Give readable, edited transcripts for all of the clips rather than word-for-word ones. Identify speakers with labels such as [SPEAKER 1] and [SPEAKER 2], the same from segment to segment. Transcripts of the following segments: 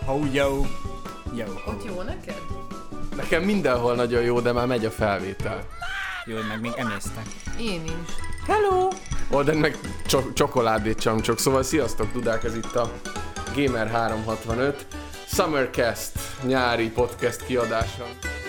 [SPEAKER 1] Jó.
[SPEAKER 2] Ott jó neked?
[SPEAKER 3] Nekem mindenhol nagyon jó, de már megy a felvétel.
[SPEAKER 1] Jó, meg még emésztek.
[SPEAKER 2] Én is.
[SPEAKER 3] Hello! Olden meg csokoládét csamcsok, szóval sziasztok, dudák, ez itt a Gamer 365 Summercast nyári podcast kiadása.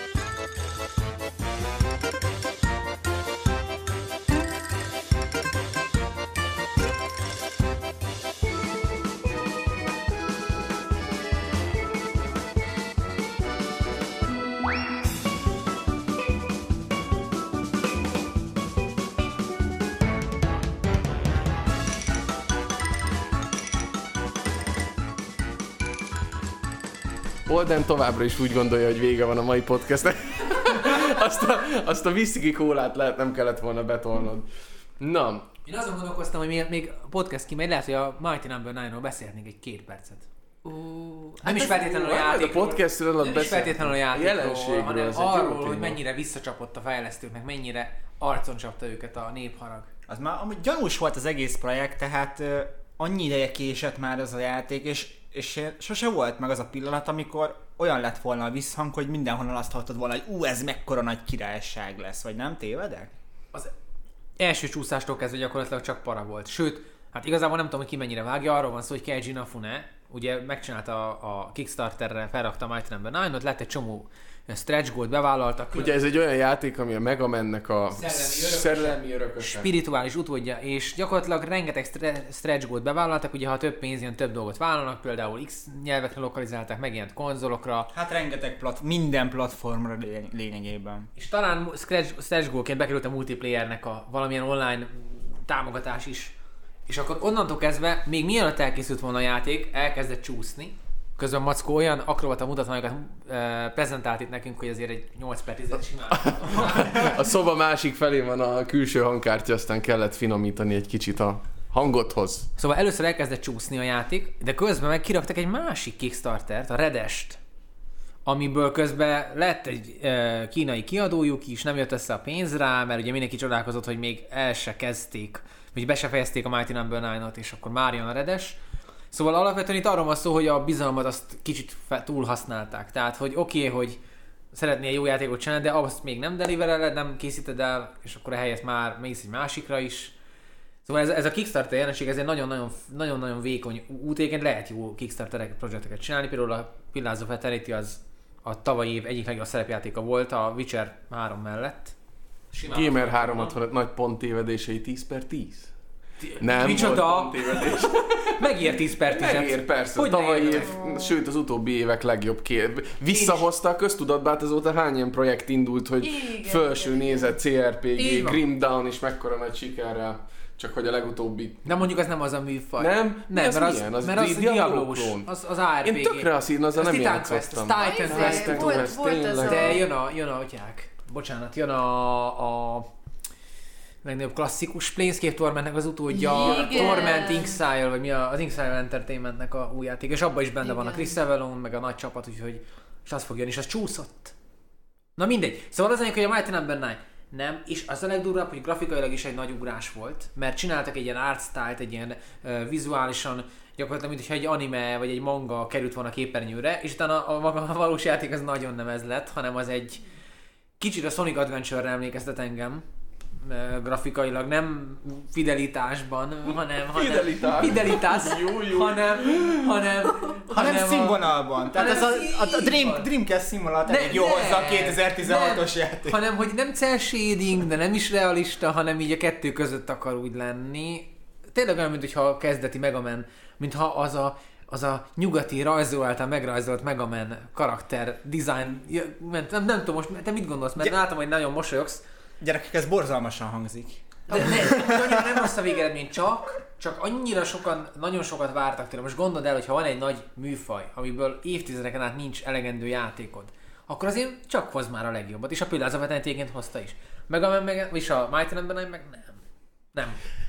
[SPEAKER 3] Olden továbbra is úgy gondolja, hogy vége van a mai podcastnek. azt a whisky kólát nem kellett volna betolnod. Na.
[SPEAKER 4] Én azon gondolkoztam, hogy még a podcast kimegy, lehet, hogy a Mighty No. 9-ról beszélhetnénk egy 2 percet. Nem is feltétlenül a játékról.
[SPEAKER 3] A podcastről
[SPEAKER 4] nem is feltétlenül a játékról, hanem arról, hogy mennyire visszacsapott a fejlesztőknek, mennyire arcon csapta őket a népharag.
[SPEAKER 1] Az már amúgy gyanús volt az egész projekt, tehát annyi ideje késett már az a játék, és sose volt meg az a pillanat, amikor olyan lett volna a visszhang, hogy mindenhonnan azt hallottad volna, hogy ez mekkora nagy királyság lesz, vagy nem tévedek?
[SPEAKER 4] Az első csúszástól kezdve gyakorlatilag csak para volt. Sőt, hát igazából nem tudom, hogy ki mennyire vágja, arról van szó, hogy Keiji Inafune ugye megcsinálta a Kickstarterre, felrakta a Mighty No. 9-ot, lett egy csomó stretch goal bevállaltak.
[SPEAKER 3] Ugye ez egy olyan játék, ami a Mega Man-nek a szellemi örököse.
[SPEAKER 4] Spirituális utódja, és gyakorlatilag rengeteg stretch goal bevállaltak, ugye ha több pénz jön, több dolgot vállalnak, például X nyelvekre lokalizálták, megjelent konzolokra.
[SPEAKER 1] Hát rengeteg minden platformra lényegében.
[SPEAKER 4] És talán stretch goalként bekerült a multiplayernek a valamilyen online támogatás is. És akkor onnantól kezdve, még mielőtt elkészült volna a játék, elkezdett csúszni. Közben Mackó olyan akrobata mutatványokat prezentált itt nekünk, hogy azért egy 8/10 simán.
[SPEAKER 3] A szoba másik felén van a külső hangkártya, aztán kellett finomítani egy kicsit a hangodhoz.
[SPEAKER 4] Szóval először elkezdett csúszni a játék, de közben meg kiraktak egy másik Kickstartert, a Redest, amiből közben lett egy kínai kiadójuk is, nem jött össze a pénz rá, mert ugye mindenki csodálkozott, hogy még el se kezdték, vagy be se fejezték a Mighty No. 9-ot, és akkor már jön a Redes. Szóval alapvetően itt arról van szó, hogy a bizalmat azt kicsit túl használták. Tehát, hogy oké, hogy szeretnél jó játékot csinálni, de azt még nem delivereled, nem készíted el, és akkor ehelyett már mész egy másikra is. Szóval ez a Kickstarter jelenség, ez egy nagyon-nagyon vékony út, egyébként lehet jó Kickstarter projekteket csinálni. Például a Pillars of Eternity az a tavalyi év egyik legjobb szerepjátéka volt a Witcher 3 mellett.
[SPEAKER 3] Simán Gamer 365 nagy ponttévedései 10/10. Nem
[SPEAKER 4] micsoda?
[SPEAKER 3] volt ponttévedés.
[SPEAKER 4] Megír 10/10.
[SPEAKER 3] Megír, persze. Hogy tavalyi év, sőt az utóbbi évek legjobb visszahozta a köztudatba, hát azóta hány ilyen projekt indult, hogy felső nézet, CRPG, Grim Dawn is mekkora nagy sikerrel. Csak hogy a legutóbbi...
[SPEAKER 4] De mondjuk ez nem az a műfaj.
[SPEAKER 3] Nem,
[SPEAKER 4] mert az diablós, az ARPG.
[SPEAKER 3] Én tökre azt írna, azzal nem játszottam.
[SPEAKER 4] Titan Quest. De jön a atyák. Bocsánat, jön a legnagyobb klasszikus Planescape Tormentnek az utódja, Torment Inxile, vagy mi az Inxile Entertainmentnek a új játék, és abban is benne van a Chris Avellone, meg a nagy csapat, úgyhogy és az fog jönni, és az csúszott. Na mindegy. Szóval az anyag, hogy a Mighty No. 9 nem, és az a legdurvább, hogy grafikailag is egy nagy ugrás volt, mert csináltak egy ilyen art style-t, egy ilyen vizuálisan, gyakorlatilag, mintha egy anime vagy egy manga került volna a képernyőre, és utána a valós játék az nagyon nem ez lett, hanem az egy kicsit a Sonic Adventure-re emlékeztet engem, grafikailag, nem fidelitásban, hanem
[SPEAKER 1] színvonalban. Tehát ez a Dreamcast színvonalat elég jó hozzá a 2016-os játék.
[SPEAKER 4] Hanem, hogy nem cel shading, de nem is realista, hanem így a kettő között akar úgy lenni. Tényleg olyan, mintha a kezdeti Mega Man, mintha az a nyugati rajzoló által megrajzolt Mega Man karakter design, nem tudom most, te mit gondolsz, mert látom, hogy nagyon mosolyogsz.
[SPEAKER 1] Gyerekek, ez borzalmasan hangzik.
[SPEAKER 4] De nem rossz a végeredmény, csak annyira sokan, nagyon sokat vártak tőle. Most gondold el, hogy ha van egy nagy műfaj, amiből évtizedeken át nincs elegendő játékod, akkor azért csak hozd már a legjobbat, és a Pillars of Eternity hozta is. És a Mighty No. 9 meg nem.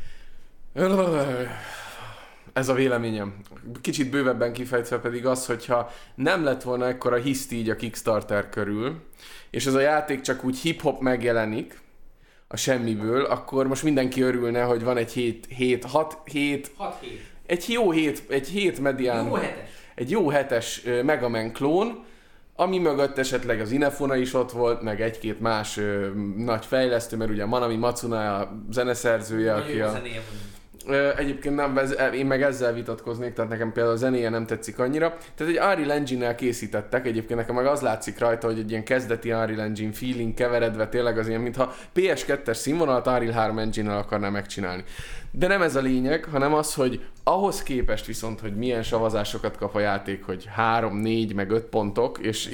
[SPEAKER 3] Ez a véleményem. Kicsit bővebben kifejtve pedig az, hogyha nem lett volna ekkora hiszti így a Kickstarter körül, és ez a játék csak úgy hip-hop megjelenik a semmiből, akkor most mindenki örülne, hogy van egy 6 hét. Egy jó hét medián.
[SPEAKER 4] Jó hetes.
[SPEAKER 3] egy jó 7-es Mega Man klón, ami mögött esetleg az Inafune is ott volt, meg egy-két más nagy fejlesztő, mert ugye Manami Matsuna a zeneszerzője, aki egyébként nem, én meg ezzel vitatkoznék, tehát nekem például a zenéje nem tetszik annyira. Tehát egy Unreal Engine-nel készítettek, egyébként nekem meg az látszik rajta, hogy egy ilyen kezdeti Unreal Engine feeling keveredve tényleg az ilyen, mintha PS2-es színvonalat Unreal 3 Engine-nel akarná megcsinálni. De nem ez a lényeg, hanem az, hogy ahhoz képest viszont, hogy milyen savazásokat kap a játék, hogy 3, 4, meg 5 pontok, és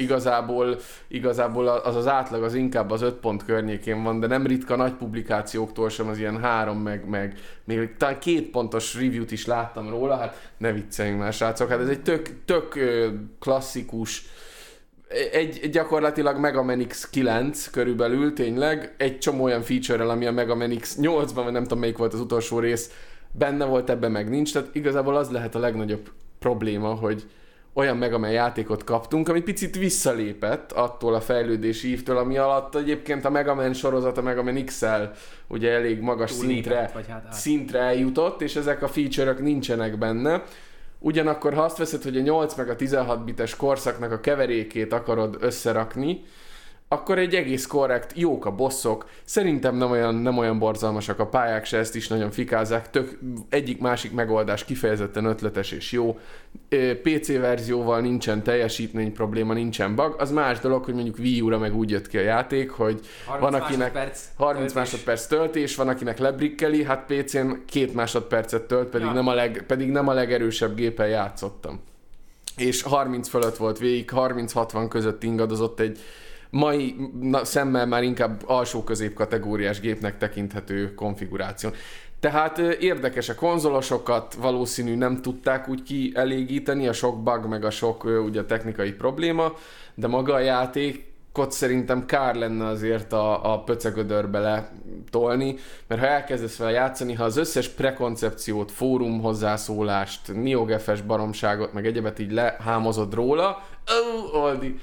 [SPEAKER 3] igazából az átlag az inkább az 5 pont környékén van, de nem ritka nagy publikációktól sem az ilyen 3, meg még talán 2 pontos review-t is láttam róla, hát ne vicceljünk már srácok, hát ez egy tök klasszikus, egy gyakorlatilag Mega Man X9 körülbelül tényleg, egy csomó olyan feature-rel, ami a Mega Man X8-ban, vagy nem tudom melyik volt az utolsó rész, benne volt, ebben meg nincs, tehát igazából az lehet a legnagyobb probléma, hogy olyan Mega Man játékot kaptunk, ami picit visszalépett attól a fejlődési ívtől, ami alatt egyébként a Mega Man sorozat, a Mega Man XL ugye elég magas szintre eljutott, és ezek a feature-ök nincsenek benne. Ugyanakkor, ha azt veszed, hogy a 8 meg a 16 bites korszaknak a keverékét akarod összerakni, akkor egy egész korrekt, jók a bosszok, szerintem nem olyan borzalmasak a pályák se, ezt is nagyon fikázzák, egyik-másik megoldás kifejezetten ötletes és jó. PC verzióval nincsen teljesítmény probléma, nincsen bug, az más dolog, hogy mondjuk Wii U-ra meg úgy jött ki a játék, hogy van akinek 30 másodperc töltés, van akinek lebrikkeli, hát PC-n 2 másodpercet tölt, pedig nem a legerősebb gépen játszottam. És 30 fölött volt végig, 30-60 között ingadozott egy mai szemmel már inkább alsó-közép kategóriás gépnek tekinthető konfiguráció. Tehát érdekes, a konzolosokat valószínű nem tudták úgy kielégíteni, a sok bug meg a sok ugye technikai probléma, de maga a játékot szerintem kár lenne azért a pöcegödörbe letolni, mert ha elkezdesz vele játszani, ha az összes prekoncepciót, fórum hozzászólást, NeoGAF-es baromságot, meg egyebet így lehámozod róla, Oldi,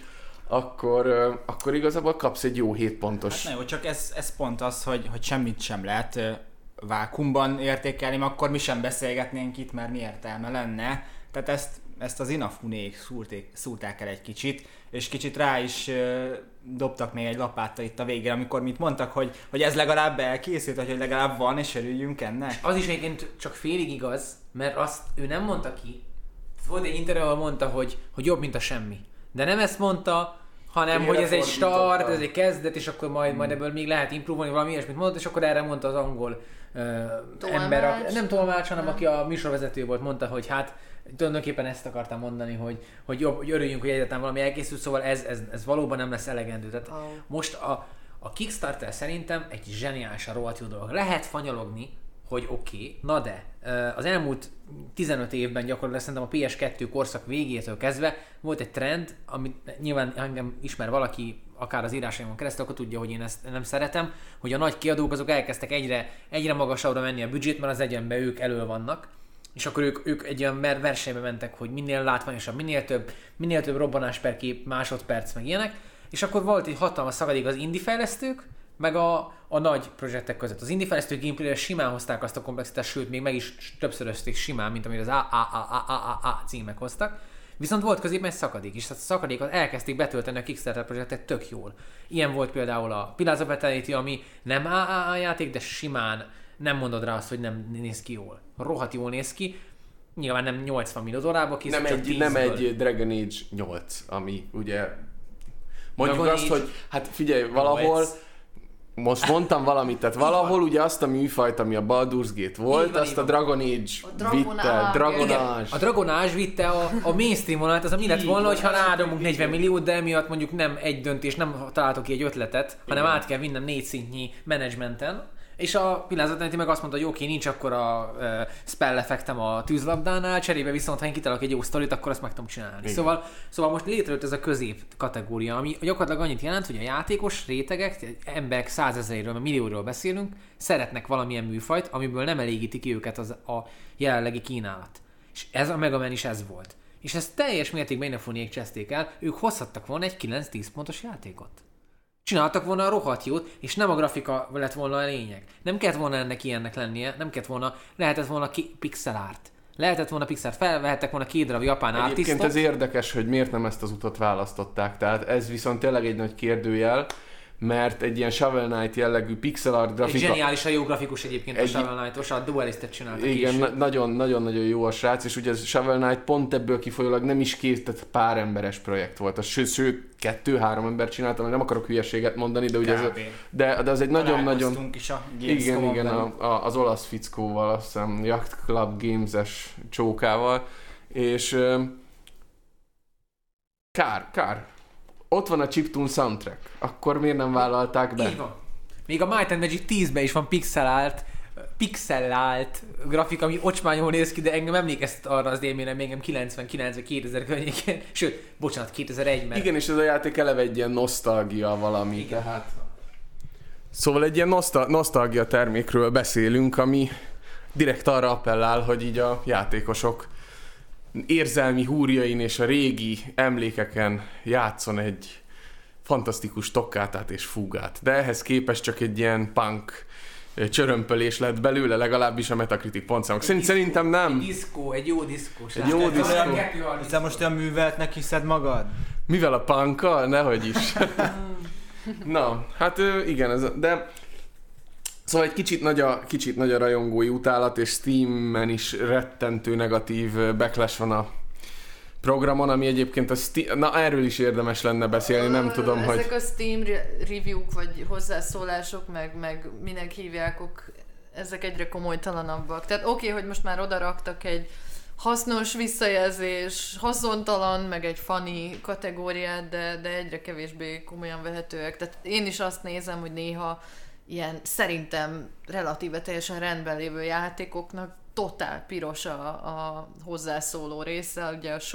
[SPEAKER 3] akkor igazából kapsz egy jó 7 pontos.
[SPEAKER 1] Hát na jó, csak ez pont az, hogy semmit sem lehet vákumban értékelni, akkor mi sem beszélgetnénk itt, mert mi értelme lenne. Tehát ezt az Inafunék szúrták el egy kicsit, és kicsit rá is dobtak még egy lapáttal itt a végére, amikor mit mondtak, hogy ez legalább elkészült, hogy legalább van, és örüljünk ennek.
[SPEAKER 4] Az is egyébként csak félig igaz, mert azt ő nem mondta ki. Volt egy interjú, ahol mondta, hogy jobb, mint a semmi. De nem ezt mondta, hanem hogy ez egy start, ez egy kezdet, és akkor majd ebből még lehet improválni, valami ilyesmit mondott, és akkor erre mondta az angol ember, nem tolmács, hanem aki a műsorvezető volt, mondta, hogy hát tulajdonképpen ezt akartam mondani, hogy örüljünk, hogy egyáltalán valami elkészült, szóval ez valóban nem lesz elegendő. Tehát most a Kickstarter szerintem egy zseniálisan rohadt jó dolog. Lehet fanyalogni, hogy oké, na de az elmúlt 15 évben gyakorlatilag szerintem a PS2 korszak végétől kezdve volt egy trend, amit nyilván engem ismer valaki, akár az írásaimon keresztül, akkor tudja, hogy én ezt nem szeretem, hogy a nagy kiadók azok elkezdtek egyre magasabbra menni a büdzsét, mert az egyenben ők elől vannak, és akkor ők egy olyan versenybe mentek, hogy minél látványosabb, minél több robbanás per kép, másodperc, meg ilyenek, és akkor volt egy hatalmas szakadék az indie fejlesztők, meg a nagy projektek között. Az indie fejlesztő gameplayre simán hozták azt a komplexitást, sőt, még meg is többszörözték simán, mint amit az AAAAAA címek hoztak. Viszont volt középen egy szakadék, és ezt a szakadékot elkezdték betölteni a Kickstarter projektet tök jól. Ilyen volt például a Pillars of Eternity, ami nem AAA játék, de simán nem mondod rá azt, hogy nem néz ki jól. Rohadt jól néz ki. Nyilván nem 80 millió dollárba készült,
[SPEAKER 3] nem egy Dragon Age 8, ami ugye mondjuk Dragon azt, Age... hogy hát figyelj, valahol most mondtam valamit, tehát valahol ugye azt a műfajt, ami a Baldur's Gate volt, azt a Dragon Age vitte, Dragon Age.
[SPEAKER 4] A Dragon Age vitte a mainstream vonalat, az ami lett volna, hogyha rádomunk 40 milliót, de emiatt mondjuk nem egy döntés, nem találtok ki egy ötletet, hanem át kell vinnem 4 szintnyi menedzsmenten. És a Pillars of Eternity meg azt mondta, hogy oké, nincs akkor a spell effektem a tűzlabdánál, cserébe viszont, ha én kitalálok egy jó sztorit, akkor azt meg tudom csinálni. Szóval most létrejött ez a közép kategória, ami gyakorlatilag annyit jelent, hogy a játékos rétegek, emberek 100 000-ről, millióról beszélünk, szeretnek valamilyen műfajt, amiből nem elégíti ki őket a jelenlegi kínálat. És ez a Mega Man is ez volt. És ezt teljes mértékben Inafunék cseszték el, ők hozhattak volna egy 9-10 pontos játékot. Csináltak volna a rohadt jót, és nem a grafika lett volna a lényeg. Nem kellett volna ennek ilyennek lennie, nem kellett volna, lehetett volna pixel art. Lehetett volna Pixar, felvehettek volna 2 darab japán
[SPEAKER 3] Egyébként
[SPEAKER 4] artistot.
[SPEAKER 3] ez érdekes, hogy miért nem ezt az utat választották. Tehát ez viszont tényleg egy nagy kérdőjel, mert egy ilyen Shovel Knight jellegű pixel art
[SPEAKER 4] Egy
[SPEAKER 3] grafika...
[SPEAKER 4] zseniálisan jó grafikus egyébként a Shovel Knight-os, a Dualistet csinálta
[SPEAKER 3] Igen, nagyon-nagyon jó a srác, és ugye Shovel Knight pont ebből kifolyólag nem is tehát pár emberes projekt volt. Sőt 2-3 ember csináltam, nem akarok hülyeséget mondani, de ugye de az egy nagyon-nagyon...
[SPEAKER 1] is a
[SPEAKER 3] Igen, az olasz fickóval, azt hiszem Yacht Club Games-es csókával, és kár. Ott van a Chiptune soundtrack, akkor miért nem vállalták be?
[SPEAKER 4] Így van. Még a Might and Magic 10-ben is van pixelált grafika, ami ocsmányul néz ki, de engem emlékeztet arra az élményre, még engem 99 2000 környékén, sőt, bocsánat, 2001, mert...
[SPEAKER 3] Igen, és ez a játék eleve egy ilyen nosztalgia valami, igen. Tehát... Szóval egy ilyen nosztalgia termékről beszélünk, ami direkt arra appellál, hogy így a játékosok érzelmi húrjain és a régi emlékeken játszon egy fantasztikus toccátát és fúgát. De ehhez képest csak egy ilyen punk csörömpölés lett belőle, legalábbis a Metacritic pontszámok. Szerintem nem.
[SPEAKER 4] Egy jó diszkó.
[SPEAKER 3] Egy jó diszkó.
[SPEAKER 1] Hiszen most olyan műveltnek hiszed magad?
[SPEAKER 3] Mivel a punkkal? Nehogy is. Na, hát igen, de... Szóval egy kicsit nagy a rajongói utálat, és Steamen is rettentő negatív backlash van a programon, ami egyébként na erről is érdemes lenne beszélni, nem tudom, hogy...
[SPEAKER 2] Ezek a Steam review-k, vagy hozzászólások, meg minek hívjákok, ezek egyre komolytalanabbak. Tehát oké, hogy most már oda raktak egy hasznos visszajelzés, haszontalan, meg egy funny kategóriát, de egyre kevésbé komolyan vehetőek. Tehát én is azt nézem, hogy néha ilyen szerintem relatíve teljesen rendben lévő játékoknak totál piros a hozzászóló része, ugye a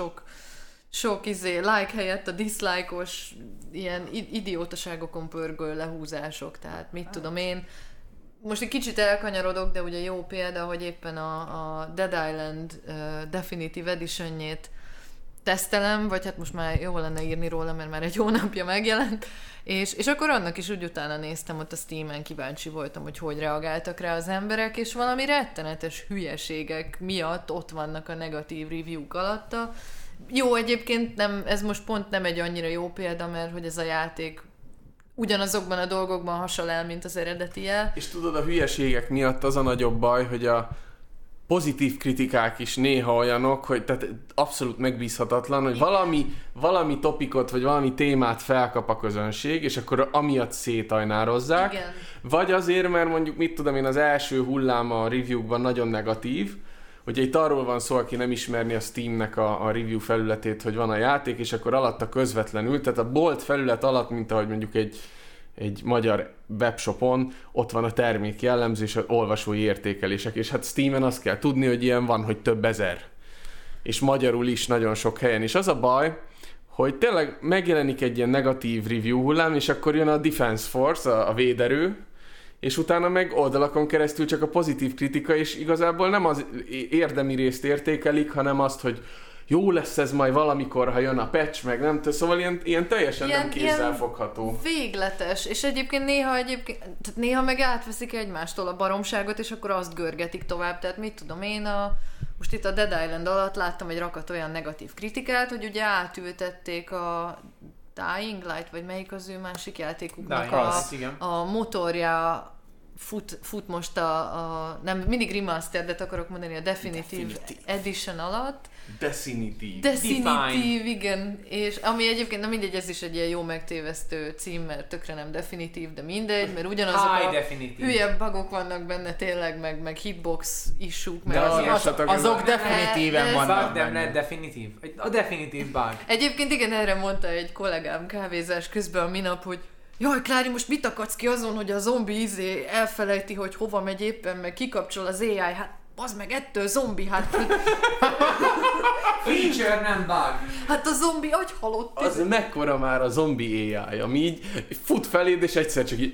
[SPEAKER 2] sok like helyett a dislike-os ilyen idiótaságokon pörgő lehúzások, tehát mit tudom én. Most egy kicsit elkanyarodok, de ugye jó példa, hogy éppen a Dead Island Definitive Edition-jét tesztelem, vagy hát most már jó lenne írni róla, mert már egy hónapja megjelent, és akkor annak is úgy utána néztem, ott a Steamen kíváncsi voltam, hogy reagáltak rá az emberek, és valami rettenetes hülyeségek miatt ott vannak a negatív review-k alatta. Jó, egyébként ez most pont nem egy annyira jó példa, mert hogy ez a játék ugyanazokban a dolgokban hasonl el, mint az eredetie.
[SPEAKER 3] És tudod, a hülyeségek miatt az a nagyobb baj, hogy a pozitív kritikák is néha olyanok, hogy tehát abszolút megbízhatatlan, hogy valami topikot, vagy valami témát felkap a közönség, és akkor amiatt szétajnározzák.
[SPEAKER 2] Igen.
[SPEAKER 3] Vagy azért, mert mondjuk, mit tudom én, az első hullám a review-kban nagyon negatív, hogy itt arról van szó, aki nem ismerni a Steamnek a review felületét, hogy van a játék, és akkor alatta közvetlenül, tehát a bolt felület alatt, mint ahogy mondjuk egy magyar webshopon, ott van a termék jellemző és az olvasói értékelések, és hát Steamen azt kell tudni, hogy ilyen van, hogy több ezer. És magyarul is nagyon sok helyen. És az a baj, hogy tényleg megjelenik egy ilyen negatív review hullám, és akkor jön a Defense Force, a véderő, és utána meg oldalakon keresztül csak a pozitív kritika, és igazából nem az érdemi részt értékelik, hanem azt, hogy jó lesz ez majd valamikor, ha jön a patch, meg nem tudom, szóval ilyen teljesen nem kézzelfogható.
[SPEAKER 2] Végletes, és egyébként néha meg átveszik egymástól a baromságot, és akkor azt görgetik tovább, tehát mit tudom én, most itt a Dead Island alatt láttam egy rakat olyan negatív kritikát, hogy ugye átültették a Dying Light, vagy melyik az ő másik játékuknak a motorja fut most nem mindig remastered, de akarok mondani a Definitive Edition alatt. Definitive, igen. És ami egyébként, na mindegy, ez is egy ilyen jó megtévesztő cím, mert tökre nem definitív, de mindegy, mert ugyanazok a hülye bugok vannak benne tényleg, meg hitbox issue-k, mert
[SPEAKER 1] azok definitíven vannak
[SPEAKER 4] benne. Definitív. A definitív bug.
[SPEAKER 2] Egyébként igen, erre mondta egy kollégám kávézás közben a minap, hogy jaj, Klári, most mit akadsz ki azon, hogy a zombi elfelejti, hogy hova megy éppen, meg kikapcsol az AI, hát az meg ettől zombi, hát...
[SPEAKER 4] Feature, nem bug.
[SPEAKER 2] Hát a zombi agy halott.
[SPEAKER 3] Az mekkora már a zombi AI, ami így fut feléd, és egyszer csak így...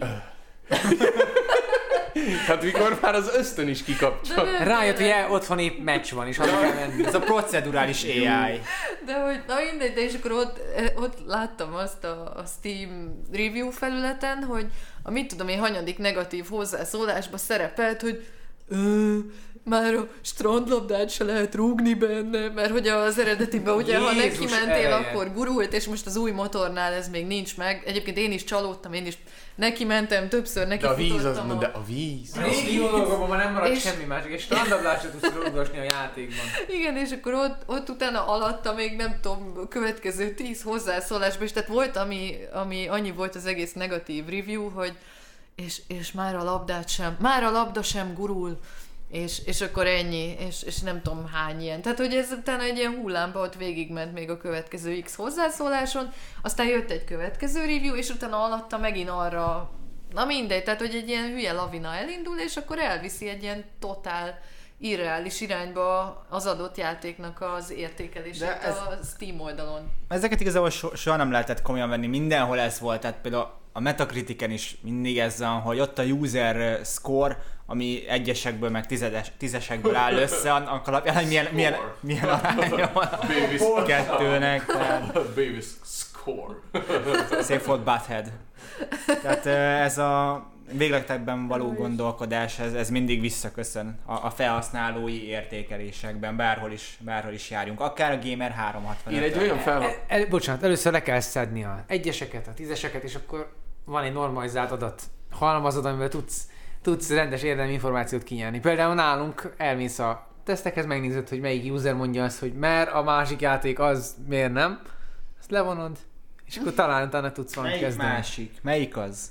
[SPEAKER 3] Hát mikor már az ösztön is kikapcsol.
[SPEAKER 4] Rájött, hogy otthon épp meccs van, és arra kell menni.
[SPEAKER 1] Ez a procedurális AI.
[SPEAKER 2] De hogy, na mindegy, de és akkor ott láttam azt a Steam review felületen, hogy a mit tudom én hanyadik negatív hozzászólásba szerepelt, hogy már a strandlabdát se lehet rúgni benne, mert hogy az eredetiben ugye, ha neki mentél, akkor gurult, és most az új motornál ez még nincs meg. Egyébként én is csalódtam, én is neki mentem, többször neki futottam.
[SPEAKER 3] De a víz.
[SPEAKER 4] A régi jó dolgokban ma nem marad semmi más, egy strandlabdát sem tudsz rúgdosni a játékban.
[SPEAKER 2] Igen, és akkor ott utána alatta még nem tudom, következő 10 hozzászólásban, és tehát volt, ami annyi volt az egész negatív review, hogy és már a labda sem gurul, és akkor ennyi, és nem tudom hány ilyen. Tehát, hogy ez utána egy ilyen hullámba ott végigment még a következő X hozzászóláson, aztán jött egy következő review, és utána alatta megint arra, na mindegy, tehát, hogy egy ilyen hülye lavina elindul, és akkor elviszi egy ilyen totál irreális irányba az adott játéknak az értékelését a Steam oldalon.
[SPEAKER 1] Ezeket igazából soha nem lehetett komolyan venni, mindenhol ez volt, tehát például a Metacritiken is mindig ez van, hogy ott a user score, ami egyesekből meg tízesekből áll össze, annak alapján, hogy milyen aránya van a kettőnek.
[SPEAKER 3] Baby score.
[SPEAKER 1] Szép volt Butthead. Tehát ez a végletekben való gondolkodás, ez mindig visszaköszön a felhasználói értékelésekben, bárhol is járjunk. Akár a Gamer 365.
[SPEAKER 3] Én egy olyan
[SPEAKER 4] bocsánat, először le kell szedni a egyeseket, a tízeseket, és akkor van egy normalizált adat halmazod, amivel tudsz rendes érdemi információt kinyerni. Például nálunk elmész a tesztekhez, megnézed, hogy melyik user mondja azt, hogy mert a másik játék az miért nem. Azt levonod, és akkor talán utána tudsz valamit kezdeni.
[SPEAKER 1] Melyik másik? Melyik az?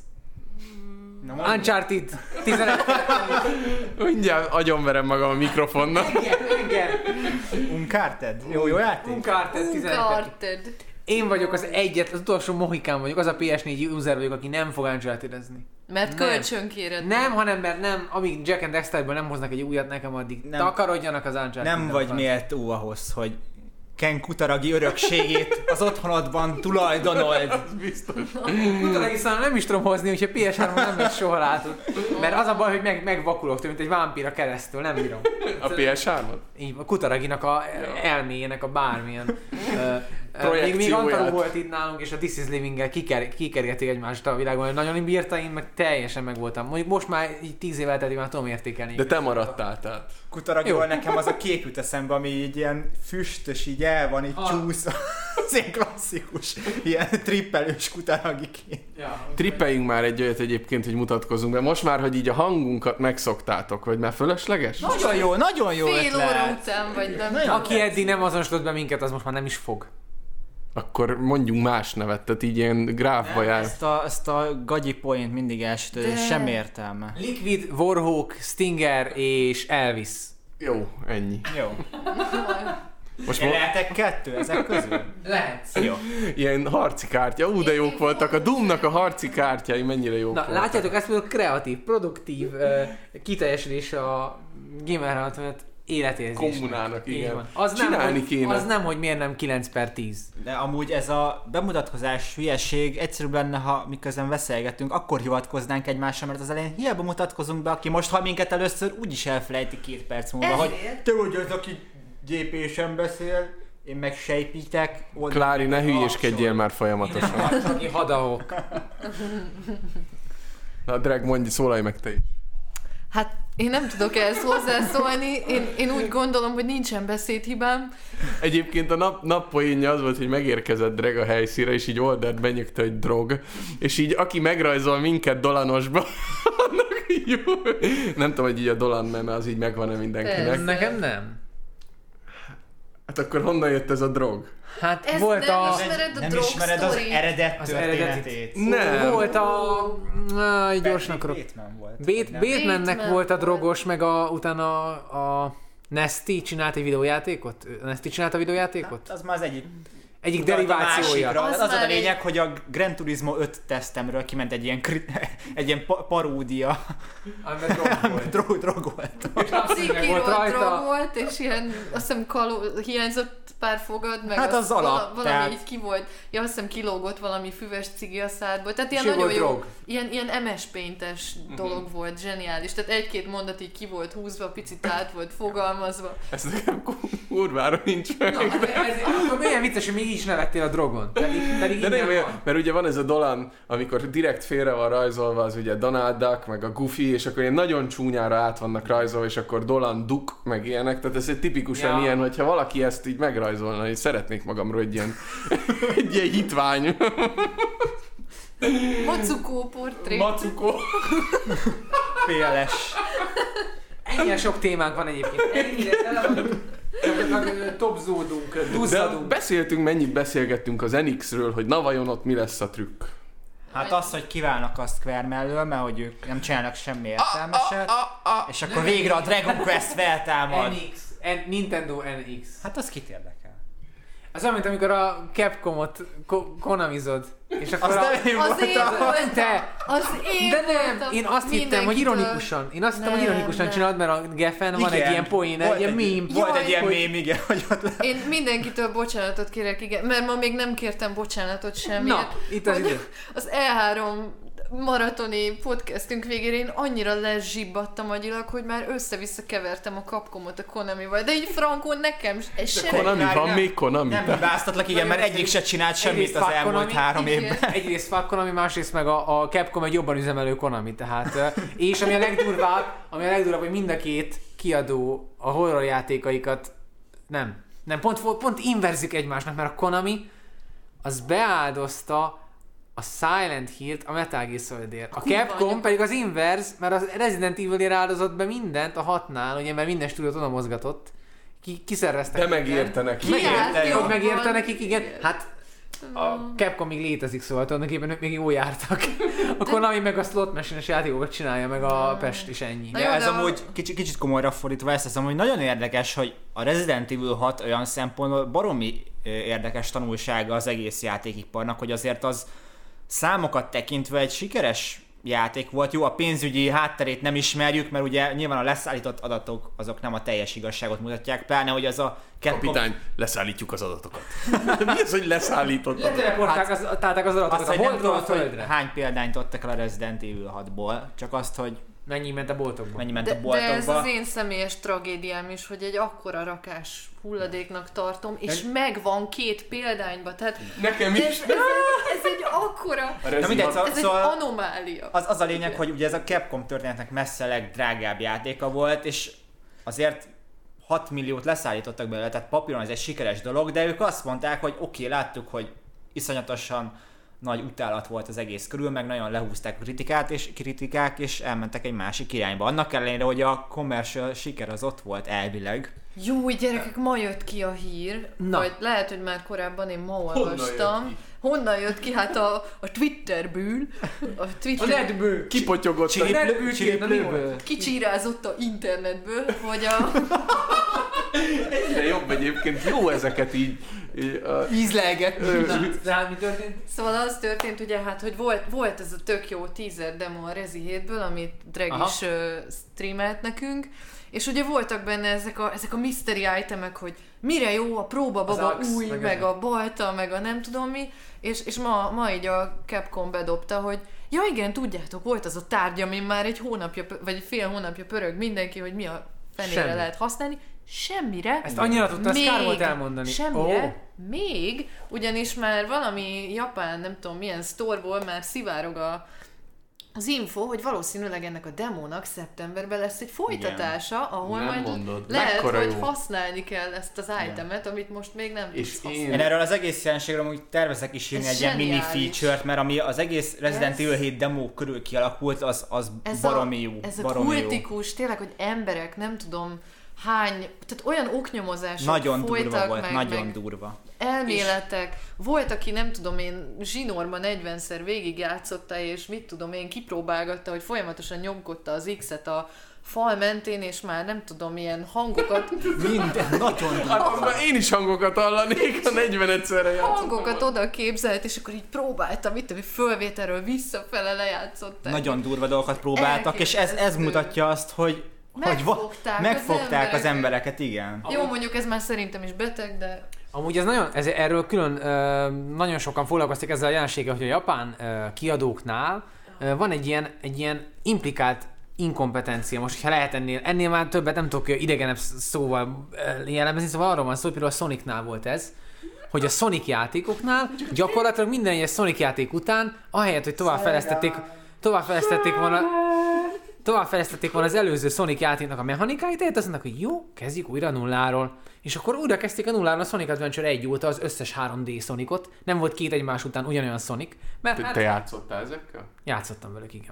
[SPEAKER 4] Uncharted 11.
[SPEAKER 3] Mindjárt agyonverem magam a mikrofonnal.
[SPEAKER 4] Igen.
[SPEAKER 1] Uncharted? Jó játék?
[SPEAKER 4] Uncharted 11. Én vagyok az utolsó mohikán vagyok, az a PS4 user vagyok, aki nem fog Uncharted-ezni.
[SPEAKER 2] Mert kölcsönkéred.
[SPEAKER 4] Nem, hanem mert nem, amíg Jack and Dexterből nem hoznak egy újat nekem, addig nem, takarodjanak az Uncharted.
[SPEAKER 1] Nem vagy méltó ahhoz, hogy Ken Kutaragi örökségét az otthonodban tulajdonold.
[SPEAKER 3] Biztos.
[SPEAKER 4] Kutaragi szóval nem is tudom hozni, úgyhogy PS3-on nem lesz soha látod. Mert az a baj, hogy megvakulok tőle, mint egy vámpíra keresztül, nem bírom.
[SPEAKER 3] A PS3-on?
[SPEAKER 4] Így, a Kutaraginak a elméjének a bármilyen. Még Antaru volt itt nálunk, és a This is Living-gel kikergetik egymást a világon, hogy nagyon bírta, én meg teljesen megvoltam. Mondjuk most már így 10 év eltelti, már tudom értékelni.
[SPEAKER 3] De te maradtál, tehát.
[SPEAKER 1] Kutaragival nekem az a kép jut eszembe, ami így ilyen füstös, így el van, így csúsz. Az ilyen klasszikus, ilyen trippelős Kutaragi kép.
[SPEAKER 4] Ja,
[SPEAKER 3] Trippeljünk már egy olyat egyébként, hogy mutatkozunk be. Most már, hogy így a hangunkat megszoktátok, vagy már fölösleges?
[SPEAKER 1] Nagyon jó
[SPEAKER 2] Fél
[SPEAKER 1] ötlet.
[SPEAKER 2] óra után, vagy nem.
[SPEAKER 4] Aki eddig nem azonosított be minket, az most már nem is fog.
[SPEAKER 3] Akkor mondjunk más nevet, tehát így ilyen gráfba jár.
[SPEAKER 1] Ezt a gagyi point mindig elsütöd, sem értelme.
[SPEAKER 4] Liquid, Warhawk, Stinger és Elvis.
[SPEAKER 3] Jó, ennyi.
[SPEAKER 1] Jó.
[SPEAKER 3] Most
[SPEAKER 1] Lehetek kettő ezek közül?
[SPEAKER 4] Lehetsz.
[SPEAKER 1] Jó.
[SPEAKER 3] ilyen harci kártya. De jók voltak. A Doomnak a harci kártyái mennyire jók
[SPEAKER 4] Na,
[SPEAKER 3] voltak.
[SPEAKER 4] látjátok, ez például kreatív, produktív kiteljesülés a Gamer 65 életérzésnek.
[SPEAKER 3] Kommunának, igen.
[SPEAKER 4] Van. Az
[SPEAKER 3] Csinálni
[SPEAKER 4] nem,
[SPEAKER 3] kéne.
[SPEAKER 4] Az nem, hogy miért nem 9/10.
[SPEAKER 1] De amúgy ez a bemutatkozás hülyeség egyszerűbb lenne, ha miközben beszélgetünk, akkor hivatkoznánk egymásra, mert az elején hiába mutatkozunk be, aki most hall minket először, úgyis elfelejti 2 perc múlva, hogy te vagy az, aki GP-sen beszél, én meg sejpítek.
[SPEAKER 3] Klári, ne hülyéskedjél már folyamatosan.
[SPEAKER 4] Aki hadahok.
[SPEAKER 3] Na, Drag, mondj, szólalj meg te is.
[SPEAKER 2] Hát én nem tudok ehhez hozzászólni, én úgy gondolom, hogy nincsen beszédhibám.
[SPEAKER 3] Egyébként a nap poénja az volt, hogy megérkezett Drag a helyszínre, és így oldalt benyögte, hogy drog, és így aki megrajzol minket Dolanosba, annak jó. Nem tudom, hogy így a Dolan meme az így megvan-e mindenkinek.
[SPEAKER 2] Persze.
[SPEAKER 4] Nekem nem.
[SPEAKER 3] Hát akkor honnan jött ez a drog?
[SPEAKER 4] Hát
[SPEAKER 2] Ezt
[SPEAKER 4] volt
[SPEAKER 2] nem
[SPEAKER 4] a...
[SPEAKER 2] ismered a
[SPEAKER 1] Nem
[SPEAKER 2] drog
[SPEAKER 1] ismered az
[SPEAKER 2] story?
[SPEAKER 1] eredet
[SPEAKER 4] Az
[SPEAKER 1] történetét.
[SPEAKER 3] Nem.
[SPEAKER 4] Volt gyorsan akarok.
[SPEAKER 1] Bateman volt.
[SPEAKER 4] Batemannek
[SPEAKER 2] Bateman
[SPEAKER 4] volt a
[SPEAKER 2] volt.
[SPEAKER 4] drogos, meg utána a Nasty csinált egy videójátékot? Nasty csinált a videójátékot?
[SPEAKER 1] Az már az
[SPEAKER 4] Egyik
[SPEAKER 1] utalta
[SPEAKER 4] derivációja.
[SPEAKER 1] másikra.
[SPEAKER 2] Az
[SPEAKER 1] Az volt a
[SPEAKER 2] már
[SPEAKER 1] lényeg, hogy a Gran Turismo 5 tesztemről kiment egy ilyen, egy ilyen paródia.
[SPEAKER 4] Amiben drog volt.
[SPEAKER 1] Drog volt.
[SPEAKER 2] Cikiról drog volt, és ilyen, azt hiszem hiányzott pár fogad, meg
[SPEAKER 1] Hát az alap,
[SPEAKER 2] valami
[SPEAKER 1] tehát-
[SPEAKER 2] így ki volt. Ja, azt hiszem kilógott valami füves cigi a szádból. Tehát ilyen
[SPEAKER 4] És
[SPEAKER 2] nagyon
[SPEAKER 4] volt
[SPEAKER 2] jó,
[SPEAKER 4] drog.
[SPEAKER 2] ilyen MS Paint-es dolog volt, zseniális. Tehát egy-két mondat így ki volt húzva, picit át volt fogalmazva.
[SPEAKER 3] Ez nekem kurvára nincs meg.
[SPEAKER 4] Akkor milyen vicces, hogy még így is nevettél a drogon. Pedig
[SPEAKER 3] De nem olyan, mert ugye van ez a Dolan, amikor direkt félre van rajzolva az ugye Donald Duck, meg a Goofy, és akkor ilyen nagyon csúnyára át vannak rajzolva, és akkor Dolan Duck, meg ilyenek. Tehát ez egy tipikusan ilyen, hogyha valaki ezt így megrajzolna, hogy szeretnék magamról egy ilyen hitvány.
[SPEAKER 2] Macukó portré.
[SPEAKER 3] Macukó.
[SPEAKER 1] Féles.
[SPEAKER 4] Ennyien sok témánk van egyébként. Ennyire tele vagyunk. Topzódunk,
[SPEAKER 3] De
[SPEAKER 4] duzzadunk.
[SPEAKER 3] beszéltünk, mennyit beszélgettünk az NX-ről, hogy na vajon ott mi lesz a trükk.
[SPEAKER 1] Hát az, hogy kiválnak a Square mellől, mert hogy ők nem csinálnak semmi értelmeset, és akkor végre a Dragon Quest feltámad.
[SPEAKER 4] Nintendo NX.
[SPEAKER 1] Hát az kit érdekel?
[SPEAKER 4] Az olyan, mint amikor a Capcomot konamizod. És akkor
[SPEAKER 1] Az nem én
[SPEAKER 2] Az én voltam.
[SPEAKER 4] Te!
[SPEAKER 2] Az én
[SPEAKER 4] De nem!
[SPEAKER 2] voltam.
[SPEAKER 4] Én azt hittem, hogy ironikusan.
[SPEAKER 2] Nem.
[SPEAKER 4] Csinálod, mert a Geffen van egy ilyen poén, egy ilyen meme.
[SPEAKER 1] Volt
[SPEAKER 2] Jaj,
[SPEAKER 1] egy ilyen
[SPEAKER 4] hogy-
[SPEAKER 1] mém, igen, hogy ott
[SPEAKER 2] Én mindenkitől bocsánatot kérek, igen, mert ma még nem kértem bocsánatot semmiért.
[SPEAKER 4] Na, itt az
[SPEAKER 2] Hogy
[SPEAKER 4] idő.
[SPEAKER 2] Az E3 maratoni podcastünk végére én annyira lezsibbadtam agyilag, hogy már össze-vissza kevertem a Capcomot a Konamival, de így frankon nekem se.
[SPEAKER 3] Konami, van még Konami?
[SPEAKER 1] nem hibáztatlak, igen, mert egyik se csinált semmit
[SPEAKER 4] Egyrészt
[SPEAKER 1] az
[SPEAKER 4] fuck
[SPEAKER 1] elmúlt
[SPEAKER 4] Konami,
[SPEAKER 1] 3
[SPEAKER 2] igen.
[SPEAKER 1] évben.
[SPEAKER 4] Egyrészt fuck Konami, másrészt meg a Capcom egy jobban üzemelő Konami, tehát... És ami a legdurvább, hogy mind a két kiadó a horror játékaikat nem, pont inverzik egymásnak, mert a Konami az beáldozta a Silent Hill-t a Metal Gear Solidért. A Capcom
[SPEAKER 2] anyag.
[SPEAKER 4] pedig az inverse, mert a Resident Evil-ért áldozott be mindent a 6-nál, ugye, mert minden stúdiót oda mozgatott. Kiszerveztek.
[SPEAKER 3] De
[SPEAKER 4] mindent.
[SPEAKER 3] megérte neki.
[SPEAKER 2] Ki
[SPEAKER 4] Hogy megérte
[SPEAKER 2] jobban?
[SPEAKER 4] nekik, igen. Hát a Capcom még létezik, szóval tulajdonképpen ők még jól jártak. A Konami meg a slot machine-es játékokat csinálja, meg a Pest is ennyi.
[SPEAKER 2] Na
[SPEAKER 1] De
[SPEAKER 2] jó,
[SPEAKER 1] ez
[SPEAKER 2] de
[SPEAKER 1] amúgy kicsit komolyra fordítva ezt, amúgy nagyon érdekes, hogy a Resident Evil 6 olyan szempontból baromi érdekes tanulsága az egész játékiparnak, hogy azért az számokat tekintve egy sikeres játék volt. Jó, a pénzügyi hátterét nem ismerjük, mert ugye nyilván a leszállított adatok azok nem a teljes igazságot mutatják, pláne hogy az a
[SPEAKER 3] Kapitány, leszállítjuk az adatokat. Mi az, hogy leszállított?
[SPEAKER 4] Leteleportálták az adatokat
[SPEAKER 1] Azt,
[SPEAKER 4] a
[SPEAKER 1] hogy nem
[SPEAKER 4] holdról a
[SPEAKER 1] tudom, hogy
[SPEAKER 4] földre.
[SPEAKER 1] hány példányt adtak el a Resident Evil 6-ból, csak azt, hogy
[SPEAKER 4] Mennyi ment a boltokba?
[SPEAKER 1] mennyi ment a
[SPEAKER 2] De ez
[SPEAKER 1] boltokba.
[SPEAKER 2] az én személyes tragédiám is, hogy egy akkora rakás hulladéknak tartom, és megvan 2 példányba, tehát
[SPEAKER 3] Nekem
[SPEAKER 2] ez,
[SPEAKER 3] is.
[SPEAKER 2] ez egy akkora,
[SPEAKER 1] Na mindegy,
[SPEAKER 2] ez egy
[SPEAKER 1] szóval
[SPEAKER 2] anomália.
[SPEAKER 1] az a lényeg, hogy ugye ez a Capcom történetnek messze legdrágább játéka volt, és azért 6 milliót leszállítottak belőle, tehát papíron ez egy sikeres dolog, de ők azt mondták, hogy oké, láttuk, hogy iszonyatosan nagy utálat volt az egész körül, meg nagyon lehúzták a kritikák, és elmentek egy másik irányba. Annak ellenére, hogy a commercial siker az ott volt elvileg.
[SPEAKER 2] Jó, gyerekek, ma jött ki a hír,
[SPEAKER 4] Na.
[SPEAKER 2] vagy lehet, hogy már korábban én ma olvastam. Honnan jött ki? Hát a Twitterből. A
[SPEAKER 4] A
[SPEAKER 2] Twitter
[SPEAKER 4] netből.
[SPEAKER 3] Kipotyogott a...
[SPEAKER 4] Csiriplőből.
[SPEAKER 2] kicsirázott a internetből, hogy a...
[SPEAKER 3] Egyre jobb egyébként. Jó ezeket így...
[SPEAKER 1] Ízlelgetni.
[SPEAKER 4] Tehát mi történt?
[SPEAKER 2] Szóval az történt ugye, hát, hogy volt ez a tök jó teaser demo a Rezi 7-ből, amit Drag
[SPEAKER 4] Aha.
[SPEAKER 2] is streamelt nekünk, és ugye voltak benne ezek a mystery itemek, hogy mire jó a próbababa
[SPEAKER 4] Az Axe,
[SPEAKER 2] új,
[SPEAKER 4] meg
[SPEAKER 2] meg
[SPEAKER 4] ezek.
[SPEAKER 2] a balta, meg a nem tudom mi, és ma így a Capcom bedobta, hogy ja igen, tudjátok, volt az a tárgy, ami már egy hónapja, vagy fél hónapja pörög mindenki, hogy mi a fenére
[SPEAKER 4] Semmi.
[SPEAKER 2] lehet használni. Semmire.
[SPEAKER 4] Ezt annyira tudta, ezt kár volt elmondani.
[SPEAKER 2] Semmire. Még, ugyanis már valami japán, nem tudom milyen sztorból már szivárog az info, hogy valószínűleg ennek a demónak szeptemberben lesz egy folytatása, ahol
[SPEAKER 3] Nem
[SPEAKER 2] majd
[SPEAKER 3] mondod.
[SPEAKER 2] lehet,
[SPEAKER 3] Mekkora
[SPEAKER 2] hogy
[SPEAKER 3] jó.
[SPEAKER 2] használni kell ezt az itemet, amit most még nem
[SPEAKER 3] És
[SPEAKER 2] tudsz
[SPEAKER 3] én-
[SPEAKER 2] használni.
[SPEAKER 1] Én erről az egész jelenségről amúgy tervezek is írni
[SPEAKER 2] Ez
[SPEAKER 1] egy ilyen mini
[SPEAKER 2] zseniális.
[SPEAKER 1] feature-t, mert ami az egész Resident
[SPEAKER 2] Ez-
[SPEAKER 1] Evil 7 demo körül kialakult, az baromi jó.
[SPEAKER 2] Ez a
[SPEAKER 1] baromi jó.
[SPEAKER 2] kultikus, tényleg, hogy emberek, nem tudom hány, tehát olyan oknyomozások
[SPEAKER 1] Nagyon
[SPEAKER 2] folytak
[SPEAKER 1] durva volt,
[SPEAKER 2] meg,
[SPEAKER 1] nagyon
[SPEAKER 2] meg
[SPEAKER 1] durva.
[SPEAKER 2] elméletek. Volt, aki nem tudom én zsinórban 40-szer végigjátszotta, és mit tudom én kipróbálgatta, hogy folyamatosan nyomkodta az X-et a fal mentén, és már nem tudom, ilyen hangokat,
[SPEAKER 1] Minden, nagyon durva.
[SPEAKER 3] Hát az már én is hangokat hallanék, a 40-szerre játszottam.
[SPEAKER 2] hangokat oda képzelt, és akkor így próbáltam, mit tudom, fölvételről visszafele lejátszották.
[SPEAKER 1] Nagyon durva dolgokat próbáltak, és ez
[SPEAKER 2] Elképesztő.
[SPEAKER 1] mutatja azt, hogy
[SPEAKER 2] Megfogták az
[SPEAKER 1] embereket, igen.
[SPEAKER 2] Jó, mondjuk ez már szerintem is beteg, de
[SPEAKER 4] Amúgy erről külön nagyon sokan foglalkoztak ezzel a jelenséggel, hogy a japán kiadóknál van egy ilyen implikált inkompetencia. Most, ha lehet ennél már többet nem tudok idegenebb szóval jellemezni, szóval arról van szó, hogy például a Sonicnál volt ez, hogy a Sonic játékoknál gyakorlatilag minden egyes Sonic játék után, ahelyett, hogy továbbfejlesztették volna az előző Sonic játéknak a mechanikáit, tehát azt mondták, hogy jó, kezdjük újra nulláról. És akkor újra kezdték a nulláról a Sonic Adventure 1 óta az összes 3D Sonicot. Nem volt két egymás után ugyanolyan Sonic. Mert
[SPEAKER 3] Te játszottál ezekkel?
[SPEAKER 4] Játszottam velük, igen.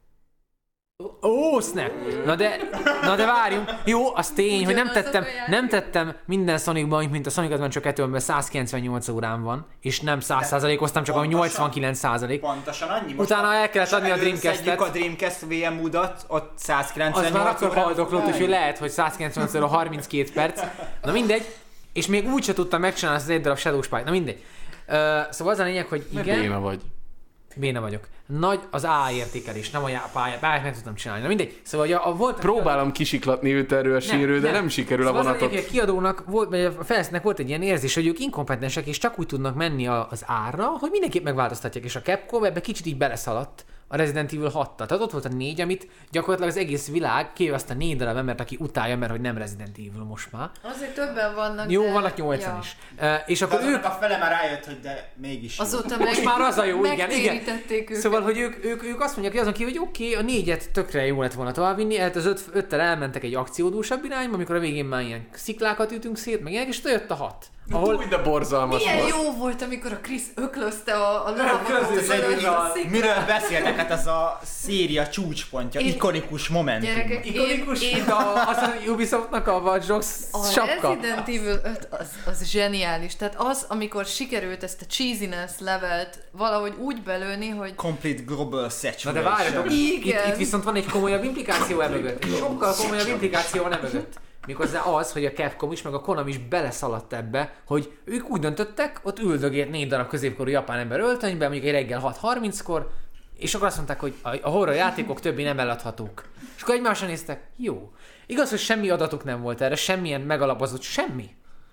[SPEAKER 4] Ó, snap! Na de várjunk. Jó, az tény, hogy nem tettem minden Sonicban, mint a Sonic Adventure 2-ben 198 órán van, és nem 100%-oztam, csak a 89%.
[SPEAKER 1] Pontosan annyi.
[SPEAKER 4] Utána el kellett adni a Dreamcast-et.
[SPEAKER 1] A Dreamcast VM-udat, ott 198
[SPEAKER 4] az már akkor haldoklott, úgyhogy lehet, hogy 198 óra 32 perc. Na mindegy. És még úgy se tudtam megcsinálni az egy darab Shadow Spy. Na mindegy. Szóval az a lényeg, hogy igen.
[SPEAKER 3] Béna vagy.
[SPEAKER 4] Béna vagyok. Nagy az A értékelés, nem a pályát meg tudtam csinálni. Na mindegy. Szóval volt...
[SPEAKER 3] Próbálom kisiklatni őt erről a sírről, de nem sikerül
[SPEAKER 4] szóval
[SPEAKER 3] a vonatot.
[SPEAKER 4] A kiadónak vagy a felszínek volt egy ilyen érzés, hogy ők inkompetensek, és csak úgy tudnak menni az árra, hogy mindenképp megváltoztatják, és a Capcom ebbe kicsit így beleszaladt a Resident Evil 6-tal. Tehát ott volt a 4, amit gyakorlatilag az egész világ, kivéve azt a 4 darab embert, aki utálja, mert hogy nem Resident Evil most már.
[SPEAKER 2] Azért többen vannak.
[SPEAKER 4] Jó, vannak 8-an is. És akkor ők...
[SPEAKER 1] a fele már rájött, hogy de mégis jó.
[SPEAKER 2] Azóta
[SPEAKER 4] most már az a jó, igen.
[SPEAKER 2] Őket.
[SPEAKER 4] Szóval, hogy ők azt mondják, hogy azon kívül, hogy oké, a 4-et tökre jó lett volna továbbvinni, hát az 5-tel elmentek egy akciódúsabb irányba, amikor a végén már ilyen sziklákat ütünk szét, meg ilyenek, és jött a 6.
[SPEAKER 3] Ahol... Úgy, de borzalmas
[SPEAKER 2] milyen
[SPEAKER 3] volt.
[SPEAKER 2] jó volt, amikor a Chris öklözte a lábakat.
[SPEAKER 1] Miről beszéltek? Hát az a széria csúcspontja, ikonikus momentum.
[SPEAKER 2] Gyerekek,
[SPEAKER 4] ikonikus, az a Ubisoftnak a Watch Dogs sapka.
[SPEAKER 2] A Resident Evil 5 az zseniális. Tehát az, amikor sikerült ezt a cheesiness levelt valahogy úgy belőni, hogy...
[SPEAKER 1] Complete global saturation.
[SPEAKER 4] Na de várjatok, itt viszont van egy komolyabb implikáció emögött. Sokkal komolyabb implikáció van emögött. Méghozzá az, hogy a Capcom is, meg a Konami is beleszaladt ebbe, hogy ők úgy döntöttek, ott üldögélt 4 darab középkorú japán ember öltönyben, mondjuk egy reggel 6:30-kor, és akkor azt mondták, hogy a horror játékok többé nem eladhatók. És akkor egymásra néztek, jó. Igaz, hogy semmi adatuk nem volt erre, semmilyen megalapozott, semmi.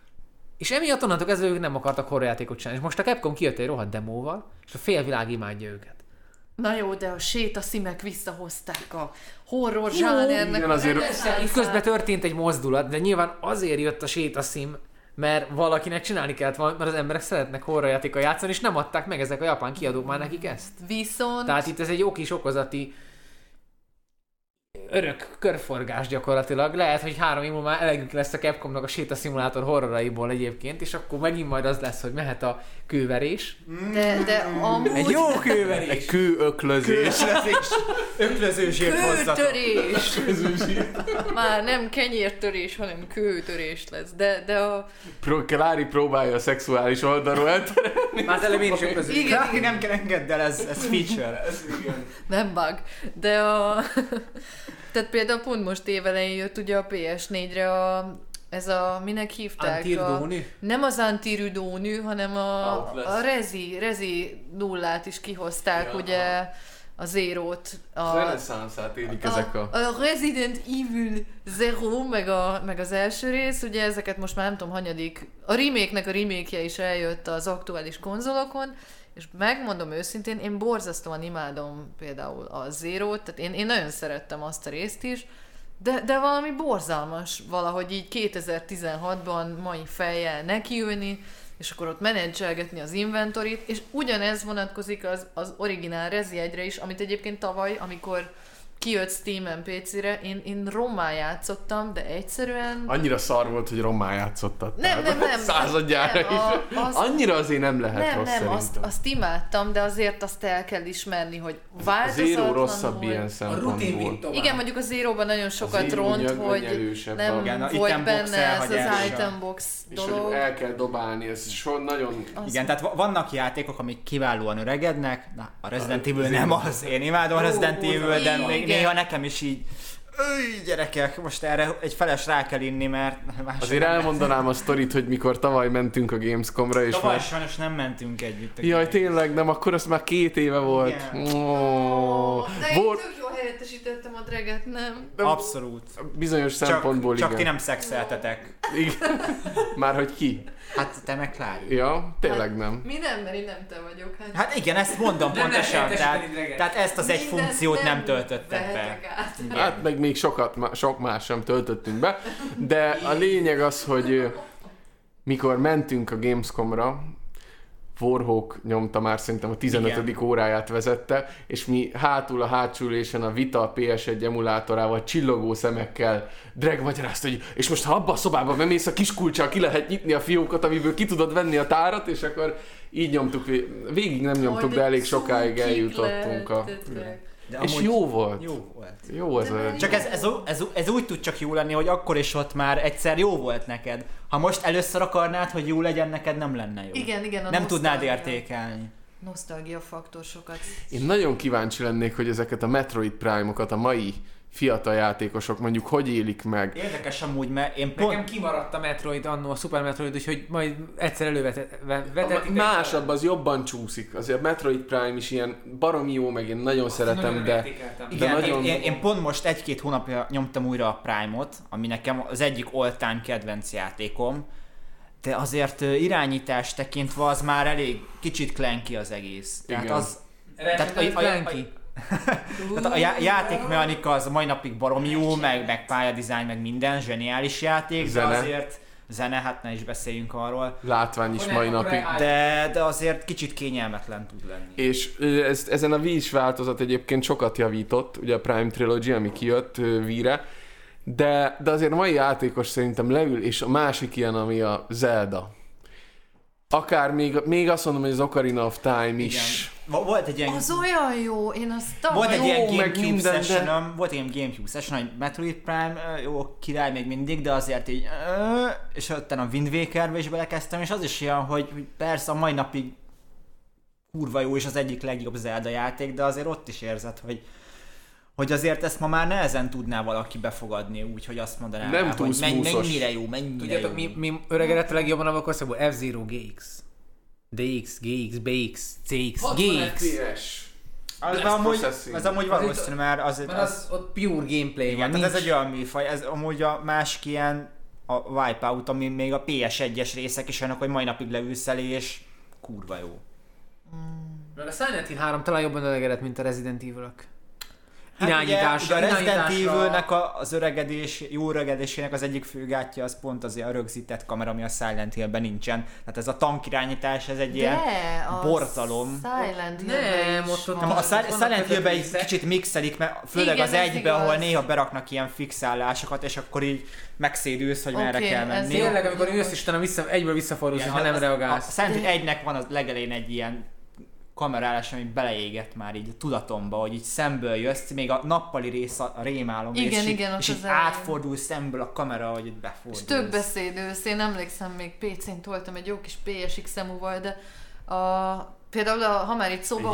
[SPEAKER 4] És emiatt onnantól kezdve ők nem akartak horror játékot csinálni. És most a Capcom kijött egy rohadt demóval, és a félvilág imádja őket.
[SPEAKER 2] Na jó, de a sétaszimek visszahozták a horror zsánernek.
[SPEAKER 4] Itt közben történt egy mozdulat, de nyilván azért jött a sétaszim, mert valakinek csinálni kellett valamit, mert az emberek szeretnek horrorjátékkal játszani, és nem adták meg ezek a japán kiadók már nekik ezt.
[SPEAKER 2] Viszont...
[SPEAKER 4] Tehát itt ez egy jó kis okozati örök körforgás gyakorlatilag. Lehet, hogy 3 év múlva már elegünk lesz a Capcomnak a sétaszimulátor horroraiból egyébként, és akkor megint majd az lesz, hogy mehet a kőverés.
[SPEAKER 2] De amúgy...
[SPEAKER 4] Egy jó kőverés!
[SPEAKER 3] Egy kőöklözés.
[SPEAKER 1] Öklözősért hozzatok.
[SPEAKER 2] Kőtörés! Már nem kenyértörés, hanem kőtörés lesz. De a...
[SPEAKER 3] Klári próbálja a szexuális oldalról elterelni.
[SPEAKER 4] Már az előbb én is öklözős.
[SPEAKER 2] Igen.
[SPEAKER 1] Nem kell engedd el, ez feature.
[SPEAKER 2] Nem bug. De a... Tehát például pont most évelején jött ugye a PS4-re ez a, minek hívták? Nem az Antirudónű, hanem a Rezi nullát is kihozták, ja, ugye a Zero-t.
[SPEAKER 3] A reneszánszát élik ezek a...
[SPEAKER 2] A Resident Evil Zero, meg az első rész, ugye ezeket most már nem tudom hanyadik. A remake-nek a remake-je is eljött az aktuális konzolokon, és megmondom őszintén, én borzasztóan imádom például a Zero-t, tehát én nagyon szerettem azt a részt is, de valami borzalmas valahogy így 2016-ban mai fejjel nekiülni, és akkor ott menedzselgetni az inventorit, és ugyanez vonatkozik az originál Rezi 1-re is, amit egyébként tavaly, amikor kijött Steam-en PC-re, én rommá játszottam, de egyszerűen...
[SPEAKER 3] Annyira szar volt, hogy rommá játszottad.
[SPEAKER 2] Nem.
[SPEAKER 3] Századjára is. Annyira azért nem lehet rossz
[SPEAKER 2] Nem,
[SPEAKER 3] szerintem.
[SPEAKER 2] azt imádtam, de azért azt el kell ismerni, hogy változatlanul...
[SPEAKER 3] Zero rosszabb ilyen szempontból.
[SPEAKER 2] Igen, mondjuk a Zero-ban nagyon sokat ront, hogy nem volt benne ez az item box dolog.
[SPEAKER 3] És el kell dobálni, ez nagyon...
[SPEAKER 1] Igen, tehát vannak játékok, amik kiválóan öregednek, na, a Resident Evil nem az. Én imádom a Resident Evil, de néha nekem is így, gyerekek, most erre egy feles rá kell inni, mert...
[SPEAKER 3] Azért elmondanám a sztorit, hogy mikor tavaly mentünk a Gamescomra, és
[SPEAKER 1] tavaly sajnos nem mentünk együtt.
[SPEAKER 3] Jaj, tényleg, nem, akkor az már 2 éve volt.
[SPEAKER 2] De én tök jól helyettesítettem a Dreget, nem?
[SPEAKER 1] Abszolút.
[SPEAKER 3] Bizonyos szempontból
[SPEAKER 1] csak
[SPEAKER 3] igen.
[SPEAKER 1] ti nem szexeltetek.
[SPEAKER 3] Igen. Már hogy ki?
[SPEAKER 1] Hát te meg Klári.
[SPEAKER 3] Ja, tényleg nem.
[SPEAKER 2] Mi nem, mert én nem te vagyok.
[SPEAKER 1] Hát igen, ezt mondom pontosan. Tehát ezt az egy funkciót nem töltötted be.
[SPEAKER 3] Hát meg még sok más sem töltöttünk be. De a lényeg az, hogy mikor mentünk a Gamescomra, Warhawk nyomta már, szerintem a 15. óráját vezette, és mi hátul a hátsó ülésen a Vita PS1 emulátorával csillogó szemekkel Dreg magyarázta, hogy és most ha abba a szobába bemész, a kis kulccsal ki lehet nyitni a fiókot, amiből ki tudod venni a tárat, és akkor így nyomtuk, végig nem nyomtuk, de elég sokáig eljutottunk
[SPEAKER 1] De
[SPEAKER 3] és jó volt.
[SPEAKER 1] Jó volt.
[SPEAKER 3] Jó az a...
[SPEAKER 1] Csak ez úgy tud csak jó lenni, hogy akkor is ott már egyszer jó volt neked. Ha most először akarnád, hogy jó legyen, neked nem lenne jó.
[SPEAKER 2] Igen, a
[SPEAKER 1] nem tudnád értékelni.
[SPEAKER 2] Nosztalgia faktor sokat.
[SPEAKER 3] Én nagyon kíváncsi lennék, hogy ezeket a Metroid Prime-okat a mai fiatal játékosok mondjuk hogy élik meg.
[SPEAKER 1] Érdekes amúgy, mert én pont...
[SPEAKER 4] Nekem kimaradt a Metroid annó, a Super Metroid, úgyhogy majd egyszer elővetetik.
[SPEAKER 3] Másabb, az jobban csúszik. Azért a Metroid Prime is ilyen baromi jó, meg én nagyon szeretem, de
[SPEAKER 1] Igen,
[SPEAKER 3] nagyon...
[SPEAKER 1] én pont most 1-2 hónapja nyomtam újra a Prime-ot, ami nekem az egyik all-time kedvenc játékom, de azért irányítás tekintve az már elég kicsit clanky az egész. Tehát
[SPEAKER 3] igen.
[SPEAKER 1] az...
[SPEAKER 4] Clanky.
[SPEAKER 1] Tehát a játékmechanika az a mai napig baromi jó, meg pályadizájn, meg minden, zseniális játék,
[SPEAKER 3] Zene.
[SPEAKER 1] de azért zene, hát ne is beszéljünk arról.
[SPEAKER 3] Látvány is mai napig.
[SPEAKER 1] De azért kicsit kényelmetlen tud lenni.
[SPEAKER 3] És ezen a Wii-s változat egyébként sokat javított, ugye a Prime Trilogy, ami kijött Wii-re, de azért a mai játékos szerintem leül, és a másik ilyen, ami a Zelda. Akár még azt mondom, hogy az Ocarina of Time is.
[SPEAKER 1] Volt egy ilyen...
[SPEAKER 2] Az olyan jó, én azt
[SPEAKER 1] Volt egy ilyen
[SPEAKER 3] meg
[SPEAKER 1] GameCube
[SPEAKER 3] minden,
[SPEAKER 1] session, volt egy ilyen GameCube session, hogy Metroid Prime, jó, király még mindig, de azért így... És utána a Wind Wakerbe is belekezdtem, és az is ilyen, hogy persze a mai napig kurva jó, és az egyik legjobb Zelda játék, de azért ott is érzed, hogy azért ezt ma már nehezen tudná valaki befogadni, úgyhogy azt mondaná
[SPEAKER 3] Nem
[SPEAKER 1] rá,
[SPEAKER 3] túl
[SPEAKER 1] hogy
[SPEAKER 3] smoothos.
[SPEAKER 1] mennyire jó, mennyire
[SPEAKER 4] Tudjátok,
[SPEAKER 1] jó.
[SPEAKER 4] mi öregedett a legjobban a korszakból? F-Zero, GX. DX, GX, BX, CX, GX.
[SPEAKER 3] FPS.
[SPEAKER 1] Az amúgy valószínű, mert
[SPEAKER 4] Mert az ott pure gameplay
[SPEAKER 1] igen,
[SPEAKER 4] van.
[SPEAKER 1] tehát ez egy olyan műfaj, ez amúgy a másik ilyen a Wipeout, ami még a PS1-es részek is olyanok, hogy mai napig leülsz elé, és kurva jó.
[SPEAKER 4] Mert a Silent Hill 3 talán jobban öregedett, mint a Resident Evil-ök.
[SPEAKER 1] Hát
[SPEAKER 4] Irányításra,
[SPEAKER 1] ugye a Resident
[SPEAKER 4] irányításra...
[SPEAKER 1] Evilnek az öregedés, jó öregedésének az egyik fő gátja az pont azért a rögzített kamera, ami a Silent Hillben nincsen. Tehát ez a tankirányítás, ez egy ilyen borzalom.
[SPEAKER 2] Silent
[SPEAKER 4] Nem,
[SPEAKER 2] Hill-ben is
[SPEAKER 4] ott
[SPEAKER 2] van.
[SPEAKER 1] A Silent Hillben egy
[SPEAKER 4] részek.
[SPEAKER 1] kicsit mixelik, mert főleg
[SPEAKER 2] Igen,
[SPEAKER 1] az
[SPEAKER 2] ez
[SPEAKER 1] egybe,
[SPEAKER 2] igaz.
[SPEAKER 1] ahol néha beraknak ilyen fixállásokat, és akkor így megszédülsz, hogy merre
[SPEAKER 2] Oké,
[SPEAKER 1] kell
[SPEAKER 2] ez
[SPEAKER 1] menni.
[SPEAKER 2] jó.
[SPEAKER 4] Tényleg, amikor ülsz és utána egyből visszafordulsz, ha nem
[SPEAKER 1] A
[SPEAKER 4] reagálsz.
[SPEAKER 1] Silent Hill 1-nek van az legelején egy ilyen kamerálás, ami beleégett már így a tudatomba, hogy így szemből jössz, még a nappali rész a rémálom,
[SPEAKER 2] Igen, igen, ott
[SPEAKER 1] és
[SPEAKER 2] az
[SPEAKER 1] így
[SPEAKER 2] elején.
[SPEAKER 1] átfordul szemből a kamera, hogy itt
[SPEAKER 2] És
[SPEAKER 1] befordulsz.
[SPEAKER 2] tök beszédősz, én emlékszem, még PC-n toltam egy jó kis PSX emúval, de például ha már itt szóba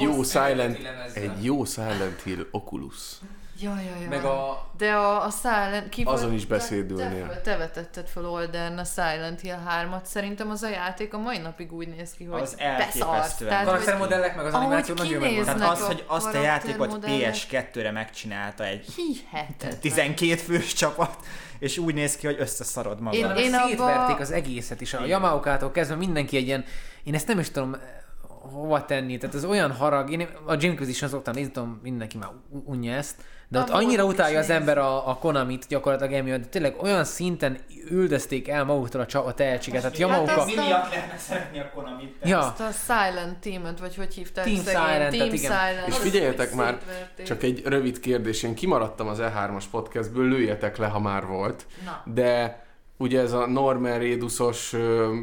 [SPEAKER 3] Egy jó Silent Hill Oculus.
[SPEAKER 2] Ja.
[SPEAKER 4] Meg a...
[SPEAKER 2] De a Silent... Ki
[SPEAKER 3] Azon
[SPEAKER 2] volt-
[SPEAKER 3] is beszédülnél.
[SPEAKER 2] Te vetetted fel Oldern a Silent Hill 3-at, szerintem az a játék a mai napig úgy néz ki, hogy
[SPEAKER 1] Az
[SPEAKER 2] beszarsz.
[SPEAKER 1] elképesztően.
[SPEAKER 2] Tehát, hogy
[SPEAKER 4] Karaktermodellek meg az
[SPEAKER 2] ahogy
[SPEAKER 4] animáció nagyon
[SPEAKER 2] kinéznek.
[SPEAKER 4] megvan.
[SPEAKER 1] Tehát az, hogy azt a játékot
[SPEAKER 2] karaktermodellek.
[SPEAKER 1] PS2-re megcsinálta egy
[SPEAKER 2] hihetetlen.
[SPEAKER 1] 12 fős csapat, és úgy néz ki, hogy összeszarod magad.
[SPEAKER 2] Én
[SPEAKER 4] Szétverték
[SPEAKER 2] abba-
[SPEAKER 4] az egészet is. A Yamaokától kezdve mindenki egy ilyen... Én ezt nem is tudom hova tenni. Tehát ez olyan harag. Én a Jam Inquisition szoktam nézni, tudom, mindenki már unja ezt. De ott
[SPEAKER 2] Amúgy
[SPEAKER 4] annyira
[SPEAKER 2] is
[SPEAKER 4] utálja az
[SPEAKER 2] nézem.
[SPEAKER 4] ember a Konamit gyakorlatilag emiatt, de tényleg olyan szinten üldözték el maguktól a tehetséget. Tehát Yamaoka...
[SPEAKER 1] Mi miatt lehetne szeretni a Konamit?
[SPEAKER 4] Ja.
[SPEAKER 2] Azt a Silent Team-öt, vagy hogy hívták?
[SPEAKER 4] Team
[SPEAKER 2] szegény?
[SPEAKER 4] Silent-et,
[SPEAKER 2] Team
[SPEAKER 4] igen.
[SPEAKER 2] Silent.
[SPEAKER 3] És
[SPEAKER 2] Azt
[SPEAKER 3] figyeljetek
[SPEAKER 2] úgy
[SPEAKER 3] már,
[SPEAKER 2] szétverték.
[SPEAKER 3] csak egy rövid kérdés, én kimaradtam az E3-as podcastből, lőjetek le, ha már volt.
[SPEAKER 2] Na.
[SPEAKER 3] De ugye ez a Norman Reedusos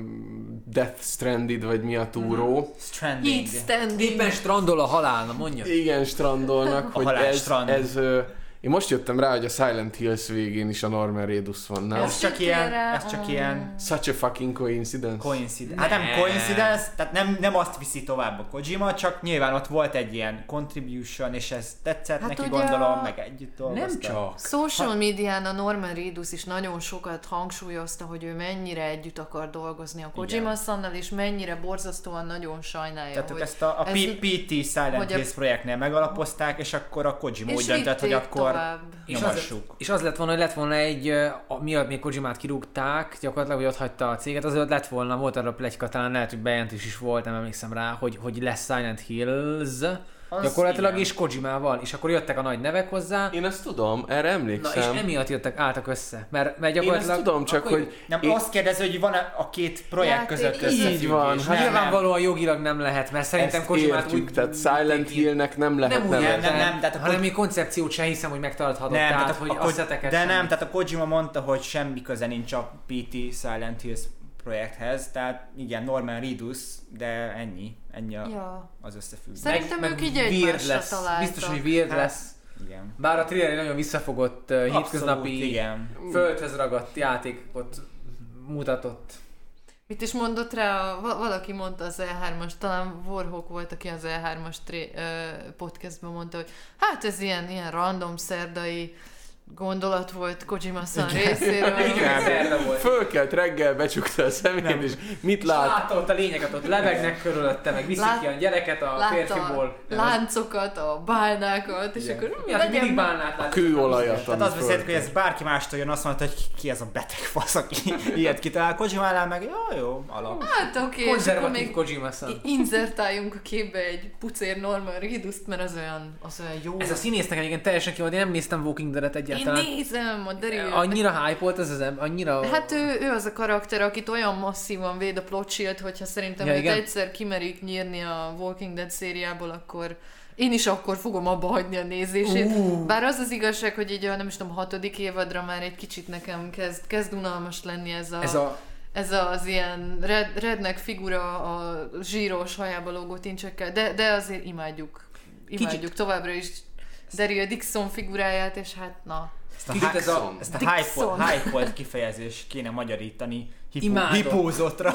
[SPEAKER 3] Death Stranded, vagy mi a túró.
[SPEAKER 1] Stranding.
[SPEAKER 2] Heat standing.
[SPEAKER 4] Éppen strandol a halál, na mondja.
[SPEAKER 3] Igen, strandolnak, hogy
[SPEAKER 1] halálstrand.
[SPEAKER 3] én most jöttem rá, hogy a Silent Hills végén is a Norman Reedus van, nem?
[SPEAKER 1] Ez csak ilyen
[SPEAKER 3] Such a fucking coincidence.
[SPEAKER 1] coincidence. Hát nem coincidence, tehát nem azt viszi tovább a Kojima, csak nyilván ott volt egy ilyen contribution, és ez tetszett
[SPEAKER 2] Hát
[SPEAKER 1] neki,
[SPEAKER 2] ugye
[SPEAKER 1] gondolom,
[SPEAKER 2] a-
[SPEAKER 1] meg együtt dolgoztak.
[SPEAKER 4] Nem csak.
[SPEAKER 2] Social médián a Norman Reedus is nagyon sokat hangsúlyozta, hogy ő mennyire együtt akar dolgozni a Kojima-szannal, és mennyire borzasztóan nagyon sajnálja,
[SPEAKER 1] Tehát ők
[SPEAKER 2] hogy
[SPEAKER 1] ezt a
[SPEAKER 2] ez-
[SPEAKER 1] PT Silent
[SPEAKER 2] hogy a-
[SPEAKER 1] Hills projektnél megalapozták, és akkor a Kojima úgy
[SPEAKER 2] és
[SPEAKER 1] döntött, hogy
[SPEAKER 2] vitték
[SPEAKER 1] akkor
[SPEAKER 2] tovább.
[SPEAKER 1] nyomassuk.
[SPEAKER 4] És az lett volna, hogy lett volna egy, miatt még Kojimát kirúgták, gyakorlatilag, hogy ott hagyta a céget, azért lett volna, volt arra pletyka, talán lehet, hogy bejelentés is volt, nem emlékszem rá, hogy lesz Silent Hills, Gyakorlatilag
[SPEAKER 1] igen.
[SPEAKER 4] is Kojimával, és akkor jöttek a nagy nevek hozzá.
[SPEAKER 3] Én ezt tudom, erre
[SPEAKER 4] Na
[SPEAKER 3] emlékszem.
[SPEAKER 4] és emiatt álltak össze. Mert
[SPEAKER 3] Én
[SPEAKER 4] gyakorlatilag...
[SPEAKER 3] ezt tudom, csak
[SPEAKER 4] akkor
[SPEAKER 3] hogy...
[SPEAKER 1] Nem, azt kérdezi, hogy van a két projekt
[SPEAKER 2] Játék
[SPEAKER 1] között
[SPEAKER 2] között.
[SPEAKER 1] összefüggés.
[SPEAKER 3] Így van,
[SPEAKER 1] Nem,
[SPEAKER 3] hát
[SPEAKER 4] nyilvánvalóan jogilag nem lehet, mert szerintem
[SPEAKER 3] ezt
[SPEAKER 4] Kojimát
[SPEAKER 3] értjük,
[SPEAKER 4] úgy...
[SPEAKER 3] tehát Silent Hillnek nem lehet
[SPEAKER 4] nem úgy
[SPEAKER 3] nevezni.
[SPEAKER 4] értem,
[SPEAKER 1] nem, tehát a
[SPEAKER 4] hanem még koncepciót sem hiszem, hogy megtarthatott,
[SPEAKER 1] Nem,
[SPEAKER 4] tehát
[SPEAKER 1] tehát
[SPEAKER 4] hogy a szeteket
[SPEAKER 1] de
[SPEAKER 4] sem.
[SPEAKER 1] nem, tehát a Kojima mondta, hogy semmi köze nincs a PT Silent Hills projekthez, tehát igen, Norman Reedus, de ennyi
[SPEAKER 2] Ja.
[SPEAKER 1] az összefüggés.
[SPEAKER 2] Szerintem ők így
[SPEAKER 4] weird
[SPEAKER 2] egymásra
[SPEAKER 4] lesz.
[SPEAKER 2] találtak.
[SPEAKER 4] Biztos, hogy weird
[SPEAKER 1] Hát,
[SPEAKER 4] lesz.
[SPEAKER 1] Igen.
[SPEAKER 4] Bár a thriller egy nagyon visszafogott, hétköznapi,
[SPEAKER 1] Abszolút, igen.
[SPEAKER 4] földhöz ragadt játékot mutatott.
[SPEAKER 2] Mit is mondott rá, valaki mondta az E3-as, talán Warhawk volt, aki az E3-as podcastban mondta, hogy hát ez ilyen random szerdai gondolat volt Kojima-san részéről.
[SPEAKER 4] Igen, szerda volt.
[SPEAKER 3] Fölkelt reggel, becsukta a szemét, és mit lát?
[SPEAKER 4] Látta ott a lényeket, ott lebegnek körülötte, meg viszik ki a gyereket a férfiból.
[SPEAKER 2] Láncokat, a bálnákat, és
[SPEAKER 1] Igen.
[SPEAKER 2] akkor
[SPEAKER 4] Mi az, hogy mindig bálnát lát?
[SPEAKER 3] Kőolajat,
[SPEAKER 1] Tehát azt beszéltük, hogy ez bárki mástól jön, azt mondta, hogy ki ez a beteg fasz, aki ilyet kitalál. Kojimánál meg jó, alap.
[SPEAKER 2] Hát oké, és akkor
[SPEAKER 4] Konzervatív
[SPEAKER 2] még
[SPEAKER 4] Kojima-san.
[SPEAKER 2] inzertáljunk a képbe egy pucér Norman Reedust, mert az olyan jó.
[SPEAKER 4] Ez a színész nekem igen teljesen ki volt, én nem néztem Walking Dead-et
[SPEAKER 2] Én
[SPEAKER 4] egyáltalán.
[SPEAKER 2] nézem, a derül.
[SPEAKER 4] Annyira hype volt ez annyira...
[SPEAKER 2] Hát ő az a karakter, akit olyan masszívan véd a plot shield, hogyha szerintem
[SPEAKER 4] Ja,
[SPEAKER 2] őt
[SPEAKER 4] igen.
[SPEAKER 2] egyszer kimerik nyírni a Walking Dead szériából, akkor én is akkor fogom abba hagyni a nézését. Bár az az igazság, hogy így a, nem is tudom, 6. évadra már egy kicsit nekem kezd unalmas lenni ez az ilyen redneck figura a zsíros hajába lógó tincsekkel, de azért imádjuk
[SPEAKER 4] Kicsit.
[SPEAKER 2] továbbra is Daryl Dixon figuráját, és hát na.
[SPEAKER 4] Kicsit ez a...
[SPEAKER 1] Ezt a
[SPEAKER 2] Dixon.
[SPEAKER 1] hype-olt kifejezést kéne magyarítani
[SPEAKER 4] Imádom.
[SPEAKER 1] hipózottra.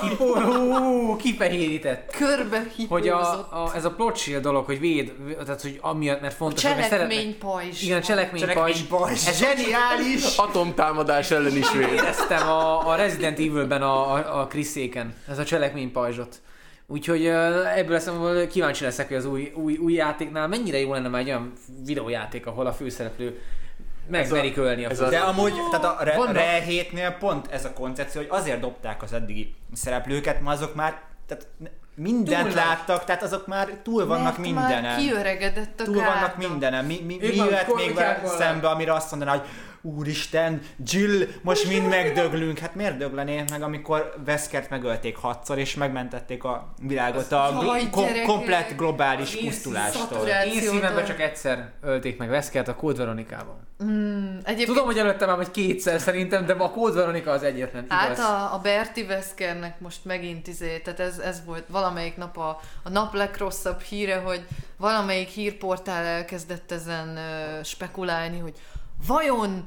[SPEAKER 4] Kifehérített.
[SPEAKER 2] Körbe
[SPEAKER 4] Hogy
[SPEAKER 2] hipózott.
[SPEAKER 4] ez a plot shield dolog, hogy véd, tehát hogy amiatt, mert fontos, hogy szeretnek-
[SPEAKER 2] Cselekménypajzs.
[SPEAKER 4] Igen, cselekménypajzs.
[SPEAKER 1] Ez zseniális!
[SPEAKER 3] Atomtámadás ellen is véd.
[SPEAKER 4] Éreztem a Resident Evil-ben a Chris-éken, ez a cselekménypajzsot. Úgyhogy ebből szempontból kíváncsi leszek, hogy az új játéknál mennyire jó lenne már egy olyan videójáték, ahol a főszereplő megmerik ölni a
[SPEAKER 3] ez a-
[SPEAKER 1] De amúgy, tehát a
[SPEAKER 4] Vannak-
[SPEAKER 1] Rare 7-nél pont ez a koncepció, hogy azért dobták az eddigi szereplőket, mert azok már tehát mindent
[SPEAKER 4] Túl
[SPEAKER 1] láttak, tehát azok már túl vannak
[SPEAKER 2] Mert már
[SPEAKER 1] mindenen.
[SPEAKER 2] kiöregedett a
[SPEAKER 1] Túl vannak
[SPEAKER 2] kárda.
[SPEAKER 1] mindenen. Mi
[SPEAKER 4] Ők már
[SPEAKER 1] jöhet még
[SPEAKER 4] korlátják
[SPEAKER 1] vele
[SPEAKER 4] volna.
[SPEAKER 1] szembe, amire azt mondaná, hogy úristen, Jill, most mind megdöglünk. Hát miért döglenél meg, amikor Weskert megölték 6-szor, és megmentették a világot a
[SPEAKER 2] Jaj, gyerekek!
[SPEAKER 1] komplett globális
[SPEAKER 4] Én
[SPEAKER 1] pusztulástól.
[SPEAKER 2] szaturált.
[SPEAKER 4] Én szívemben csak egyszer ölték meg Weskert a Code Veronikában.
[SPEAKER 2] Egyébként
[SPEAKER 4] Tudom, hogy előtte már vagy kétszer szerintem, de a Code Veronika az egyetlen
[SPEAKER 2] hát
[SPEAKER 4] igaz.
[SPEAKER 2] a Bertie Weskernek most megint tehát ez volt valamelyik nap a nap legrosszabb híre, hogy valamelyik hírportál elkezdett ezen spekulálni, hogy vajon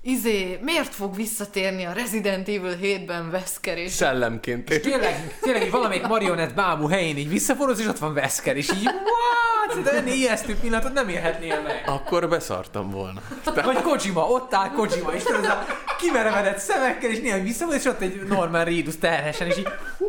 [SPEAKER 2] miért fog visszatérni a Resident Evil 7-ben Wesker, és
[SPEAKER 3] Szellemként.
[SPEAKER 4] Tényleg így valamelyik marionett bábú helyén így visszafordulsz, és ott van Wesker, és így what? De ennél ijesztő pillanatot nem élhetnél meg.
[SPEAKER 3] Akkor beszartam volna.
[SPEAKER 4] Vagy Kojima, ott áll Kojima, és tudod, ez a kimerevedett szemekkel, és néha visszafordul, és ott egy Norman Reedus terhesen, és így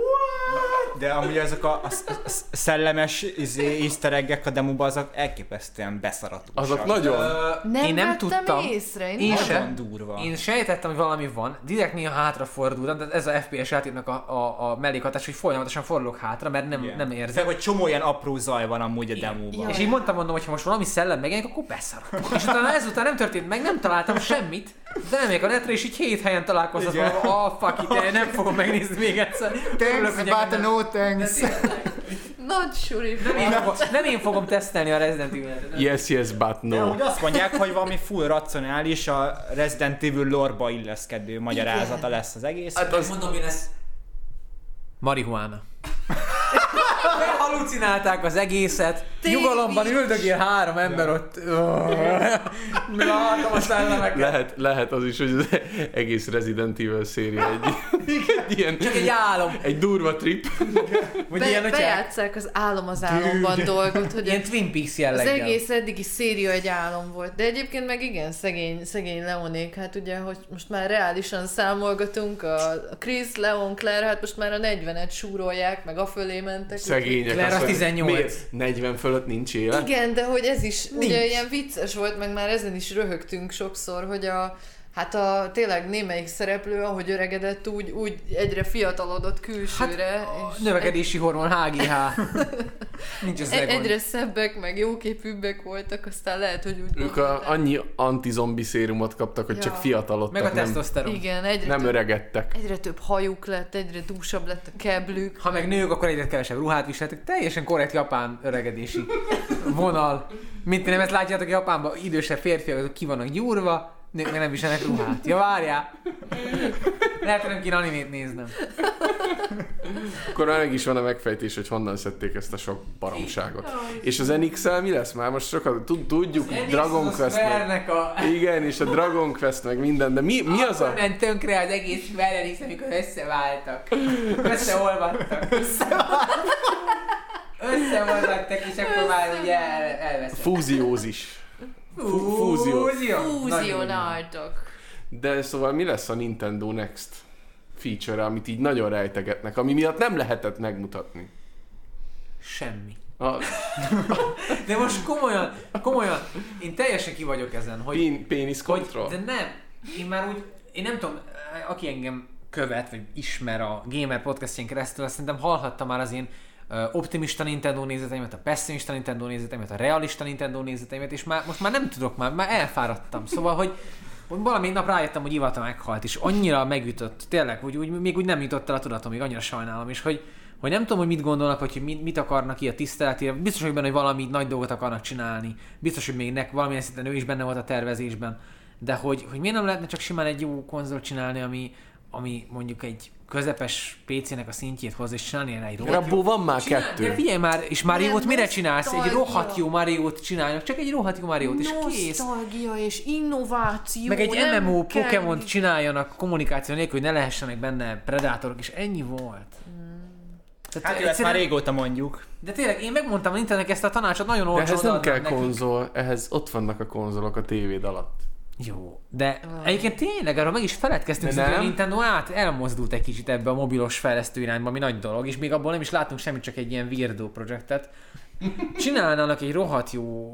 [SPEAKER 1] De amúgy azok a szellemes easter egg-ek a demóban, azok elképesztően beszaratósak.
[SPEAKER 3] Azok nagyon.
[SPEAKER 2] nem
[SPEAKER 4] én nem
[SPEAKER 2] vettem
[SPEAKER 4] tudtam.
[SPEAKER 2] észre.
[SPEAKER 4] Én
[SPEAKER 1] Nagyon
[SPEAKER 4] sem.
[SPEAKER 1] durva.
[SPEAKER 4] Én sejtettem, hogy valami van, direkt néha hátrafordultam, tehát ez a FPS játéknak a mellékhatás, hogy folyamatosan fordulok hátra, mert nem érzem.
[SPEAKER 1] Szóval, hogy csomó ilyen apró zaj van amúgy a demóban.
[SPEAKER 2] Ja.
[SPEAKER 4] És így mondtam, hogy ha most valami szellem megjelenik, akkor beszarok. És utána ezután nem történt meg, nem találtam semmit, de nem a netre, és így 7 helyen találkoztam,
[SPEAKER 1] Igen.
[SPEAKER 4] fuck it, nem fogom megnézni még egyszer. Örülök, hogy engem nem-
[SPEAKER 1] no thanks.
[SPEAKER 2] Nagy suri.
[SPEAKER 4] Nem én fogom tesztelni a Resident Evil-et.
[SPEAKER 3] Yes, but
[SPEAKER 1] De
[SPEAKER 3] no.
[SPEAKER 1] úgy azt mondják, hogy valami full racionális, a Resident Evil lore-ba illeszkedő magyarázata lesz az egész.
[SPEAKER 3] Hát az,
[SPEAKER 4] Mondom, mi lesz. Marihuána. Halucinálták az egészet, nyugalomban üldögél 3 ember ott. Látom a szellemeket.
[SPEAKER 3] lehet az is, hogy az egész Resident Evil széria egy ilyen,
[SPEAKER 4] Csak egy álom.
[SPEAKER 3] egy durva trip.
[SPEAKER 4] Vagy ilyen, hogyha
[SPEAKER 2] Bejátsszák az álom az álomban dolgot, hogy
[SPEAKER 4] ilyen Twin Peaks
[SPEAKER 2] az
[SPEAKER 4] jelleggel.
[SPEAKER 2] egész eddigi széria egy álom volt. De egyébként meg igen, szegény Leonék, hát ugye, hogy most már reálisan számolgatunk, a Chris, Leon, Claire, hát most már a 40-et súrolják, meg afölé mentek.
[SPEAKER 3] Szegények.
[SPEAKER 4] Claire
[SPEAKER 3] azt
[SPEAKER 4] az
[SPEAKER 3] mondja,
[SPEAKER 4] 18.
[SPEAKER 3] miért? 40 fölött nincs élet?
[SPEAKER 2] Igen, de hogy ez is ugye ilyen vicces volt, meg már ezen is röhögtünk sokszor, hogy Hát tényleg némelyik szereplő, ahogy öregedett, úgy egyre fiatalodott külsőre.
[SPEAKER 4] Hát, növekedési hormon HGH. Nincs ez
[SPEAKER 2] egyre szebbek, meg jóképűbbek voltak, aztán lehet, hogy úgy...
[SPEAKER 3] Ők annyi antizombi szérumot kaptak, hogy csak fiatalodtak.
[SPEAKER 4] Meg a tesztoszteron.
[SPEAKER 2] Igen,
[SPEAKER 3] nem öregedtek.
[SPEAKER 2] Egyre több hajuk lett, egyre dúsabb lett a keblük.
[SPEAKER 4] Ha meg nők, akkor egyre kevesebb ruhát viseltek. Teljesen korrekt japán öregedési vonal. Mint nem ezt látjátok, Japánban idősebb férfiak ki vannak gyúrva, nők meg nem viselnek ruhát. Ja, várjál! Lehet, hogy nem kéne animét néznem.
[SPEAKER 3] Akkor meg is van a megfejtés, hogy honnan szedték ezt a sok baromságot. És az NX-el mi lesz már? Most sokat tudjuk, Dragon Quest meg... Igen, és a Dragon Quest meg minden, de mi az a...
[SPEAKER 4] Ment tönkre az egész Square Enix, amikor összeváltak. Összeolvadtak. Összeolvadtak, és akkor már ugye elveszett.
[SPEAKER 3] Fúziózis.
[SPEAKER 2] Fúzionáltak.
[SPEAKER 3] De szóval mi lesz a Nintendo Next feature, amit így nagyon rejtegetnek, ami miatt nem lehetett megmutatni?
[SPEAKER 4] Semmi. De most komolyan, én teljesen ki vagyok ezen, hogy...
[SPEAKER 3] Penis control?
[SPEAKER 4] De nem, én nem tudom, aki engem követ, vagy ismer a Gamer podcastjén keresztül, azt szerintem hallhatta már az én optimista Nintendo nézeteimet, a pessimista Nintendo nézeteimet, a realista Nintendo nézeteimet, és most már nem tudok, már elfáradtam. Szóval, hogy valami nap rájöttem, hogy Iwata meghalt, és annyira megütött, tényleg, hogy még úgy nem jutott el a tudatomig, annyira sajnálom, és hogy nem tudom, hogy mit gondolnak, hogy mit akarnak ki a tiszteletére. Biztos, hogy benne, hogy valami nagy dolgot akarnak csinálni. Biztos, hogy még valamilyen szinten ő is benne volt a tervezésben. De hogy miért nem lehetne csak simán egy jó konzolt csinálni, ami mondjuk egy közepes PC-nek a szintjét hozza, és csinálni ilyen egy rohadt
[SPEAKER 3] jó... van már 2.
[SPEAKER 4] De figyelj már, és Mario-t mire csinálsz? Egy rohadt jó Mario-t csinálnak, csak egy rohadt jó Mario-t, és kész.
[SPEAKER 2] Nosztalgia és innováció.
[SPEAKER 4] Meg egy MMO Pokémont csináljanak kommunikáció nélkül, hogy ne lehessenek benne predátorok, és ennyi volt.
[SPEAKER 1] Hát ezt már régóta mondjuk.
[SPEAKER 4] De tényleg, én megmondtam a Nintendnek ezt a tanácsot, nagyon olcsó.
[SPEAKER 3] De ehhez nem kell konzol, ehhez ott vannak a konzolok a tévéd alatt.
[SPEAKER 4] Jó, de egyébként tényleg arra meg is feledkeztünk, hogy a Nintendo elmozdult egy kicsit ebbe a mobilos fejlesztő irányba, ami nagy dolog, és még abból nem is látunk semmit, csak egy ilyen weirdo projektet. Csinálnának egy rohadt jó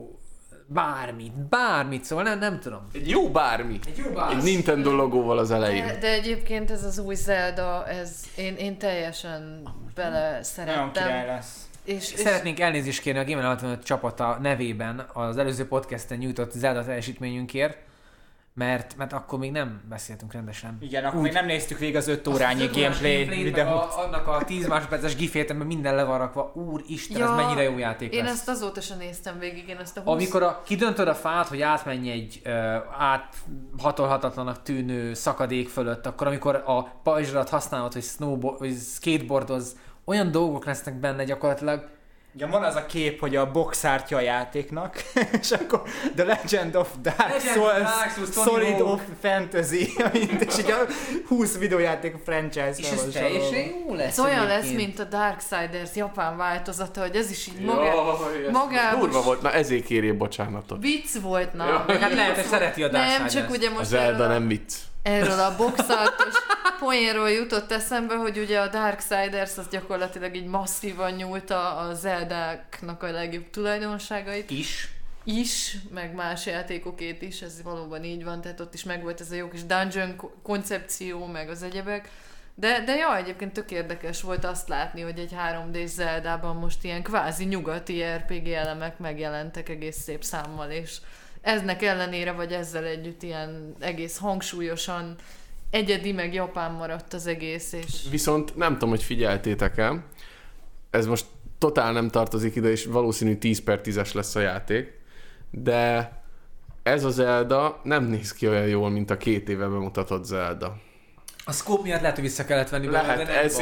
[SPEAKER 4] bármit, szóval nem tudom.
[SPEAKER 3] Egy jó bármi. Egy Nintendo logóval az elején.
[SPEAKER 2] De egyébként ez az új Zelda, én teljesen bele szerettem.
[SPEAKER 1] Nagyon király lesz.
[SPEAKER 4] És szeretnénk elnézést kérni a Gamer 65 csapata nevében az előző podcasten nyújtott Zelda teljesítményünkért, mert akkor még nem beszéltünk rendesen.
[SPEAKER 1] Igen, akkor még nem néztük végig az 5 órányi gameplay videót.
[SPEAKER 4] Annak a 10 másodperces gifét, amiben minden le van rakva. Úristen, ez mennyire jó játék lesz.
[SPEAKER 2] Én ezt azóta sem néztem végig, én ezt a
[SPEAKER 4] 20... Amikor kidöntöd a fát, hogy átmenj egy áthatolhatatlanak tűnő szakadék fölött, akkor amikor a pajzsodat használod, hogy skateboardoz, olyan dolgok lesznek benne gyakorlatilag.
[SPEAKER 1] Ja, van az a kép, hogy a boxártya a játéknak, és akkor The Legend of Dark Souls, Solid of Fantasy, és így a 20 videójáték franchise.
[SPEAKER 4] És ez teljesen jó lesz.
[SPEAKER 2] Ez olyan lesz, mint a Darksiders japán változata, hogy ez is így magában...
[SPEAKER 3] Durva volt, na ezért kérjél bocsánatot.
[SPEAKER 2] Vicc volt, na.
[SPEAKER 4] Hát lehet, hogy szereti a Darksiders.
[SPEAKER 2] Nem, csak ugye most...
[SPEAKER 3] Az Zelda nem vicc.
[SPEAKER 2] Erről a boxartos poénról jutott eszembe, hogy ugye a Darksiders az gyakorlatilag így masszívan nyúlta a Zeldáknak a legjobb tulajdonságait. Is, meg más játékokét is, ez valóban így van, tehát ott is megvolt ez a jó kis dungeon koncepció, meg az egyebek. De ja, egyébként tök érdekes volt azt látni, hogy egy 3D Zeldában most ilyen kvázi nyugati RPG elemek megjelentek egész szép számmal, és eznek ellenére, vagy ezzel együtt ilyen egész hangsúlyosan egyedi, meg japán maradt az egész, és...
[SPEAKER 3] Viszont nem tudom, hogy figyeltétek-e, ez most totál nem tartozik ide, és valószínű 10/10-es lesz a játék, de ez a Zelda nem néz ki olyan jól, mint a 2 éve bemutatott Zelda.
[SPEAKER 4] A scope miatt lehet, hogy vissza kellett venni
[SPEAKER 3] belőle, lehet, ez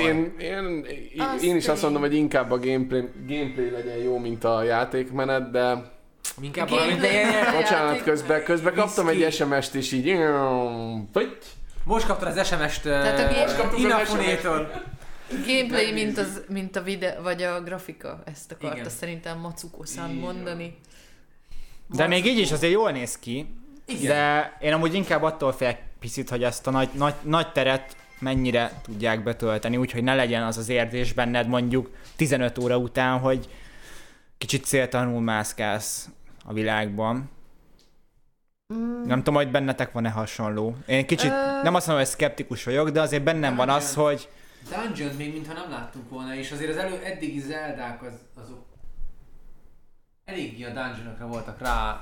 [SPEAKER 3] én is azt mondom, hogy inkább a gameplay legyen jó, mint a játékmenet, de...
[SPEAKER 4] Inkább
[SPEAKER 3] bocsánat, közben kaptam egy SMS-t, és így...
[SPEAKER 4] Most kaptad az SMS-t
[SPEAKER 2] Inafunétól. Gameplay, mint a videó, vagy a grafika, ezt akarta szerintem Matsuko-san mondani.
[SPEAKER 1] De még így is azért jól néz ki. Igen. De én amúgy inkább attól félek picit, hogy ezt a nagy teret mennyire tudják betölteni, úgyhogy ne legyen az az érzés benned mondjuk 15 óra után, hogy kicsit céltalanul mászkálsz a világban. Nem tudom, hogy bennetek van-e hasonló. Én kicsit, nem azt mondom, hogy szkeptikus vagyok, de azért bennem van az, hogy...
[SPEAKER 4] Dungeon még mintha nem láttunk volna, és azért az eddigi Zeldák azok eléggé a dungeonokra voltak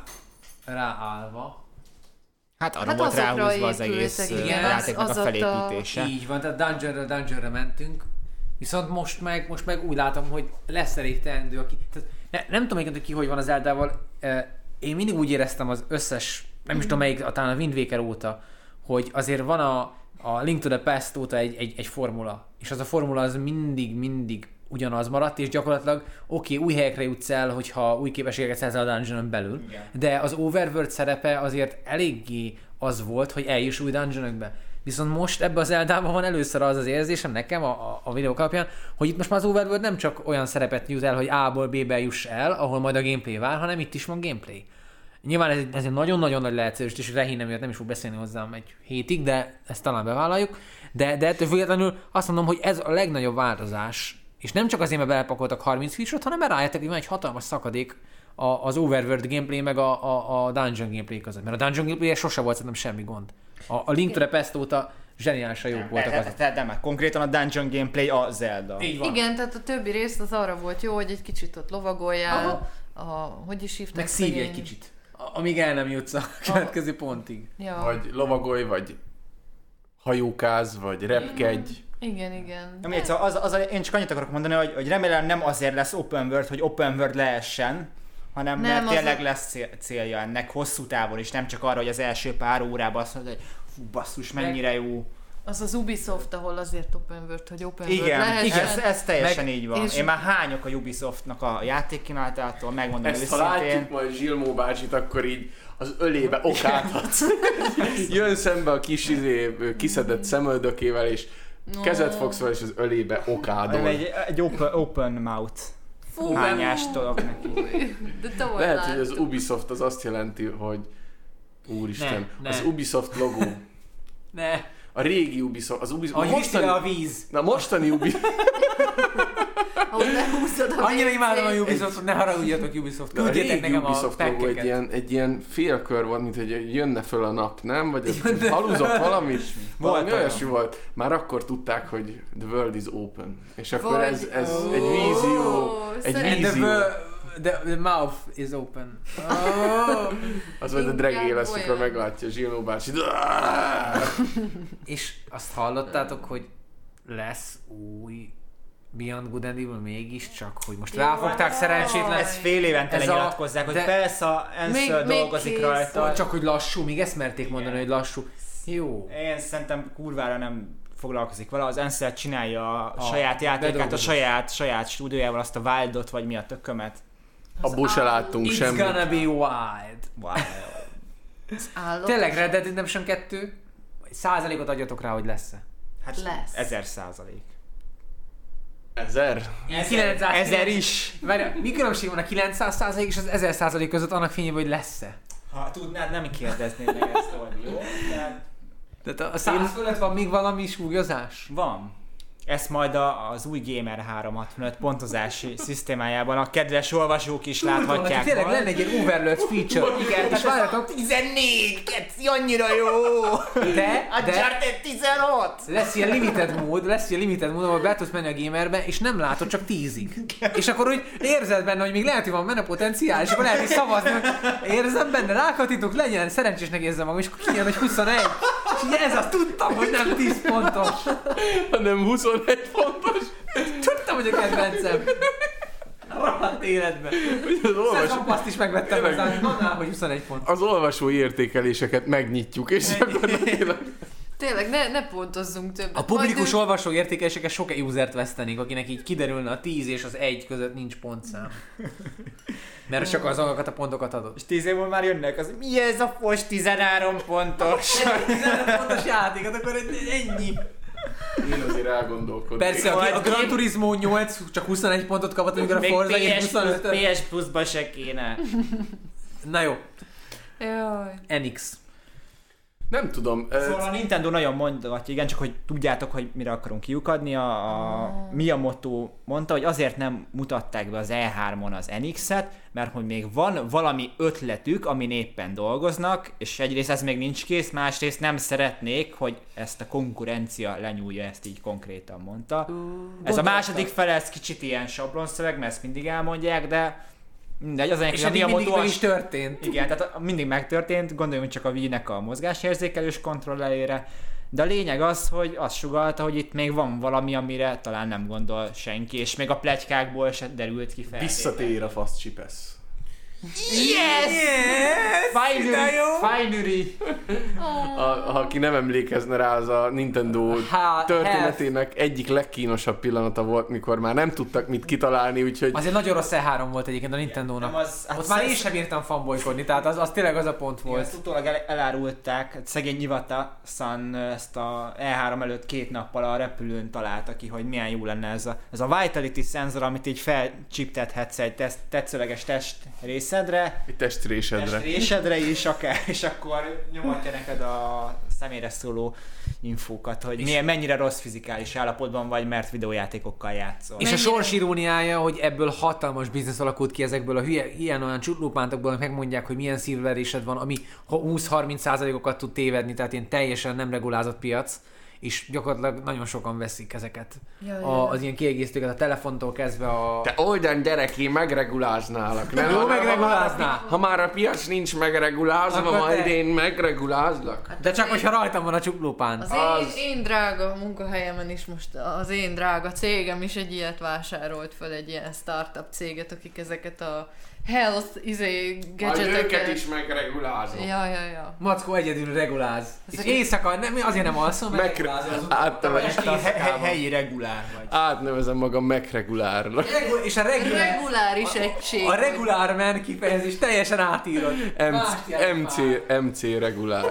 [SPEAKER 4] ráállva.
[SPEAKER 1] Hát arra volt ráhúzva az egész játéknak a felépítése.
[SPEAKER 4] Így van, tehát Dungeonra mentünk. Viszont most meg úgy látom, hogy lesz elég teendő, aki... Tehát nem tudom egyébként, ki hogy van az Zeldával. Én mindig úgy éreztem az összes, nem is tudom melyik, talán a Wind Waker óta, hogy azért van a Link to the Past óta egy formula. És az a formula az mindig ugyanaz maradt, és gyakorlatilag új helyekre jutsz el, hogyha új képességeket szerzel a dungeonon belül. Igen. De az Overworld szerepe azért eléggé az volt, hogy eljuss új dungeonokbe. Viszont most ebben az Zeldában van először az érzésem nekem a videók alapján, hogy itt most már az Overworld nem csak olyan szerepet jut el, hogy A-ból B-be juss el, ahol majd a gameplay vár, hanem itt is van gameplay. Nyilván ez egy nagyon-nagyon nagy leegyszerűsítés, és Rehin miatt nem is fog beszélni hozzám egy hétig, de ezt talán bevállaljuk. De ettől függetlenül azt mondom, hogy ez a legnagyobb változás, és nem csak azért, mert belepakoltak 30 feature-ot, hanem mert rájöttek, hogy van egy hatalmas szakadék az Overworld gameplay meg a Dungeon gameplay között. Mert a Dungeon gameplay sose volt szerintem semmi gond. A Link to the Past óta zseniálisan jók voltak azok.
[SPEAKER 1] De már konkrétan a Dungeon gameplay a Zelda.
[SPEAKER 2] Igen, tehát a többi rész az arra volt jó, hogy egy kicsit ott lovagoljál, hogy is hívták?
[SPEAKER 4] Meg szívj egy kicsit. Amíg el nem jutsz a következő pontig.
[SPEAKER 2] Ja.
[SPEAKER 3] Vagy lovagolj, vagy hajókáz, vagy repkedj.
[SPEAKER 2] Igen.
[SPEAKER 1] Én csak annyit akarok mondani, hogy remélem nem azért lesz open world, hogy open world lehessen, hanem mert tényleg lesz célja ennek hosszú távon is, nem csak arra, hogy az első pár órában azt mondod, hogy fú, basszus, mennyire jó.
[SPEAKER 2] Az Ubisoft, ahol azért open world, hogy open world
[SPEAKER 1] lehessen. Igen, ez teljesen így van. Én már hányok a Ubisoftnak a játékkínálatától, megmondom őszintén.
[SPEAKER 3] Ezt ha látjuk majd Zsilmó bácsit, akkor így az ölébe okádhatsz. Jön szembe a kis kiszedett szemöldökével, és kezet fogsz fel, és az ölébe okádol.
[SPEAKER 1] Egy open mouth. Hányás dolog neki.
[SPEAKER 3] Lehet, hogy az Ubisoft az azt jelenti, hogy úristen, az Ubisoft logó.
[SPEAKER 4] Ne.
[SPEAKER 3] A régi Ubisoft, az Ubisoft.
[SPEAKER 4] Mostani a víz.
[SPEAKER 3] Na mostani Ubisoft.
[SPEAKER 4] Annyira imádom a Ubisoftot, ne haragudjatok Ubisoft. Küldjétek nekem
[SPEAKER 3] Ubisoft
[SPEAKER 4] a
[SPEAKER 3] logo egy ilyen félkör volt, mint hogy jönne föl a nap, nem? Vagy halúzott valamit? Valami olyasmi volt. Már akkor tudták, hogy the world is open. És akkor ez egy vízió. Egy vízió.
[SPEAKER 4] The mouth is open.
[SPEAKER 3] Az vagy a dregé lesz, amikor meglátja Zsiló bácsi.
[SPEAKER 4] És azt hallottátok, hogy lesz új Beyond Good and Evil mégiscsak, hogy most ráfogták szerencsétlen.
[SPEAKER 1] Ez fél évente lenyilatkozzák, hogy persze a Ansel dolgozik rajta.
[SPEAKER 4] Csak hogy lassú, még ezt merték mondani, hogy lassú. Jó.
[SPEAKER 1] Én szerintem kurvára nem foglalkozik vele. Az Ansel csinálja a saját játékát, a saját stúdiójával, azt a Wildot, vagy mi a tökömet.
[SPEAKER 3] Abból se láttunk semmit.
[SPEAKER 4] It's gonna be wild. Tényleg Red Dead Redemption 2? 100%-ot adjatok rá, hogy lesz-e?
[SPEAKER 1] Hát lesz. 1000%.
[SPEAKER 3] 1000?
[SPEAKER 1] 1000 is.
[SPEAKER 4] Várjál, mi különbség van a 900% és az 1000% között annak fényében, hogy lesz-e?
[SPEAKER 1] Ha tudnád, nem kérdeznéd meg ezt, hogy jó?
[SPEAKER 4] Tehát a 100 fölött van még valami súlyozás?
[SPEAKER 1] Van. Ezt majd az új Gamer 365 pontozási szisztémájában a kedves olvasók is láthatják.
[SPEAKER 4] Tényleg lenne egy ilyen overload feature.
[SPEAKER 1] Igen, és várjatok, 14! Keci, annyira jó! De Uncharted 16!
[SPEAKER 4] Lesz ilyen limited mód, ahol be tudsz menni a gamerbe, és nem látod, csak 10-ig. És akkor úgy érzed benne, hogy még lehet, hogy van benne potenciál, és akkor lehet is szavazni, hogy érzem benne, rákatitok, legyen, szerencsésnek érzem magam, és akkor kijön, hogy 21. És ez azt tudtam, hogy nem 10 pontos.
[SPEAKER 3] Hanem 21 pontos.
[SPEAKER 4] Tudtam, hogy a kedvencem. Rohadt életben. Azt is megvettem hozzá, hogy 21 pont.
[SPEAKER 3] Az olvasói értékeléseket megnyitjuk, és akkor
[SPEAKER 2] tényleg, ne pontozzunk többet.
[SPEAKER 4] A publikus olvasó értékeléseket sok usert vesztenénk, akinek így kiderülne a 10 és az 1 között nincs pontszám. Mert csak azokat a pontokat adott.
[SPEAKER 1] És 10 évvel már jönnek, az mi ez a fos 13 pontos?
[SPEAKER 4] 13 pontos játékot, akkor ennyi.
[SPEAKER 3] Én azért elgondolkodom.
[SPEAKER 4] Persze, a Gran Turismo 8 csak 21 pontot kapott, amikor a Forza 25-öt.
[SPEAKER 1] PS Plus-ba se kéne.
[SPEAKER 4] Na jó.
[SPEAKER 2] Jaj.
[SPEAKER 4] NX.
[SPEAKER 3] Nem tudom.
[SPEAKER 1] Szóval a Nintendo nagyon mondogatja, igen, csak hogy tudjátok, hogy mire akarunk kiukadni. A Miyamoto mondta, hogy azért nem mutatták be az E3-on az NX-et, mert hogy még van valami ötletük, amin éppen dolgoznak, és egyrészt ez még nincs kész, másrészt nem szeretnék, hogy ezt a konkurencia lenyúlja, ezt így konkrétan mondta. Ez a második fele, ez kicsit ilyen sablonszöveg, mert ezt mindig elmondják, de mindegy, az
[SPEAKER 4] És eddig mindig meg is történt.
[SPEAKER 1] Igen, tehát mindig megtörtént, gondoljunk csak a Wii-nek a mozgásérzékelős kontrollerére, de a lényeg az, hogy azt sugallta, hogy itt még van valami, amire talán nem gondol senki, és még a pletykákból se derült ki fel.
[SPEAKER 3] Visszatér a faszcsipesz.
[SPEAKER 1] Yes! Finally!
[SPEAKER 3] Aki nem emlékezne rá, az a Nintendo történetének egyik legkínosabb pillanata volt, mikor már nem tudtak mit kitalálni, úgyhogy...
[SPEAKER 4] Azért nagyon rossz E3 volt egyébként a Nintendónak. Ott már én sem bírtam fanbolykodni, tehát az tényleg az a pont volt.
[SPEAKER 1] Ezt utólag elárulták, szegény Iwata-san ezt a E3 előtt 2 nappal a repülőn találta ki, hogy milyen jó lenne ez a Vitality szenzor, amit így felcsiptethetsz egy tetszőleges testrészedre.
[SPEAKER 3] Egy testrésedre
[SPEAKER 1] is akár, és akkor nyomatja neked a személyre szóló infókat, hogy mennyire rossz fizikális állapotban vagy, mert videójátékokkal játszol.
[SPEAKER 4] És a sors iróniája, hogy ebből hatalmas biznisz alakult ki ezekből a ilyen-olyan csutlópántokból, hogy megmondják, hogy milyen szívverésed van, ami 20-30%-okat tud tévedni, tehát ilyen teljesen nem regulázott piac, és gyakorlatilag nagyon sokan veszik ezeket. Az ilyen kiegészítőket, a telefontól kezdve a...
[SPEAKER 3] Te oldan gyerekém, megreguláználak. Nem?
[SPEAKER 4] Jó, megreguláznál.
[SPEAKER 3] Ha már a piac nincs megregulázva, majd én megregulázlak.
[SPEAKER 4] De csak hogyha rajtam van a csuklópánt.
[SPEAKER 2] Az én drága munkahelyemen is most az én drága cégem is egy ilyet vásárolt fel, egy ilyen startup céget, akik ezeket a health gadgeteket...
[SPEAKER 3] őket is megregulázom.
[SPEAKER 2] Ja.
[SPEAKER 4] Mackó egyedül reguláz. És éjszaka, azért nem alszom,
[SPEAKER 1] helyi regulár vagy.
[SPEAKER 3] Átnevezem magam megregulárra.
[SPEAKER 4] És a
[SPEAKER 2] reguláris egység.
[SPEAKER 4] A regulármen kifejezés teljesen átírod.
[SPEAKER 3] MC regulár.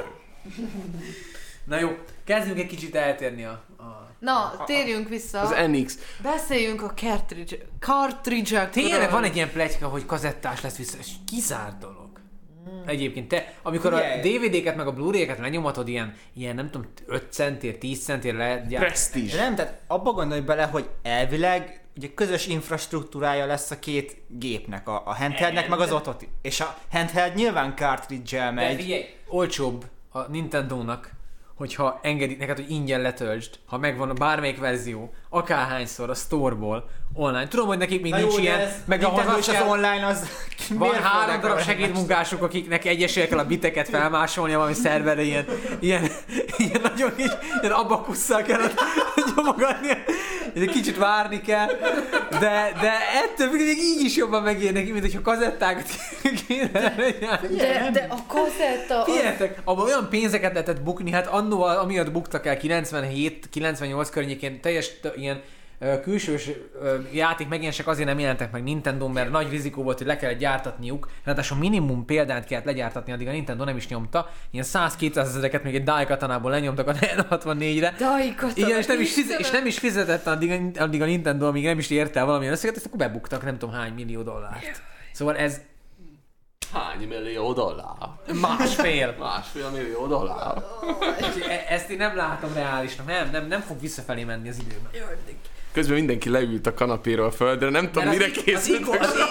[SPEAKER 4] Na jó, kezdjünk egy kicsit eltérni
[SPEAKER 2] Na, térjünk vissza.
[SPEAKER 3] Az NX.
[SPEAKER 2] Beszéljünk a cartridge-ekről.
[SPEAKER 4] Tényleg van egy ilyen pletyka, hogy kazettás lesz vissza, és kizárt dolog. Egyébként te, amikor a DVD-ket meg a Blu-ray-eket lenyomatod ilyen nem tudom, 5 centért, 10 centért lehet gyártani.
[SPEAKER 3] Prestige.
[SPEAKER 1] Nem, tehát abba gondolj bele, hogy elvileg ugye közös infrastruktúrája lesz a két gépnek, a handheldnek meg az otthoni. És a handheld nyilván cartridge-el megy.
[SPEAKER 4] De figyelj, olcsóbb a Nintendónak, hogyha engedik neked, hogy ingyen letöltsd, ha megvan a bármelyik verzió, akárhányszor a storeból, online. Tudom, hogy nekik még nincs ilyen, meg
[SPEAKER 1] a és az online az...
[SPEAKER 4] Van 3 darab segédmunkások, akiknek egyesével kell a biteket felmásolnia valami szerverre, ilyen nagyon ilyen abakusszal kell nyomogatni. Egy kicsit várni kell, de ettől még így is jobban megér neki, mint hogyha kazettákat kéne.
[SPEAKER 2] De a kazetta...
[SPEAKER 4] Figyeljetek, abban olyan pénzeket lehetett bukni, hát annó, amiatt buktak el 97-98 környékén teljes ilyen külsős játék megjelenések azért nem jelentek meg Nintendo, mert nagy rizikó volt, hogy le kellett gyártatniuk. Ráadásul minimum példát kellett legyártatni, addig a Nintendo nem is nyomta. Ilyen 100-200 ezereket még egy Daikatanából lenyomtak a N64-re. Igen, és nem is fizetett addig a Nintendo, amíg nem is ért el valamilyen összeget, és akkor bebuktak nem tudom hány millió dollárt. Szóval ez...
[SPEAKER 3] Hány millió dollár?
[SPEAKER 4] Másfél
[SPEAKER 3] millió dollár.
[SPEAKER 4] Ezt én nem látom reálisnak, nem fog visszafelé menni az időben.
[SPEAKER 3] Közben mindenki leült a kanapéról a földre, nem tudom mire készült.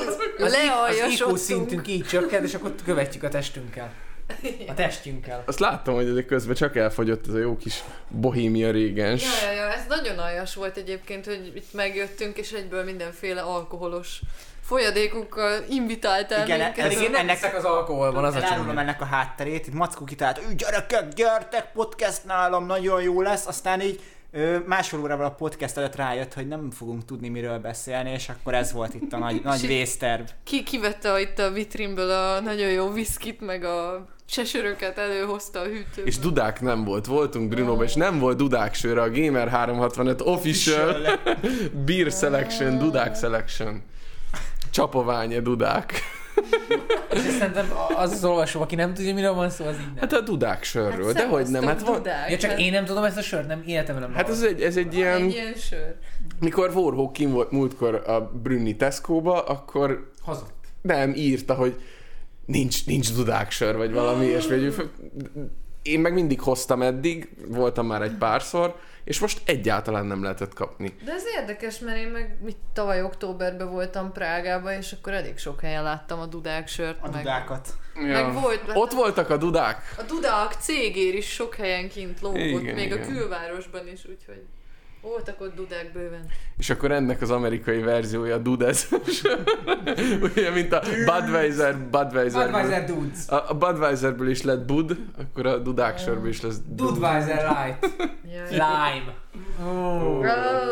[SPEAKER 4] Az IQ szintünk így csökkent, és akkor követjük a testünkkel. A testünkkel.
[SPEAKER 3] Azt láttam, hogy ezek közben csak elfogyott ez a jó kis bohémia régens.
[SPEAKER 2] Ja, ez nagyon aljas volt egyébként, hogy itt megjöttünk, és egyből mindenféle alkoholos folyadékokkal invitáltál minket.
[SPEAKER 4] Igen, ennek az alkoholban az a
[SPEAKER 1] csomó. Ennek a hátterét, itt Mackó kitalált, gyerekek, gyertek, podcast nálam, nagyon jó lesz, aztán így másfél órával a podcast előtt rájött, hogy nem fogunk tudni miről beszélni, és akkor ez volt itt a nagy vészterv.
[SPEAKER 2] Kivette itt a vitrínből a nagyon jó viszkit, meg a sesöröket előhozta a hűtőből.
[SPEAKER 3] És dudák nem volt. Voltunk Brunóban, és nem volt dudák sőre, a Gamer 365 Official Beer Selection, dudák selection. Csapoványi dudák.
[SPEAKER 4] És szerintem az olvasó, aki nem tudja, miről van szó, az így nem.
[SPEAKER 3] Hát a dudák sörről, de hogy nem. Hát van...
[SPEAKER 4] Ja, csak én nem tudom ezt a sört, nem életemben nem.
[SPEAKER 3] Hát ez egy ilyen
[SPEAKER 2] sör.
[SPEAKER 3] Mikor Warhawk kim volt múltkor a Brünni Tesco-ba, akkor nem írta, hogy nincs dudák sör, vagy valami ilyesmi. én meg mindig hoztam eddig, voltam már egy párszor, és most egyáltalán nem lehetett kapni.
[SPEAKER 2] De ez érdekes, mert én meg tavaly októberben voltam Prágában, és akkor elég sok helyen láttam a dudák sört.
[SPEAKER 1] A dudákat.
[SPEAKER 2] Meg volt.
[SPEAKER 3] Ott voltak a dudák?
[SPEAKER 2] A dudák cégér is sok helyen kint lógott,
[SPEAKER 3] Igen,
[SPEAKER 2] még
[SPEAKER 3] igen.
[SPEAKER 2] a külvárosban is, úgyhogy voltak ott dudák bőven.
[SPEAKER 3] És akkor ennek az amerikai verziója a dudez. Ugye, mint a Budweiser
[SPEAKER 4] Budweiser Dudes.
[SPEAKER 3] A Budweiserből is lett Bud, akkor a dudák sörből is lesz Dud.
[SPEAKER 4] Budweiser Light.
[SPEAKER 2] Jaj.
[SPEAKER 4] Lime.
[SPEAKER 2] Oh.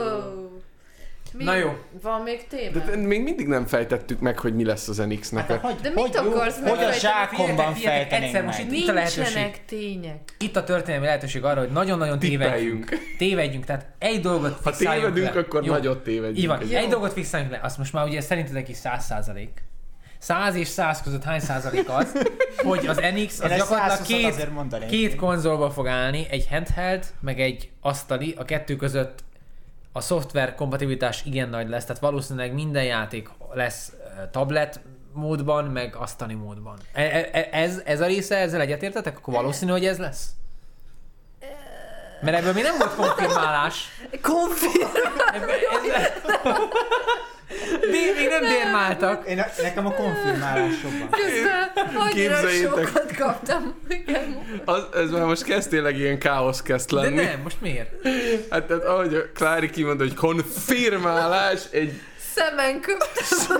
[SPEAKER 4] Na jó.
[SPEAKER 2] Van még téma?
[SPEAKER 3] De még mindig nem fejtettük meg, hogy mi lesz az NX-nek.
[SPEAKER 2] De mit akarsz
[SPEAKER 1] Hogy a
[SPEAKER 2] megfejteni?
[SPEAKER 1] zsákomban fejtenénk
[SPEAKER 4] egyszer most
[SPEAKER 1] meg?
[SPEAKER 4] itt a lehetőség.
[SPEAKER 2] Nincsenek tények.
[SPEAKER 4] Itt a történelmi lehetőség arra, hogy nagyon-nagyon tévedjünk. Tévedjünk, tehát egy dolgot
[SPEAKER 3] Ha
[SPEAKER 4] fixáljunk
[SPEAKER 3] tévedünk,
[SPEAKER 4] le.
[SPEAKER 3] akkor
[SPEAKER 4] Jó.
[SPEAKER 3] nagyot tévedjünk.
[SPEAKER 4] Így van,
[SPEAKER 2] Jó.
[SPEAKER 4] egy dolgot fixáljunk le, azt most már ugye szerintetek is 100%. 100 és 100 között hány százalék az, hogy az NX az
[SPEAKER 1] Én
[SPEAKER 4] gyakorlatilag
[SPEAKER 1] 120-at azért mondanék.
[SPEAKER 4] két konzolba fog állni, egy handheld, meg egy asztali, a kettő között a szoftver kompatibilitás igen nagy lesz, tehát valószínűleg minden játék lesz tablet módban, meg asztali módban. Ez a része, ezzel egyetértetek? Akkor valószínű, hogy ez lesz? Mert ebből még nem volt konfirmálás. Még nem dérmáltak.
[SPEAKER 1] Nekem a konfirmálás jobban.
[SPEAKER 2] Közben annyira
[SPEAKER 3] Képzeljétek.
[SPEAKER 2] sokat kaptam. Igen.
[SPEAKER 3] Ez már most kezd tényleg ilyen káosz kezd
[SPEAKER 4] De
[SPEAKER 3] lenni.
[SPEAKER 4] nem, most miért?
[SPEAKER 3] Hát tehát ahogy a Klári kimondta, hogy konfirmálás, egy
[SPEAKER 2] Szemen köptem.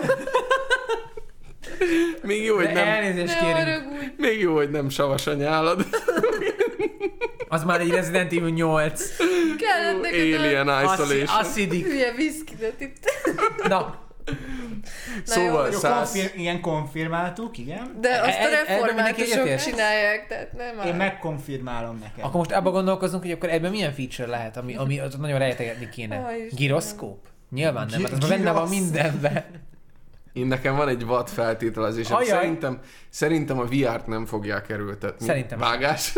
[SPEAKER 3] még jó, hogy
[SPEAKER 4] De
[SPEAKER 3] nem,
[SPEAKER 4] elnézést
[SPEAKER 2] Ne
[SPEAKER 4] kérünk.
[SPEAKER 2] haragudj.
[SPEAKER 3] még jó, hogy nem savas a nyálad.
[SPEAKER 4] Az már egy Resident Evil 8.
[SPEAKER 2] Kellett neked
[SPEAKER 3] Alien Isolation.
[SPEAKER 4] Acidic.
[SPEAKER 2] hülye viszkidet itt.
[SPEAKER 4] Na,
[SPEAKER 3] Szóval
[SPEAKER 2] jó,
[SPEAKER 3] 100.
[SPEAKER 1] Igen, konfirmáltuk, igen.
[SPEAKER 2] De azt a
[SPEAKER 4] Ebben mindenki
[SPEAKER 2] reformátusok
[SPEAKER 4] egyetért?
[SPEAKER 2] csinálják, tehát nem
[SPEAKER 1] Én
[SPEAKER 2] áll.
[SPEAKER 1] megkonfirmálom neked.
[SPEAKER 4] akkor most abba gondolkozunk, hogy akkor ebben milyen feature lehet, ami ott nagyon rejtegetni kéne.
[SPEAKER 2] Istenem.
[SPEAKER 4] Gyroszkóp? Nyilván nem, mert az benne van mindenben.
[SPEAKER 3] Én nekem van egy vad feltételezésem.
[SPEAKER 4] Ajaj.
[SPEAKER 3] Szerintem a VR-t nem fogják erőltetni.
[SPEAKER 4] Szerintem sem.
[SPEAKER 3] Vágás.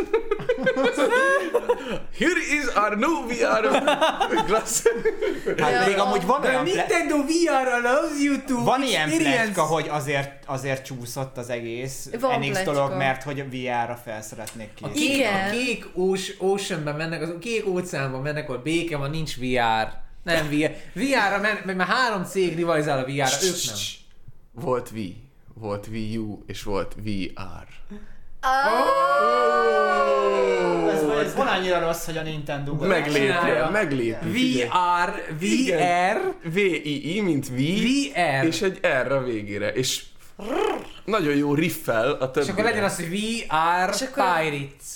[SPEAKER 3] Here is our new VR glass.
[SPEAKER 1] Hát még amúgy van olyan,
[SPEAKER 4] Nintendo VR allows you to
[SPEAKER 1] van ilyen pletyka, hogy azért csúszott az egész
[SPEAKER 2] Van
[SPEAKER 1] NX
[SPEAKER 2] pletyka.
[SPEAKER 1] dolog, mert hogy a VR-ra felszeretnék
[SPEAKER 4] A
[SPEAKER 1] ki.
[SPEAKER 4] kék,
[SPEAKER 2] Igen.
[SPEAKER 4] a kék Oceanben mennek, az kék óceánban mennek, ahol béke van, nincs VR. Nem VR. VR-ra mennek, már 3 cég rivalizál a VR-ra, ők nem.
[SPEAKER 3] Volt Wii, volt Wii U, és volt VR.
[SPEAKER 1] Ez van annyira rossz, hogy a Nintendo
[SPEAKER 4] csinálja.
[SPEAKER 3] Meglépi.
[SPEAKER 4] VR,
[SPEAKER 3] Igen.
[SPEAKER 4] VR,
[SPEAKER 3] V-I-I, mint Wii,
[SPEAKER 4] VR.
[SPEAKER 3] és egy R a végére. És nagyon jó riffel a többi.
[SPEAKER 4] És akkor legyen az, hogy VR
[SPEAKER 2] És akkor-
[SPEAKER 4] Pirates.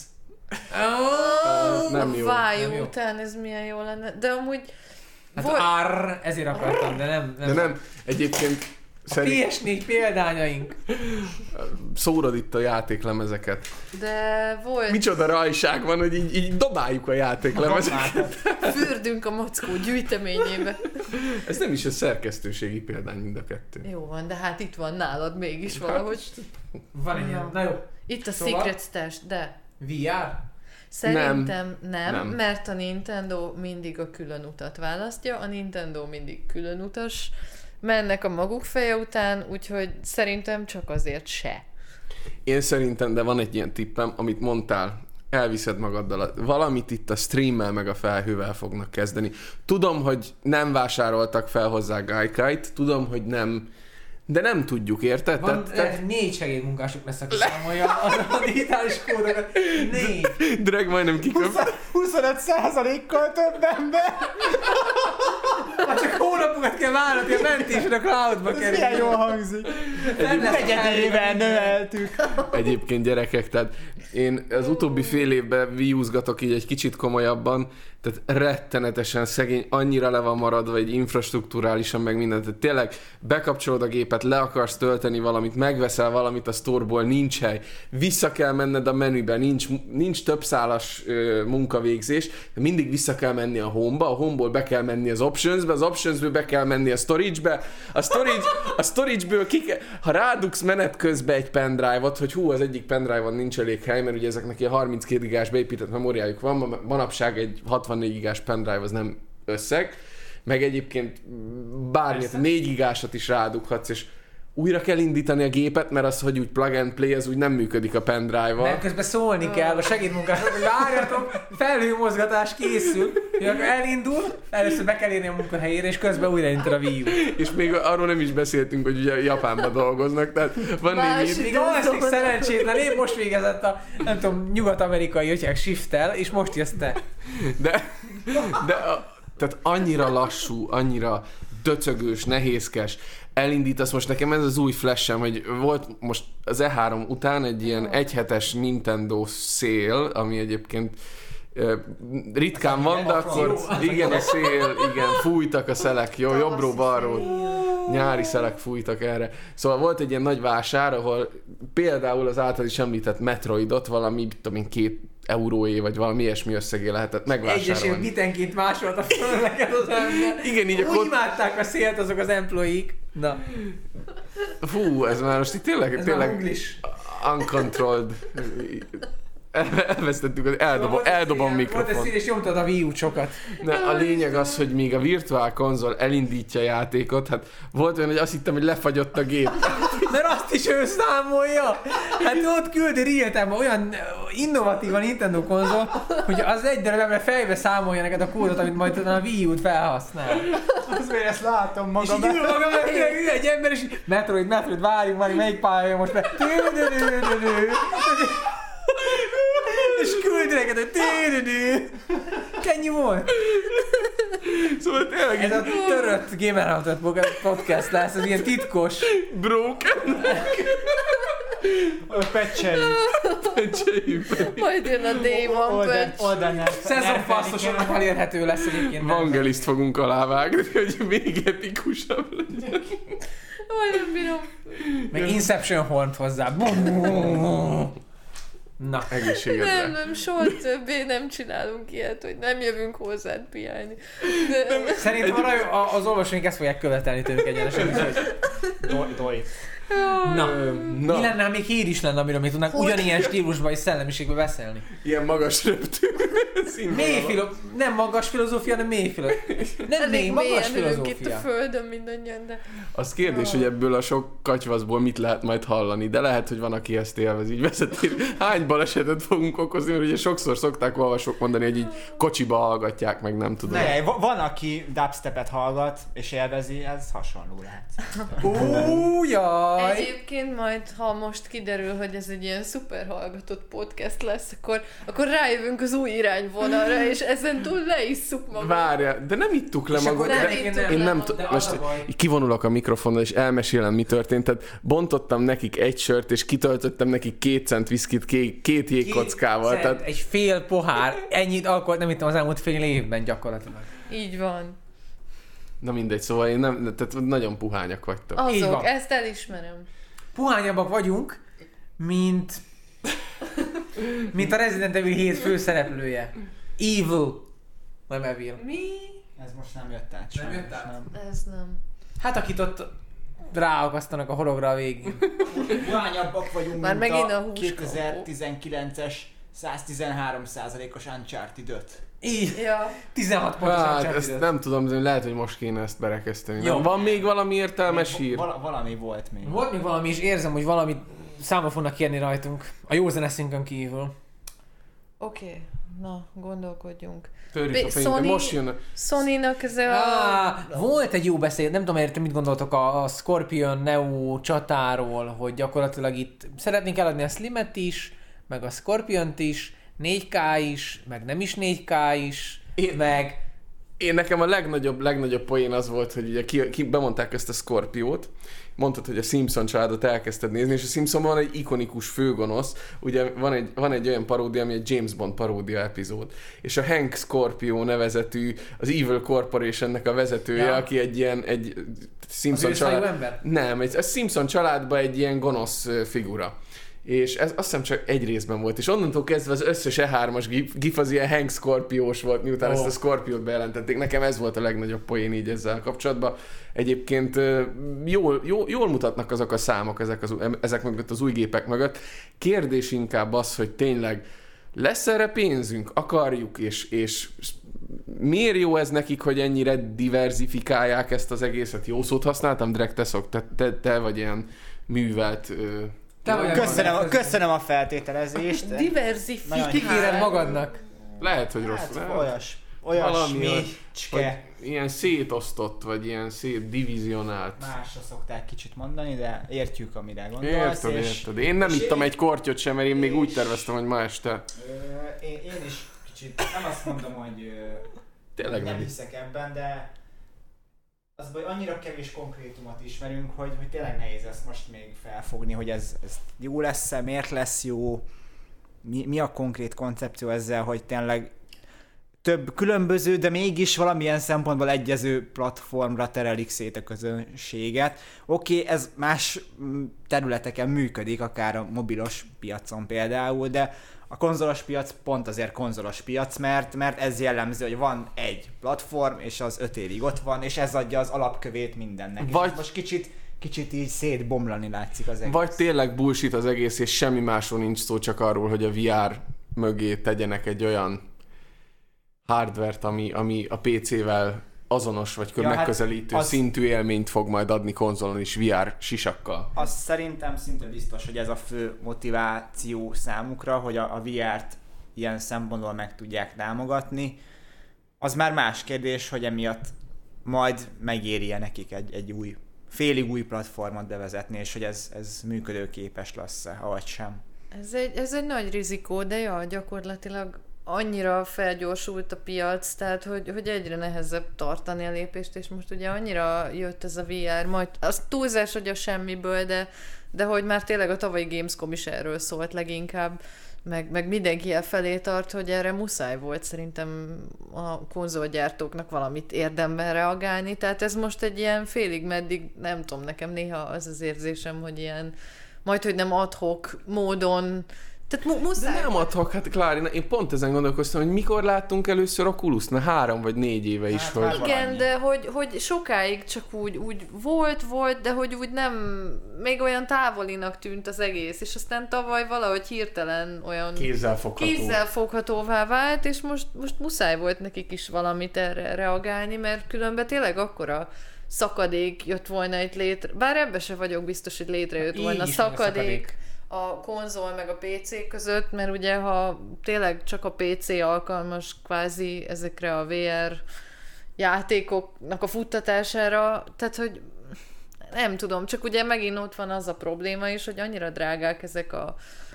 [SPEAKER 4] Oh.
[SPEAKER 3] Nem
[SPEAKER 2] A
[SPEAKER 3] jó.
[SPEAKER 2] vájú
[SPEAKER 4] Nem jó.
[SPEAKER 2] után ez milyen jó lenne. De amúgy
[SPEAKER 4] Hát
[SPEAKER 2] volt...
[SPEAKER 4] arr, ezért akartam, de nem.
[SPEAKER 3] De nem, egyébként
[SPEAKER 4] A PS4 példányaink.
[SPEAKER 3] szórod itt a játéklemezeket.
[SPEAKER 2] De volt...
[SPEAKER 3] Micsoda rajság van, hogy így dobáljuk a játéklemezeket.
[SPEAKER 2] Fürdünk a mackó gyűjteményébe.
[SPEAKER 3] Ez nem is a szerkesztőségi példány mind a kettő.
[SPEAKER 2] Jó van, de hát itt van nálad mégis valahogy.
[SPEAKER 4] Van egy ilyen. Na jó.
[SPEAKER 2] Itt a
[SPEAKER 4] Szóval?
[SPEAKER 2] Secret Stash, de...
[SPEAKER 4] VR?
[SPEAKER 2] Szerintem nem,
[SPEAKER 3] Nem.
[SPEAKER 2] mert a Nintendo mindig a külön utat választja, a Nintendo mindig külön utas, mennek a maguk feje után, úgyhogy szerintem csak azért se.
[SPEAKER 3] Én szerintem, de van egy ilyen tippem, amit mondtál, elviszed magaddal. Valamit itt a streammel meg a felhővel fognak kezdeni. Tudom, hogy nem vásároltak fel hozzá Gaikai-t, tudom, hogy nem, de nem tudjuk, érted?
[SPEAKER 4] Van, lehet, 4 segédmunkásuk lesz, aki számolja a digitális kódokat. 4.
[SPEAKER 3] Drag majdnem kiköp.
[SPEAKER 1] 25%-kal több ember!
[SPEAKER 4] Már csak hónapokat kell várni, hogy a mentésre a cloudba
[SPEAKER 1] Ez milyen jól hangzik. Negyedével növeltük.
[SPEAKER 3] Egyébként gyerekek, tehát én az utóbbi fél évben viúzgatok így egy kicsit komolyabban, tehát rettenetesen szegény, annyira le van maradva egy infrastrukturálisan meg mindent. Tehát tényleg bekapcsolod a gépet, le akarsz tölteni valamit, megveszel valamit a sztorból, nincs hely, vissza kell menned a menübe, nincs többszálas munkavégzés, mindig vissza kell menni a home-ba, a home-ból be kell menni az optionsbe, az optionsből be kell menni a storage-be, a storage-ből ha rádugsz menet közben egy pendrive-ot, hogy az egyik pendrive-on nincs elég hely, mert ugye ezeknek ilyen 32 gigás beépített memóriájuk van, manapság egy 64 gigás pendrive az nem összeg, meg egyébként bármit, 4 gigásat is rádughatsz, és újra kell indítani a gépet, mert az, hogy úgy plug and play, az úgy nem működik a pendrive-val.
[SPEAKER 4] Mert közben szólni kell a segédmunkásnak, hogy várjatok, felhőmozgatás készül, hogy akkor elindul, először be kell érni a munkahelyére, és közben újraindítod a Wii U.
[SPEAKER 3] És még arról nem is beszéltünk, hogy ugye Japánban dolgoznak, tehát van némi...
[SPEAKER 4] Még a másik szerencsétlen, én most végezett a, nem tudom, nyugat-amerikai ötyek shift-tel, és most jössz te.
[SPEAKER 3] Tehát annyira lassú, annyira döcögős, nehézkes, elindítasz most nekem ez az új Flash-em, hogy volt most az E3 után egy ilyen egyhetes Nintendo szél, ami egyébként ritkán van, de akkor igen, a szél, igen, fújtak a szelek, jó, jobbról-balról, nyári szelek fújtak erre. Szóval volt egy ilyen nagy vásár, ahol például az által is említett Metroidot valami, tudom én, 2 euróé, vagy valami ilyesmi összegé lehetett megvásárolni.
[SPEAKER 4] Egyesével bitenként másolta fel neked az ember.
[SPEAKER 3] Igen, így
[SPEAKER 4] úgy imádták a szélt azok az employee-k. Na.
[SPEAKER 3] Fú, ez már most itt tényleg uncontrolled. Elvesztettük, eldobom mikrofont.
[SPEAKER 4] Volt ez szín, és nyomtad a Wii U sokat.
[SPEAKER 3] A lényeg az, hogy míg a virtuál konzol elindítja a játékot, hát volt olyan, hogy azt hittem, hogy lefagyott a gép.
[SPEAKER 4] Mert azt is ő számolja. Hát ott küldi real-time olyan innovatív a Nintendo konzol, hogy az egy darabra fejbe számolja neked a kódot, amit majd a Wii U-t felhasznál.
[SPEAKER 1] Azt még ezt látom magam.
[SPEAKER 4] És így ül magam, ül egy ember, és Metroid, várjunk, melyik pálya most be. És küldi neked, hogy Kennyi volt.
[SPEAKER 3] Szóval tényleg
[SPEAKER 4] ez a törött Gamer Hunter podcast lesz, ez ilyen titkos.
[SPEAKER 3] Broken. Pecseljük.
[SPEAKER 2] Majd jön a Day One patch.
[SPEAKER 4] Szezonpasszosoknak elérhető lesz egyébként.
[SPEAKER 3] Vangeliszt fogunk alávágni, hogy még epikusabb legyen.
[SPEAKER 2] Majd nem bírom.
[SPEAKER 4] Meg Inception Hornt hozzá. Na,
[SPEAKER 3] egészségedre.
[SPEAKER 2] Nem, soha többé nem csinálunk ilyet, hogy nem jövünk hozzád piálni.
[SPEAKER 4] Szerintem az olvasóink ezt fogják követelni tőlük egyenesen,
[SPEAKER 1] Doj.
[SPEAKER 4] Na, mi lenne, ha még hír is lenne, amiről mi tudnánk ugyanilyen stílusban és szellemiségben beszélni?
[SPEAKER 3] Ilyen magas röptű.
[SPEAKER 4] Nem magas filozófia, hanem mély filozófia. Nem mély, magas filozófia.
[SPEAKER 2] Itt a földön mindannyian, de...
[SPEAKER 3] Az kérdés, hogy ebből a sok katyvaszból mit lehet majd hallani, de lehet, hogy van, aki ezt élvez így vezetés. Hány balesetet fogunk okozni, mert ugye sokszor szokták olvasók mondani, hogy így kocsiba hallgatják, meg nem tudom.
[SPEAKER 1] Van, aki dubstepet hallgat, és élvezi, ez hasonló lehet.
[SPEAKER 4] Jaj!
[SPEAKER 2] Egyébként majd, ha most kiderül, hogy ez egy ilyen szuper hallgatott podcast lesz, akkor rájövünk az új irányvonalra, és ezen túl leisszuk magunkat.
[SPEAKER 3] Várjál, de nem ittuk le magunkat. Én nem most kivonulok a mikrofonnal, és elmesélem, mi történt. Tehát bontottam nekik egy sört, és kitöltöttem nekik 2 cent viszkit 2 jégkockával. Tehát...
[SPEAKER 4] Egy fél pohár, ennyit alkoholt nem ittam az elmúlt fél évben gyakorlatilag.
[SPEAKER 2] Így van.
[SPEAKER 3] Na mindegy, szóval én nem, tehát nagyon puhányak vagytok.
[SPEAKER 2] Azok, ezt elismerem.
[SPEAKER 4] Puhányabbak vagyunk, mint a Resident Evil 7 főszereplője. Evil. Nem Evil.
[SPEAKER 2] Mi?
[SPEAKER 1] Ez most nem jött át.
[SPEAKER 4] Nem jött át?
[SPEAKER 2] Ez nem.
[SPEAKER 4] Hát akit ott ráakasztanak a horogra a végig.
[SPEAKER 1] Puhányabbak vagyunk,
[SPEAKER 2] már
[SPEAKER 1] mint
[SPEAKER 2] megint
[SPEAKER 1] a
[SPEAKER 2] a
[SPEAKER 1] 2019-es 113%-os Uncharted 5.
[SPEAKER 4] Így.
[SPEAKER 2] Ja.
[SPEAKER 4] 16 pontos
[SPEAKER 3] hát, ezt nem tudom, de lehet, hogy most kéne ezt berekeszteni.
[SPEAKER 4] Jó.
[SPEAKER 3] Van még valami értelmes hír?
[SPEAKER 1] Valami volt még.
[SPEAKER 4] Volt még valami, és érzem, hogy valami számba fognak kérni rajtunk. A jó zeneszünkön kívül.
[SPEAKER 2] Oké. Na, gondolkodjunk.
[SPEAKER 3] Törjük a fejünket, most jön a...
[SPEAKER 2] Sony-nak ez
[SPEAKER 4] volt egy jó beszéd, nem tudom, értem, mit gondoltok a Scorpion Neo csatáról, hogy gyakorlatilag itt szeretnénk eladni a Slimet is, meg a Scorpiont is, 4K is, meg nem is 4K is,
[SPEAKER 3] Én nekem a legnagyobb poén az volt, hogy ugye bemondták ezt a Scorpiót, mondtad, hogy a Simpson családot elkezdted nézni, és a Simpsonban van egy ikonikus főgonosz, ugye van egy olyan paródia, ami egy James Bond paródia epizód, és a Hank Scorpio nevezetű, az Evil Corporationnek a vezetője, aki egy Simpson család... Nem, a Simpson családban egy ilyen gonosz figura. És ez azt hiszem csak egy részben volt, és onnantól kezdve az összes E3-as gif az ilyen Hank Scorpiós volt, miután ezt a Scorpiót bejelentették. Nekem ez volt a legnagyobb poén így ezzel kapcsolatban. Egyébként jól mutatnak azok a számok ezek mögött, az új gépek mögött. Kérdés inkább az, hogy tényleg lesz erre pénzünk, akarjuk, és miért jó ez nekik, hogy ennyire diverzifikálják ezt az egészet? Jó szót használtam, Drek, te vagy ilyen művelt...
[SPEAKER 1] Köszönöm a feltételezést.
[SPEAKER 2] Diversifikálják
[SPEAKER 4] magadnak.
[SPEAKER 3] Lehet, hogy rossz.
[SPEAKER 1] Olyasmicske.
[SPEAKER 3] Ilyen szétosztott, vagy ilyen szétdivizionált.
[SPEAKER 1] Másra szokták kicsit mondani, de értjük, amire gondolsz.
[SPEAKER 3] Érted. Én nem ittam egy kortyot sem, mert én még úgy terveztem, hogy ma este.
[SPEAKER 1] Én is kicsit, nem azt mondom, hogy
[SPEAKER 3] tényleg
[SPEAKER 1] nem hiszek ebben, de az baj, annyira kevés konkrétumot ismerünk, hogy tényleg nehéz ezt most még felfogni, hogy ez jó lesz-e, miért lesz jó, mi a konkrét koncepció ezzel, hogy tényleg több különböző, de mégis valamilyen szempontból egyező platformra terelik szét a közönséget. Oké, ez más területeken működik, akár a mobilos piacon például, de a konzolos piac pont azért konzolos piac, mert ez jellemző, hogy van egy platform, és az 5 évig ott van, és ez adja az alapkövét mindennek. Vagy most kicsit így szétbomlani látszik az egész.
[SPEAKER 3] Vagy tényleg bullshit az egész, és semmi másról nincs szó, csak arról, hogy a VR mögé tegyenek egy olyan hardware-t, ami a PC-vel azonos vagy megközelítő szintű élményt fog majd adni konzolon is VR sisakkal.
[SPEAKER 1] Azt szerintem szinte biztos, hogy ez a fő motiváció számukra, hogy a VR-t ilyen szempontból meg tudják támogatni. Az már más kérdés, hogy emiatt majd megéri-e nekik egy új, félig új platformot bevezetni, és hogy ez működőképes lesz-e, avagy sem.
[SPEAKER 2] Ez egy nagy rizikó, de ja, gyakorlatilag annyira felgyorsult a piac, tehát hogy egyre nehezebb tartani a lépést, és most ugye annyira jött ez a VR, majd az túlzás, hogy a semmiből, de hogy már tényleg a tavalyi Gamescom is erről szólt leginkább, meg mindenki elfelé tart, hogy erre muszáj volt szerintem a konzolgyártóknak valamit érdemben reagálni, tehát ez most egy ilyen félig meddig, nem tudom, nekem néha az érzésem, hogy ilyen majdhogy nem ad-hoc módon. Tehát muszáj.
[SPEAKER 3] De nem adhok, hát Klári, én pont ezen gondolkoztam, hogy mikor láttunk először Oculus-t? 3 vagy 4 éve is.
[SPEAKER 1] Hát,
[SPEAKER 3] hogy...
[SPEAKER 2] Igen, de hogy sokáig csak úgy volt, de hogy úgy nem, még olyan távolinak tűnt az egész, és aztán tavaly valahogy hirtelen olyan kézzelfoghatóvá vált, és most muszáj volt nekik is valamit erre reagálni, mert különben tényleg akkora szakadék jött volna itt létre, bár ebbe se vagyok biztos, hogy létrejött volna szakadék a konzol meg a PC között, mert ugye ha tényleg csak a PC alkalmas kvázi ezekre a VR játékoknak a futtatására, tehát hogy nem tudom, csak ugye megint ott van az a probléma is, hogy annyira drágák ezek a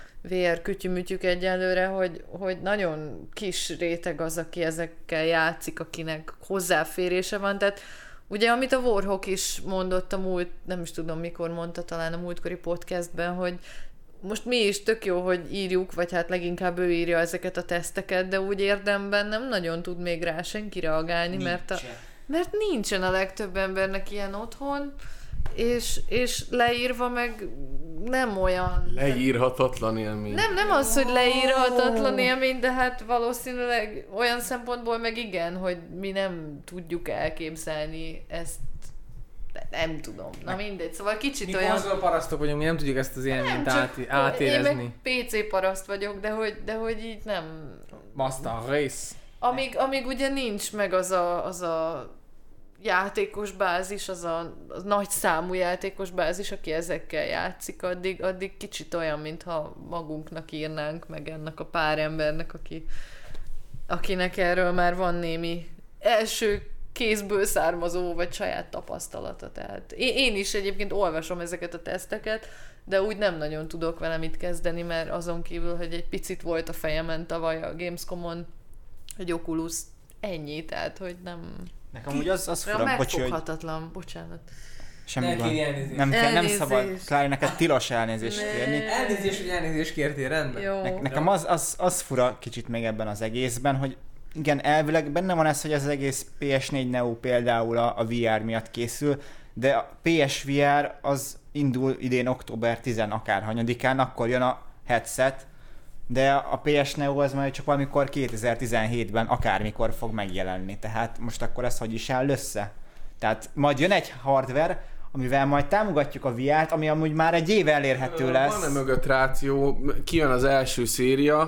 [SPEAKER 2] VR kütyümütyük egyelőre, hogy nagyon kis réteg az, aki ezekkel játszik, akinek hozzáférése van, tehát ugye, amit a Warhawk is mondott nem is tudom mikor mondta, talán a múltkori podcastben, hogy most mi is tök jó, hogy írjuk, vagy hát leginkább ő írja ezeket a teszteket, de úgy érdemben nem nagyon tud még rá senki reagálni, mert nincsen a legtöbb embernek ilyen otthon, és leírva meg nem olyan...
[SPEAKER 3] Leírhatatlan élmény.
[SPEAKER 2] Nem az, hogy leírhatatlan élmény, de hát valószínűleg olyan szempontból meg igen, hogy mi nem tudjuk elképzelni ezt. Nem tudom. Na mindegy. Szóval kicsit
[SPEAKER 4] mi
[SPEAKER 2] olyan... Mi
[SPEAKER 4] konzolparasztok vagyunk, mi nem tudjuk ezt az élményt átérezni.
[SPEAKER 2] Én meg PC paraszt vagyok, de hogy így nem...
[SPEAKER 4] Master Race.
[SPEAKER 2] Amíg ugye nincs meg az a játékos bázis, az a nagy számú játékos bázis, aki ezekkel játszik, addig kicsit olyan, mintha magunknak írnánk, meg ennek a pár embernek, akinek erről már van némi első kézből származó, vagy saját tapasztalata. Tehát én is egyébként olvasom ezeket a teszteket, de úgy nem nagyon tudok vele mit kezdeni, mert azon kívül, hogy egy picit volt a fejemen tavaly a Gamescomon, egy Oculus ennyi, tehát hogy nem...
[SPEAKER 1] Nekem úgy az fura,
[SPEAKER 2] megfoghatatlan, bocsánat.
[SPEAKER 1] Semmi van. Nem szabad, Klári, neked tilos elnézést kérni.
[SPEAKER 4] Elnézést, hogy elnézést kértél, rendben.
[SPEAKER 2] Jó.
[SPEAKER 1] Nekem az fura kicsit még ebben az egészben, hogy igen, elvileg benne van ez, hogy az egész PS4 Neo például a VR miatt készül, de a PSVR az indul idén október 10-akárhanyadikán, akkor jön a headset, de a PS Neo az majd csak valamikor 2017-ben akármikor fog megjelenni. Tehát most akkor ez hogy is áll össze? Tehát majd jön egy hardware, amivel majd támogatjuk a VR-t, ami amúgy már egy éve elérhető lesz.
[SPEAKER 3] Van-e mögött ráció? Kijön az első széria,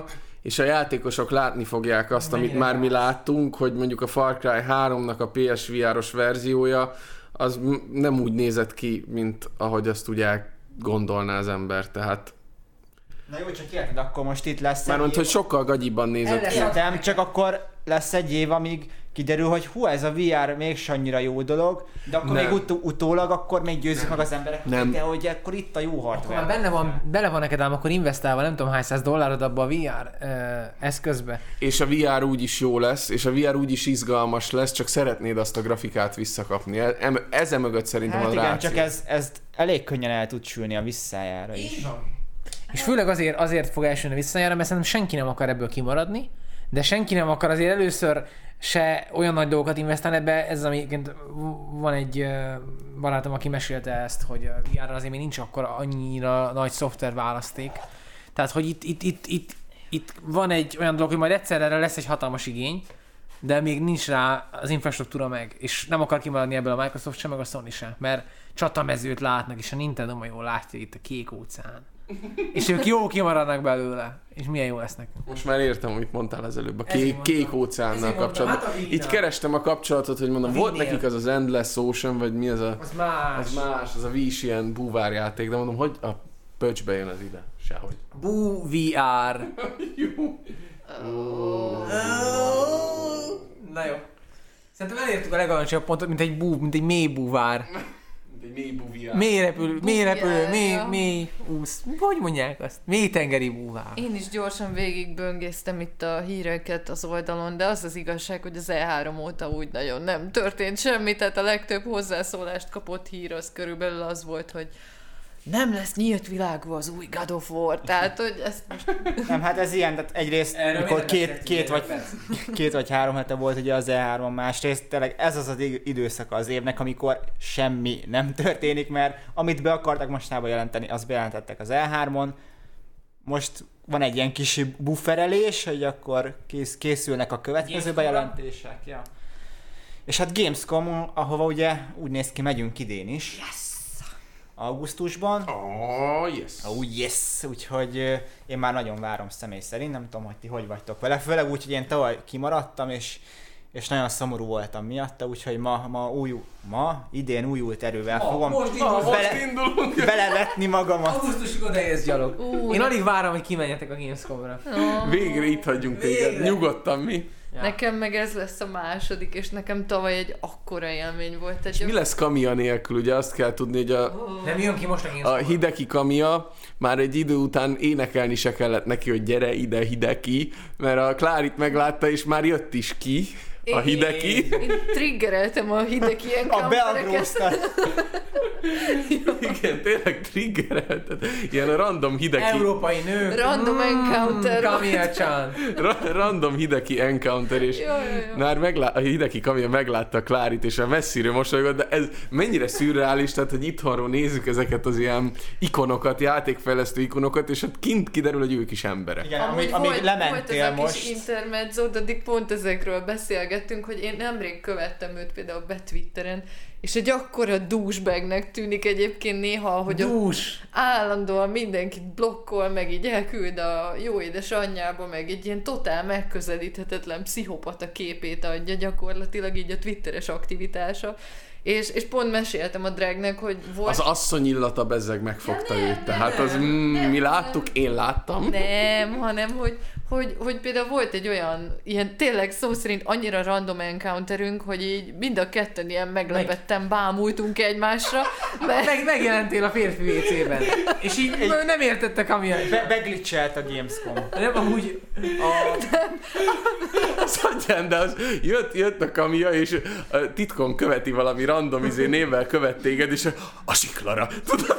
[SPEAKER 3] és a játékosok látni fogják azt, amit már mi láttunk, hogy mondjuk a Far Cry 3-nak a PSVR-os verziója, az nem úgy nézett ki, mint ahogy azt ugye gondolná az ember, tehát...
[SPEAKER 1] Na jó, csak érted, akkor most itt lesz
[SPEAKER 3] már mondta, hogy sokkal gagyibban nézett ki.
[SPEAKER 1] Értem, csak akkor lesz egy év, amíg kiderül, hogy ez a VR mégse annyira jó dolog, de akkor még utólag akkor még győzzük meg az emberek, de hogy akkor itt a jó hardware.
[SPEAKER 4] Akkor bele van neked ám akkor investálva nem tudom hány $100 abba a VR eszközbe.
[SPEAKER 3] És a VR úgyis jó lesz, és a VR úgyis izgalmas lesz, csak szeretnéd azt a grafikát visszakapni. Ezen mögött szerintem
[SPEAKER 1] hát
[SPEAKER 3] a
[SPEAKER 1] igen,
[SPEAKER 3] ráció.
[SPEAKER 1] csak ez elég könnyen el tud sülni a visszájára is.
[SPEAKER 4] És főleg azért fog elsülni a visszájára, mert szerintem senki nem akar ebből kimaradni, de senki nem akar azért először se olyan nagy dolgokat investálni ebbe. Ez amiként van egy barátom, aki mesélte ezt, hogy a VR-ra azért még nincs akkor annyira nagy szoftver választék. Tehát, hogy itt van egy olyan dolog, hogy majd egyszer erre lesz egy hatalmas igény, de még nincs rá az infrastruktúra meg, és nem akar kimaradni ebből a Microsoft sem, meg a Sony sem, mert csatamezőt látnak, és a Nintendo ma jól látja itt a kék óceán. És ők jó kimaradnak belőle, és milyen jó lesz nekünk.
[SPEAKER 3] Most már értem, amit mondtál az előbb, a kék óceánnal kapcsolatban.
[SPEAKER 4] Hát
[SPEAKER 3] így kerestem a kapcsolatot, hogy mondom, volt nekik az Endless Ocean, vagy mi az a...
[SPEAKER 4] Az más.
[SPEAKER 3] Az a Wii-s ilyen búvárjáték, de mondom, hogy a pöcsbe jön az ide, sehogy.
[SPEAKER 4] Bú VR.
[SPEAKER 3] Jó.
[SPEAKER 4] Na jó. Szerintem elértük a legalacsonyabb pontot, mint egy mély búvár.
[SPEAKER 3] Egy mély búvár.
[SPEAKER 4] Mély repülő, mély úsz. Hogy mondják azt? Mély tengeri búvár.
[SPEAKER 2] Én is gyorsan végigböngésztem itt a híreket az oldalon, de az az igazság, hogy az E3 óta úgy nagyon nem történt semmi, tehát a legtöbb hozzászólást kapott hír az körülbelül az volt, hogy nem lesz nyílt világú az új God of War, tehát hogy ezt most...
[SPEAKER 1] Nem, hát ez ilyen, tehát egyrészt, mikor két vagy 3 hete volt ugye az E3-on, másrészt tényleg ez az időszaka az évnek, amikor semmi nem történik, mert amit be akartak mostanában jelenteni, azt bejelentettek az E3-on. Most van egy ilyen kis bufferelés, hogy akkor készülnek a következő bejelentések. Ja. És hát Gamescom, ahova ugye úgy néz ki, megyünk idén is. Yes! Augusztusban.
[SPEAKER 3] Yes.
[SPEAKER 1] Úgyhogy én már nagyon várom személy szerint, nem tudom, hogy ti hogy vagytok vele. Főleg úgy, hogy én tavaly kimaradtam, és nagyon szomorú voltam miatta, úgyhogy idén újult erővel fogom belevetni magamat.
[SPEAKER 4] Augusztusig odaérsz gyalog. Én alig várom, hogy kimenjetek a Gamescomra.
[SPEAKER 3] Végre itt hagyjunk téged, nyugodtan mi.
[SPEAKER 2] Ja. Nekem meg ez lesz a második, és nekem tavaly egy akkora élmény volt.
[SPEAKER 3] És mi lesz Kamiya nélkül? Ugye azt kell tudni, hogy
[SPEAKER 4] nem jön ki most a Gamescom.
[SPEAKER 3] A Hideki Kamiya már egy idő után énekelni se kellett neki, hogy gyere ide Hideki, mert a Klárit meglátta, és már jött is ki a Hideki.
[SPEAKER 2] Én triggereltem a Hideki encountereket.
[SPEAKER 3] Igen, tényleg triggerelted. Ilyen random Hideki...
[SPEAKER 4] Európai nők.
[SPEAKER 2] Random encounter.
[SPEAKER 4] Kamiya-chan.
[SPEAKER 3] Random Hideki encounter, és már a Hideki Kamiya meglátta a Klárit, és a messziről mosolygott, de ez mennyire szürreális, tehát, hogy itthonról nézzük ezeket az ilyen ikonokat, játékfejlesztő ikonokat, és hát kint kiderül, hogy ők is emberek.
[SPEAKER 1] Igen, amíg lementél
[SPEAKER 2] most. Volt ez a kis intermezzo, addig pont ezekről beszélgettünk, hogy én nemrég követtem őt például Twitteren, és egy akkora douchebagnek tűnik egyébként néha, hogy állandóan mindenkit blokkol, meg így elküld a jó édesanyjába, meg egy ilyen totál megközelíthetetlen pszichopata képét adja gyakorlatilag így a twitteres aktivitása. És pont meséltem a Dragnek, hogy volt...
[SPEAKER 3] Az asszony illata bezzeg megfogta őt, tehát az mi láttuk, én láttam.
[SPEAKER 2] Nem, hanem hogy például volt egy olyan, ilyen tényleg szó szerint annyira random encounterünk, hogy így mind a ketten ilyen meglepetten bámultunk egymásra.
[SPEAKER 4] Megjelentél a férfi WC-ben. És így nem értettek, amilyen...
[SPEAKER 1] Beglitchelt a Gamescom.
[SPEAKER 4] Nem, amúgy...
[SPEAKER 3] Szadján, de az jött a Kamiya, és titkon követi valami random névvel követ téged, és a siklara. Tudod?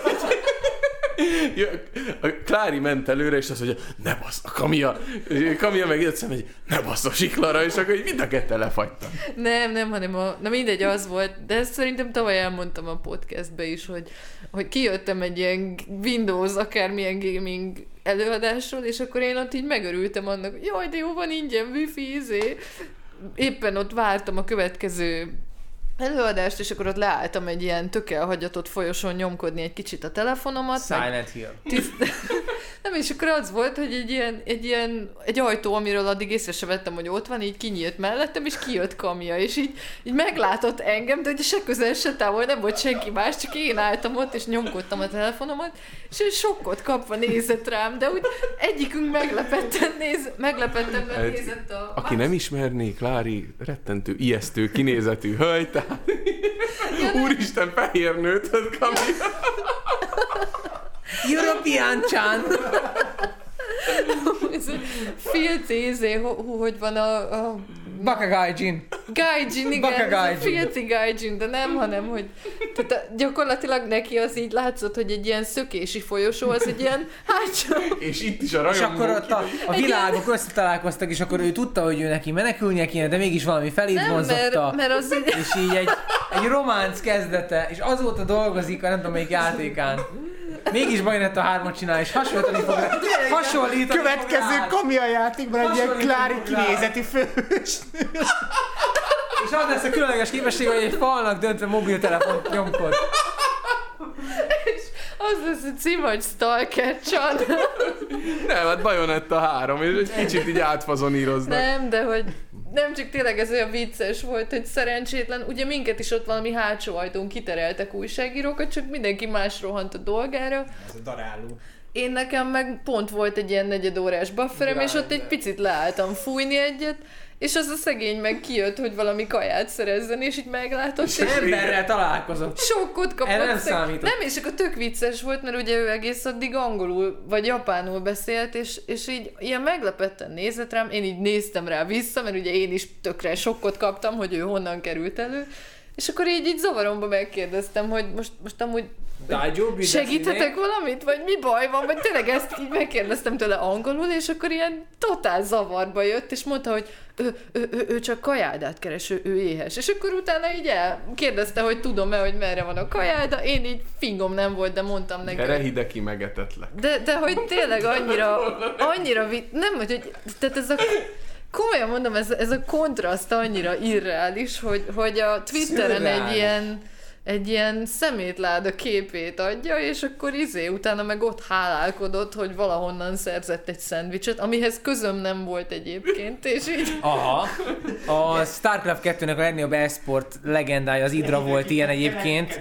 [SPEAKER 3] A Klári ment előre, és azt mondja, ne bassz, a Kamiya meg jött hogy ne bassz a siklara, és akkor mind a ketten lefagytam.
[SPEAKER 2] Nem, hanem na mindegy, az volt, de ezt szerintem tavaly elmondtam a podcastbe is, hogy kijöttem egy ilyen Windows, akármilyen gaming előadásról, és akkor én ott így megörültem annak, hogy jaj, de jó, van ingyen wifi, éppen ott vártam a következő előadást, és akkor ott leálltam egy ilyen tök elhagyatott folyosón nyomkodni egy kicsit a telefonomat.
[SPEAKER 4] Silent Hill.
[SPEAKER 2] Nem, és akkor az volt, hogy egy ajtó, amiről addig észre se vettem, hogy ott van, így kinyílt mellettem, és kijött Kamia, és így meglátott engem, de ugye se közel, se távol, nem volt senki más, csak én álltam ott, és nyomkodtam a telefonomat, és ő sokkot kapva nézett rám, de úgy egyikünk meglepetten nézett a...
[SPEAKER 3] Aki nem ismerné, Klári rettentő, ijesztő, kinézetű hölgy, tehát úristen, fehér nőt, Kamia.
[SPEAKER 4] European Chan!
[SPEAKER 2] Filci, hogy van a
[SPEAKER 4] Baka Gaijin.
[SPEAKER 2] Gaijin, igen,
[SPEAKER 4] Baka
[SPEAKER 2] ez a filci Gaijin, de nem, hanem, hogy tehát gyakorlatilag neki az így látszott, hogy egy ilyen szökési folyosó, az egy ilyen hátsó.
[SPEAKER 3] És itt is a
[SPEAKER 4] És
[SPEAKER 3] rajongók.
[SPEAKER 4] akkor ott a világok összetalálkoztak, és akkor ő tudta, hogy ő neki menekülnie kéne, de mégis valami felét vonzotta.
[SPEAKER 2] Mert az így...
[SPEAKER 4] És így egy románc kezdete, és azóta dolgozik a nem tudom melyik játékán. Mégis Bayonetta 3-at csinál, és hasonlítani fog rá.
[SPEAKER 1] Következő Kamia játékban egy ilyen Klári kinézeti fős.
[SPEAKER 4] És az lesz a különleges képesség, hogy egy falnak döntve mobiltelefont nyomkod.
[SPEAKER 2] És az lesz a cím, hogy Stalker Chan.
[SPEAKER 3] Nem, hát Bayonetta 3, és egy kicsit így átfazoníroznak.
[SPEAKER 2] Nem, de hogy nem csak tényleg ez olyan vicces volt, hogy szerencsétlen, ugye minket is ott valami hátsó ajtón kitereltek újságírókat, csak mindenki más rohant a dolgára.
[SPEAKER 1] Ez a daráló.
[SPEAKER 2] Én nekem meg pont volt egy ilyen negyedórás bufferem, és ott egy picit leálltam fújni egyet, és az a szegény meg kijött, hogy valami kaját szerezzen, és így meglátott, és
[SPEAKER 4] Emberrel találkozott.
[SPEAKER 2] sokkot kapott.
[SPEAKER 4] Erre nem számított.
[SPEAKER 2] Nem, és akkor tök vicces volt, mert ugye ő egész addig angolul vagy japánul beszélt, és így ilyen meglepetten nézett rám, én így néztem rá vissza, mert ugye én is tökre sokkot kaptam, hogy ő honnan került elő, és akkor így zavaromba megkérdeztem, hogy most amúgy segíthetek valamit? Vagy mi baj van? Vagy tényleg ezt így megkérdeztem tőle angolul, és akkor ilyen totál zavarba jött, és mondta, hogy ő csak kajádát keres, ő éhes. És akkor utána így kérdezte, hogy tudom-e, hogy merre van a kajáda. Én így fingom nem volt, de mondtam neki.
[SPEAKER 3] Erre hideki megetetlek.
[SPEAKER 2] De hogy tényleg annyira nem, hogy tehát ez a komolyan mondom, ez a kontraszt annyira irreális, hogy a Twitteren egy ilyen szemétláda képét adja, és akkor utána meg ott hálálkodott, hogy valahonnan szerzett egy szendvicset, amihez közöm nem volt egyébként, és így...
[SPEAKER 4] Aha. A StarCraft 2-nek a legnagyobb e-sport legendája, az Idra volt ilyen egyébként.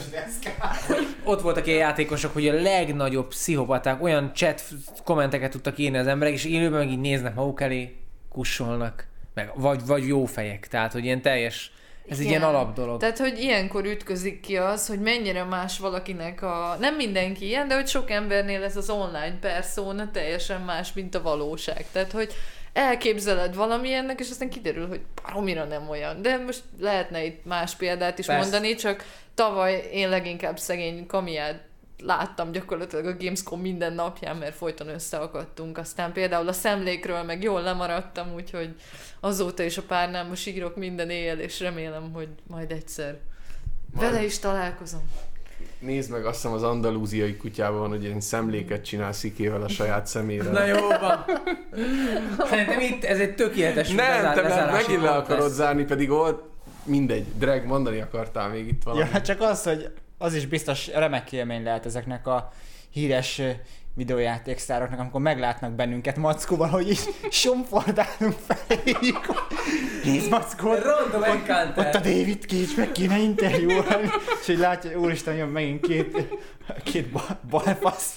[SPEAKER 4] Ott voltak ilyen játékosok, hogy a legnagyobb pszichopaták olyan chat kommenteket tudtak írni az emberek, és élőben meg így néznek maguk elé, kussolnak, meg vagy jó fejek, tehát hogy ilyen teljes, ez egy ilyen alapdolog.
[SPEAKER 2] Tehát, hogy ilyenkor ütközik ki az, hogy mennyire más valakinek nem mindenki ilyen, de hogy sok embernél ez az online persona teljesen más, mint a valóság. Tehát, hogy elképzeled valamilyennek, és aztán kiderül, hogy baromira nem olyan. De most lehetne itt más példát is mondani, csak tavaly én leginkább szegény Kamiát láttam gyakorlatilag a Gamescom minden napján, mert folyton összeakadtunk. Aztán például a szemlékről meg jól lemaradtam, úgyhogy azóta is a párnámba sírok minden éjjel, és remélem, hogy majd egyszer vele is találkozom.
[SPEAKER 3] Nézd meg, azt hiszem az andalúziai kutyában van, hogy ilyen szemléket csinál szikével a saját szemére.
[SPEAKER 4] Na jó van. Szerintem itt ez egy tökéletes
[SPEAKER 3] Nem, te megint le akarod
[SPEAKER 4] lesz.
[SPEAKER 3] zárni, pedig ott mindegy. Drag, mondani akartál még itt valami.
[SPEAKER 1] Ja, csak az, hogy az is biztos remek élmény lehet ezeknek a híres videójátéksztároknak, amikor meglátnak bennünket Mackóval, hogy így somfordálunk feléjük. Nézd, Mackó,
[SPEAKER 4] Random encounter.
[SPEAKER 1] ott a David Cage, meg kéne interjúolni. És így látja, hogy úristen, jön megint két balfasz.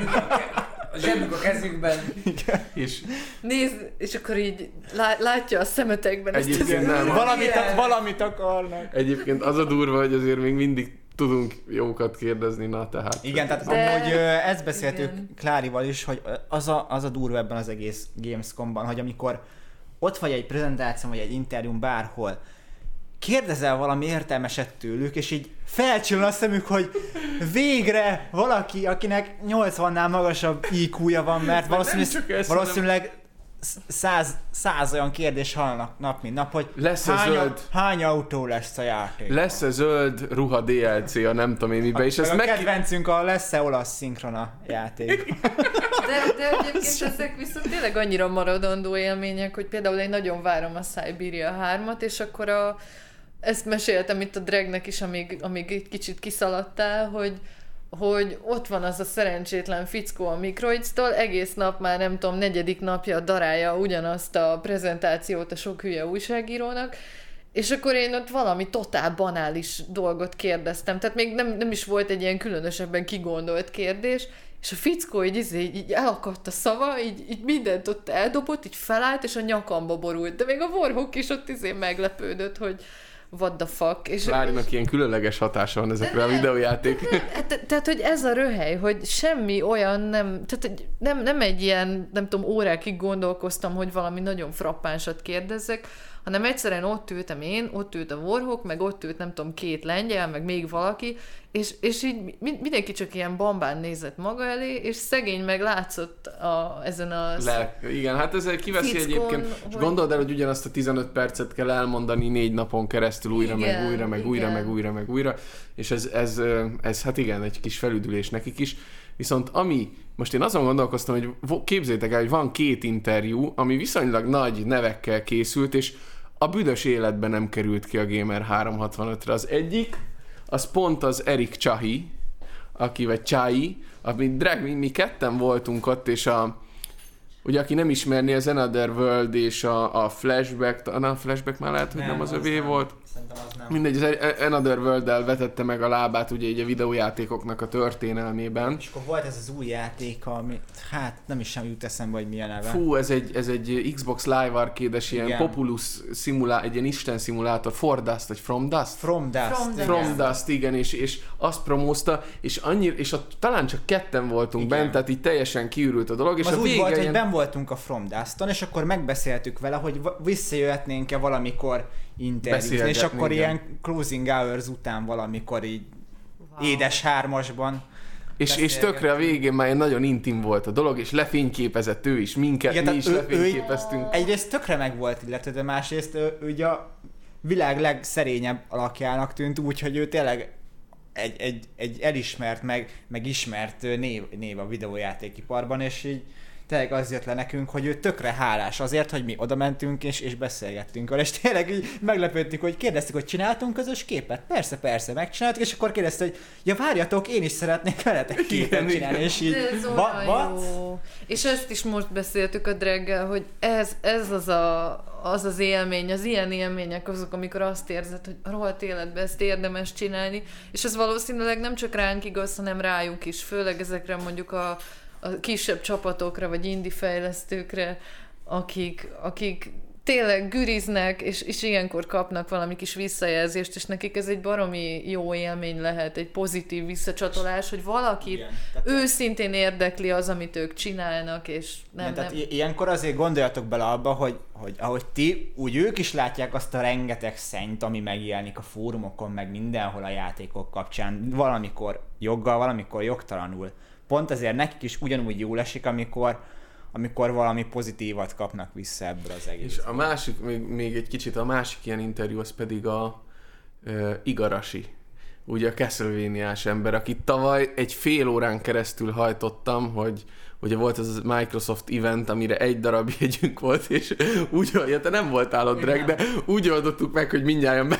[SPEAKER 4] A zsebük a kezükben.
[SPEAKER 3] És
[SPEAKER 2] Nézd, és akkor így látja a szemetekben ezt az...
[SPEAKER 3] egyébként nem.
[SPEAKER 1] Valamit akarnak.
[SPEAKER 3] Egyébként az a durva, hogy azért még mindig tudunk jókat kérdezni, na tehát.
[SPEAKER 1] Igen, tehát amúgy ezt beszéltük Klárival is, hogy az a durva ebben az egész Gamescomban, hogy amikor ott vagy egy prezentáción, vagy egy interjún bárhol, kérdezel valami értelmeset tőlük, és így felcsillan a szemük, hogy végre valaki, akinek 80-nál magasabb IQ-ja van, mert valószínűleg 100 olyan kérdés hallanak nap mint nap, hogy hány autó lesz a játék.
[SPEAKER 3] Lesz-e zöld ruha DLC a nem tudom én miben, és ez
[SPEAKER 1] kedvencünk a lesz-e olasz szinkrona játék.
[SPEAKER 2] De egyébként ezek viszont tényleg annyira maradandó élmények, hogy például én nagyon várom a Siberia 3-at, és akkor ezt meséltem itt a Dragnek is, amíg egy kicsit kiszaladtál, hogy ott van az a szerencsétlen fickó a Microids-tól, egész nap már nem tudom, 4. napja darálja ugyanazt a prezentációt a sok hülye újságírónak, és akkor én ott valami totál banális dolgot kérdeztem, tehát még nem is volt egy ilyen különösebben kigondolt kérdés, és a fickó így elakadt a szava, így mindent ott eldobott, így felállt, és a nyakamba borult. De még a Warhawk is ott meglepődött, hogy what the fuck. És
[SPEAKER 3] Lárinak ilyen különleges hatása van ezekre a videójáték.
[SPEAKER 2] Tehát, hogy ez a röhely, hogy semmi olyan tehát nem egy ilyen, nem tudom, órákig gondolkoztam, hogy valami nagyon frappánsat kérdezzek, hanem egyszerűen ott ültem én, ott ült a Warhawk, meg ott ült nem tudom 2 lengyel, meg még valaki, és így mindenki csak ilyen bambán nézett maga elé, és szegény meg látszott ezen a...
[SPEAKER 3] Igen, hát ez kiveszi
[SPEAKER 2] fickón,
[SPEAKER 3] egyébként, és gondold el, hogy ugyanazt a 15 percet kell elmondani 4 napon keresztül újra, meg újra, és ez hát igen, egy kis felüdülés nekik is. Viszont most én azon gondolkoztam, hogy képzeljétek el, hogy van 2 interjú, ami viszonylag nagy nevekkel készült, és a büdös életben nem került ki a Gamer 365-re. Az egyik, az pont az Eric Chahi, vagy Chahi, mi ketten voltunk ott, és ugye aki nem ismerné az Another World és a Flashback, a Flashback már lehet, hogy nem az övé volt. Mindegy, az Another World-del vetette meg a lábát ugye így a videójátékoknak a történelmében.
[SPEAKER 1] És akkor volt ez az új játék, ami hát nem is sem jut eszembe, hogy milyen neve.
[SPEAKER 3] Fú, ez egy Xbox Live Arcade-es ilyen Populous egy ilyen Isten szimulátor, From Dust? From Dust, igen, és azt promózta, és talán csak ketten voltunk bent, tehát így teljesen kiürült a dolog. És
[SPEAKER 1] az
[SPEAKER 3] a
[SPEAKER 1] úgy volt, hogy benn voltunk a From Duston, és akkor megbeszéltük vele, hogy visszajöhetnénk-e valamikor interjúzni, és akkor ilyen closing hours után valamikor így édes 3-asban.
[SPEAKER 3] És tökre a végén már nagyon intim volt a dolog, és lefényképezett ő is, minket, igen, mi is lefényképeztünk.
[SPEAKER 1] Egyrészt tökre meg volt illetve, de másrészt ő ugye a világ legszerényebb alakjának tűnt, úgyhogy ő tényleg egy elismert, meg ismert név a videójátékiparban, és így tényleg az jött le nekünk, hogy ő tökre hálás azért, hogy mi oda mentünk és beszélgettünk vele, és tényleg így meglepődtük, hogy kérdeztük, hogy csináltunk közös képet? Persze, megcsináltuk, és akkor kérdezte, hogy ja várjatok, én is szeretnék veletek képet csinálni, és így
[SPEAKER 2] És ezt is most beszéltük a Dreggel, hogy ez az élmény, az ilyen élmények azok, amikor azt érzed, hogy a rohadt életben ezt érdemes csinálni, és ez valószínűleg nem csak ránk igaz, hanem rájuk is, főleg ezekre mondjuk a kisebb csapatokra, vagy indie fejlesztőkre, akik tényleg güriznek, és ilyenkor kapnak valami kis visszajelzést, és nekik ez egy baromi jó élmény lehet, egy pozitív visszacsatolás, hogy valakit őszintén érdekli az, amit ők csinálnak, és nem.
[SPEAKER 1] Tehát ilyenkor azért gondoljatok bele abba, hogy ahogy ti, úgy ők is látják azt a rengeteg szennyt, ami megjelenik a fórumokon, meg mindenhol a játékok kapcsán, valamikor joggal, valamikor jogtalanul. Pont ezért nekik is ugyanúgy jól esik, amikor valami pozitívat kapnak vissza ebből az egész.
[SPEAKER 3] És a másik, még egy kicsit a másik ilyen interjú, az pedig a Igarashi. Ugye a Castlevania-s ember, akit tavaly egy fél órán keresztül hajtottam, hogy ugye volt ez a Microsoft event, amire 1 darab jegyünk volt, és úgy, te nem voltál ott, Dreg, de úgy oldottuk meg, hogy mindjárt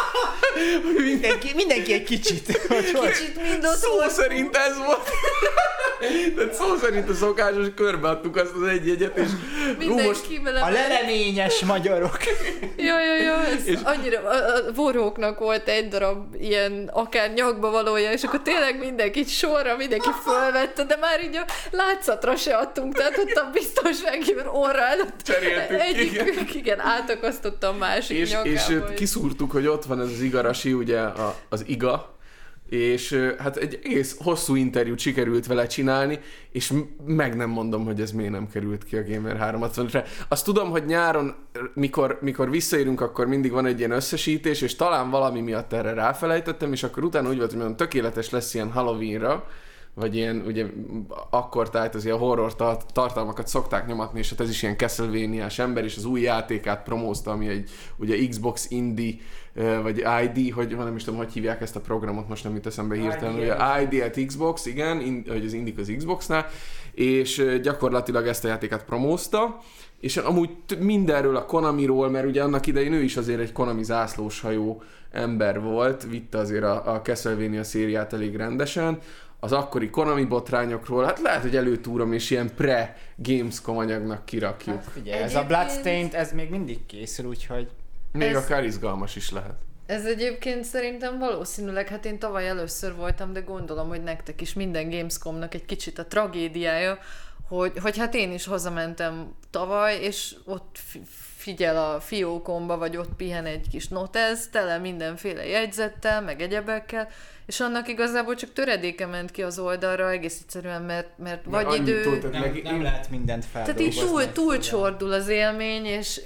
[SPEAKER 1] mindenki egy kicsit.
[SPEAKER 2] Kicsit mind ott
[SPEAKER 3] szó volt. Szerint ez volt. Tehát szó szerint a szokásos körbeadtuk azt az egy jegyet, és
[SPEAKER 1] a leleményes magyarok.
[SPEAKER 2] Jó, ez annyira, a Warhawknak volt 1 darab ilyen akár nyakba valója, és akkor tényleg mindenki sorra, mindenki fölvette, de már így a látszatra se adtunk, tehát ott a biztonsági orra előtt
[SPEAKER 3] cseréltük,
[SPEAKER 2] igen, átakasztotta a másik nyakába.
[SPEAKER 3] És kiszúrtuk, hogy ott van ez az Igarashi, ugye az Iga, és hát egy egész hosszú interjút sikerült vele csinálni, és meg nem mondom, hogy ez miért nem került ki a Gamer 365-re. Azt tudom, hogy nyáron, mikor visszaérünk, akkor mindig van egy ilyen összesítés, és talán valami miatt erre ráfelejtettem, és akkor utána úgy volt, hogy mondom, tökéletes lesz ilyen Halloweenra, vagy ilyen, ugye akkor tehát az ilyen horror tartalmakat szokták nyomatni, és hát ez is ilyen Castlevania-s ember, és az új játékát promózta, ami egy ugye Xbox Indie, vagy ID, hogy nem is tudom, hogy hívják ezt a programot, most nem jut eszembe hirtelen, ugye ID at Xbox, igen, hogy az Indie az Xboxnál, és gyakorlatilag ezt a játékát promózta, és amúgy mindenről, a Konamiról, mert ugye annak idején ő is azért egy Konami zászlóshajó ember volt, vitte azért a Castlevania szériát elég rendesen, az akkori Konami botrányokról, hát lehet, hogy előtúrom és ilyen pre-Gamescom anyagnak kirakjuk.
[SPEAKER 1] Hát figyelj, ez a Bloodstained, ez még mindig készül, úgyhogy...
[SPEAKER 3] Még akár izgalmas is lehet.
[SPEAKER 2] Ez egyébként szerintem valószínűleg, hát én tavaly először voltam, de gondolom, hogy nektek is minden Gamescomnak egy kicsit a tragédiája, hogy hát én is hazamentem tavaly, és ott figyel a fiókomba, vagy ott pihen egy kis notez, tele mindenféle jegyzettel, meg egyebekkel, és annak igazából csak töredéke ment ki az oldalra, egész egyszerűen, mert vagy idő...
[SPEAKER 1] Nem lehet mindent feldolgozni.
[SPEAKER 2] Tehát így túl csordul az élmény,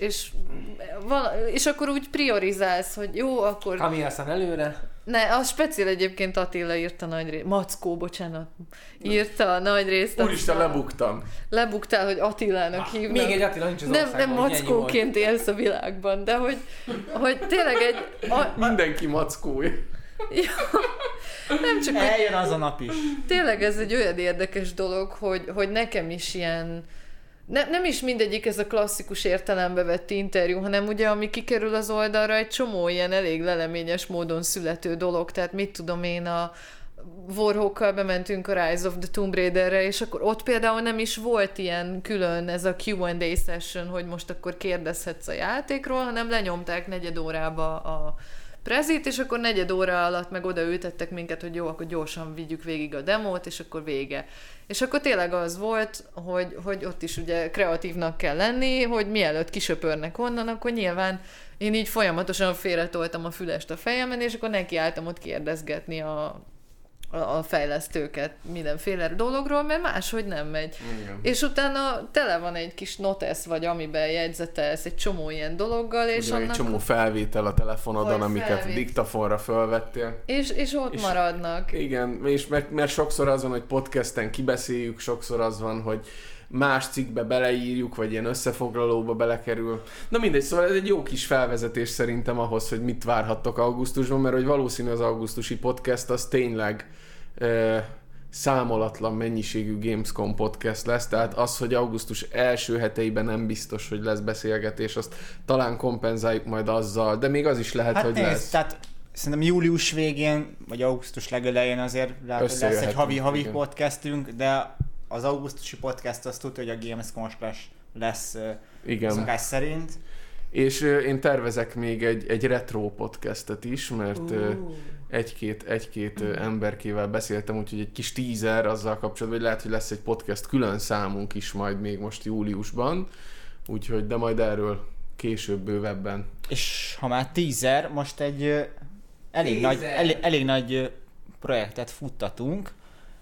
[SPEAKER 2] és akkor úgy priorizálsz, hogy jó, akkor...
[SPEAKER 4] Ami aztán előre.
[SPEAKER 2] Ne, a speciál egyébként Attila írta nagy részt, Mackó, bocsánat, írta nagy részt.
[SPEAKER 3] Úristen, lebuktam.
[SPEAKER 2] Lebuktál, hogy Attilának hívnak.
[SPEAKER 4] Még egy Attila nincs az országban.
[SPEAKER 2] Nem Mackóként élsz a világban, de hogy tényleg egy...
[SPEAKER 3] Mindenki Mackó.
[SPEAKER 2] Nem csak,
[SPEAKER 1] eljön az a nap is.
[SPEAKER 2] Tényleg ez egy olyan érdekes dolog, hogy nekem is ilyen... Nem is mindegyik ez a klasszikus értelembe vett interjú, hanem ugye ami kikerül az oldalra, egy csomó ilyen elég leleményes módon születő dolog, tehát mit tudom én, a Warhawkkal bementünk a Rise of the Tomb Raiderre, és akkor ott például nem is volt ilyen külön ez a Q&A session, hogy most akkor kérdezhetsz a játékról, hanem lenyomták negyed órába a prezit, és akkor negyed óra alatt meg odaültettek minket, hogy jó, akkor gyorsan vigyük végig a demót, és akkor vége. És akkor tényleg az volt, hogy ott is ugye kreatívnak kell lenni, hogy mielőtt kisöpörnek onnan, akkor nyilván én így folyamatosan félretoltam a fülest a fejemen, és akkor nekiálltam ott kérdezgetni a fejlesztőket mindenféle dologról, mert máshogy nem megy.
[SPEAKER 3] Igen.
[SPEAKER 2] És utána tele van egy kis notesz, vagy amiben jegyzetelsz egy csomó ilyen dologgal, és
[SPEAKER 3] ugyan
[SPEAKER 2] annak...
[SPEAKER 3] egy csomó felvétel a telefonodon,
[SPEAKER 2] Vagy
[SPEAKER 3] amiket
[SPEAKER 2] felvétel.
[SPEAKER 3] diktafonra fölvettél.
[SPEAKER 2] És ott maradnak.
[SPEAKER 3] Igen, és mert sokszor az van, hogy podcasten kibeszéljük, sokszor az van, hogy más cikkbe beleírjuk, vagy ilyen összefoglalóba belekerül. Na mindegy, szóval ez egy jó kis felvezetés szerintem ahhoz, hogy mit várhattok augusztusban, mert hogy valószínű az augusztusi podcast az tényleg számolatlan mennyiségű Gamescom podcast lesz, tehát az, hogy augusztus első heteiben nem biztos, hogy lesz beszélgetés, azt talán kompenzáljuk majd azzal, de még az is lehet,
[SPEAKER 1] Hát
[SPEAKER 3] hogy
[SPEAKER 1] nézd,
[SPEAKER 3] lesz.
[SPEAKER 1] tehát szerintem július végén, vagy augusztus legelején azért lehet, hogy lesz egy havi
[SPEAKER 3] igen.
[SPEAKER 1] podcastünk, de az augusztusi podcast azt tudja, hogy a Gamescom lesz
[SPEAKER 3] Igen.
[SPEAKER 1] szokás szerint.
[SPEAKER 3] És én tervezek még egy retro podcastet is, mert egy-két emberkével beszéltem, úgyhogy egy kis teaser azzal kapcsolatban, hogy lehet, hogy lesz egy podcast külön számunk is majd még most júliusban, úgyhogy de majd erről később bővebben.
[SPEAKER 1] És ha már teaser, most egy elég nagy projektet futtatunk,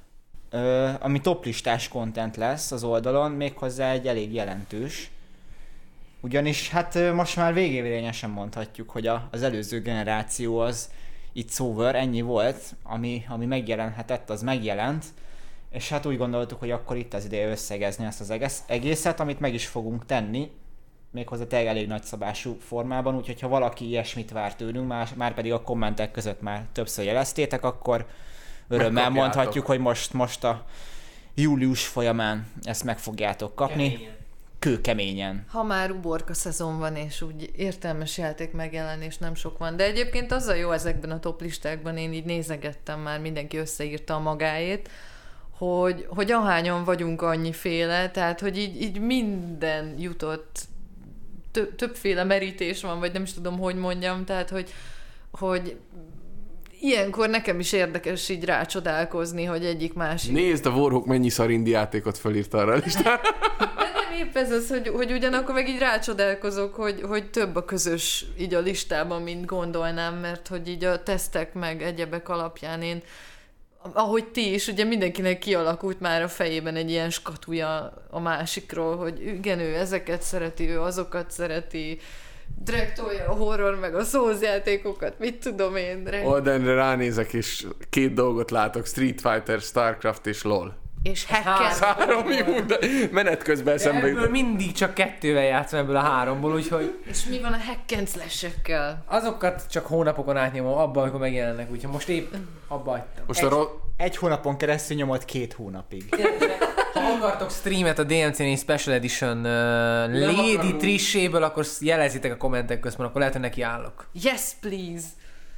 [SPEAKER 1] ami toplistás content lesz az oldalon, méghozzá egy elég jelentős. Ugyanis hát most már végérvényesen mondhatjuk, hogy az előző generáció az It's over, ennyi volt, ami megjelenhetett, az megjelent, és hát úgy gondoltuk, hogy akkor itt az ideje összegezni ezt az egészet, amit meg is fogunk tenni, méghozzá tényleg elég nagyszabású formában, úgyhogy ha valaki ilyesmit vár tőlünk, már pedig a kommentek között már többször jeleztétek, akkor örömmel mondhatjuk, hogy most a július folyamán ezt meg fogjátok kapni.
[SPEAKER 4] Keményen.
[SPEAKER 1] Kőkeményen.
[SPEAKER 2] Ha már uborka szezon van, és úgy értelmes játék megjelenés nem sok van. De egyébként az a jó ezekben a toplistákban, én így nézegettem már, mindenki összeírta a magáét, hogy ahányan vagyunk annyiféle, tehát hogy így minden jutott, többféle merítés van, vagy nem is tudom, hogy mondjam, tehát hogy ilyenkor nekem is érdekes így rácsodálkozni, hogy egyik másik.
[SPEAKER 3] Nézd, a Warhawk mennyi szarindi játékot felírta arra a listára.
[SPEAKER 2] Épp ez az, hogy ugyanakkor meg így rácsodálkozok, hogy több a közös így a listában, mint gondolnám, mert hogy így a tesztek meg egyebek alapján én, ahogy ti is, ugye mindenkinek kialakult már a fejében egy ilyen skatuja a másikról, hogy igen, ő ezeket szereti, ő azokat szereti, direktolja a horror meg a Souls játékokat, mit tudom én.
[SPEAKER 3] Oldenre ránézek, és két dolgot látok, Street Fighter, Starcraft és LOL.
[SPEAKER 2] És hacken.
[SPEAKER 3] 3 jó, de menet közben eszembe
[SPEAKER 4] Ebből
[SPEAKER 3] jutott.
[SPEAKER 4] mindig csak 2-vel játszom ebből a 3-ból, úgyhogy
[SPEAKER 2] És mi van a hack and slash-ekkel?
[SPEAKER 4] azokat csak hónapokon átnyomom abban, amikor megjelennek, úgyhogy most épp abba hagytam.
[SPEAKER 3] Most
[SPEAKER 1] Egy hónapon keresztül nyomott 2 hónapig.
[SPEAKER 4] Ha akartok streamet a DMC4 Special Edition Lady Trisséből, akkor jelezitek a kommentek közben, akkor lehet, hogy neki állok.
[SPEAKER 2] Yes, please!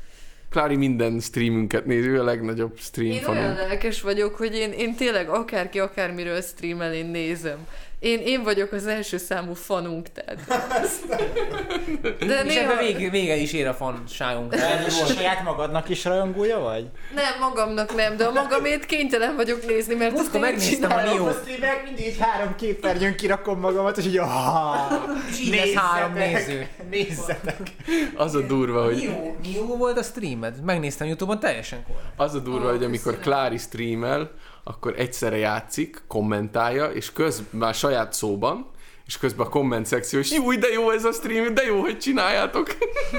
[SPEAKER 3] Klári minden streamünket nézi, ő a legnagyobb stream
[SPEAKER 2] Én
[SPEAKER 3] fanunk.
[SPEAKER 2] olyan lelkes vagyok, hogy én tényleg akárki akármiről streamel, én nézem. Én vagyok az első számú fanunk, tehát. De
[SPEAKER 4] És
[SPEAKER 2] néha...
[SPEAKER 4] ebben vége is ér a fanságunk.
[SPEAKER 1] És saját magadnak is rajongója vagy?
[SPEAKER 2] Nem, magamnak nem, de a magamét kénytelen vagyok nézni, mert azt
[SPEAKER 4] Múltkor
[SPEAKER 2] én
[SPEAKER 4] megnéztem a
[SPEAKER 2] csinálom.
[SPEAKER 4] Neo.
[SPEAKER 1] A streamek mindig 3 képernyőn kirakom magamat, és így
[SPEAKER 4] És így lesz 3 néző.
[SPEAKER 1] Nézzetek!
[SPEAKER 3] Az a durva, hogy
[SPEAKER 4] Neo volt a streamed? Megnéztem YouTube-on, teljesen korrekt.
[SPEAKER 3] az a durva, hogy amikor Klári streamel, akkor egyszerre játszik, kommentálja, és közben már saját szóban, és közben a komment szekció, és jó, de jó ez a stream, de jó, hogy csináljátok.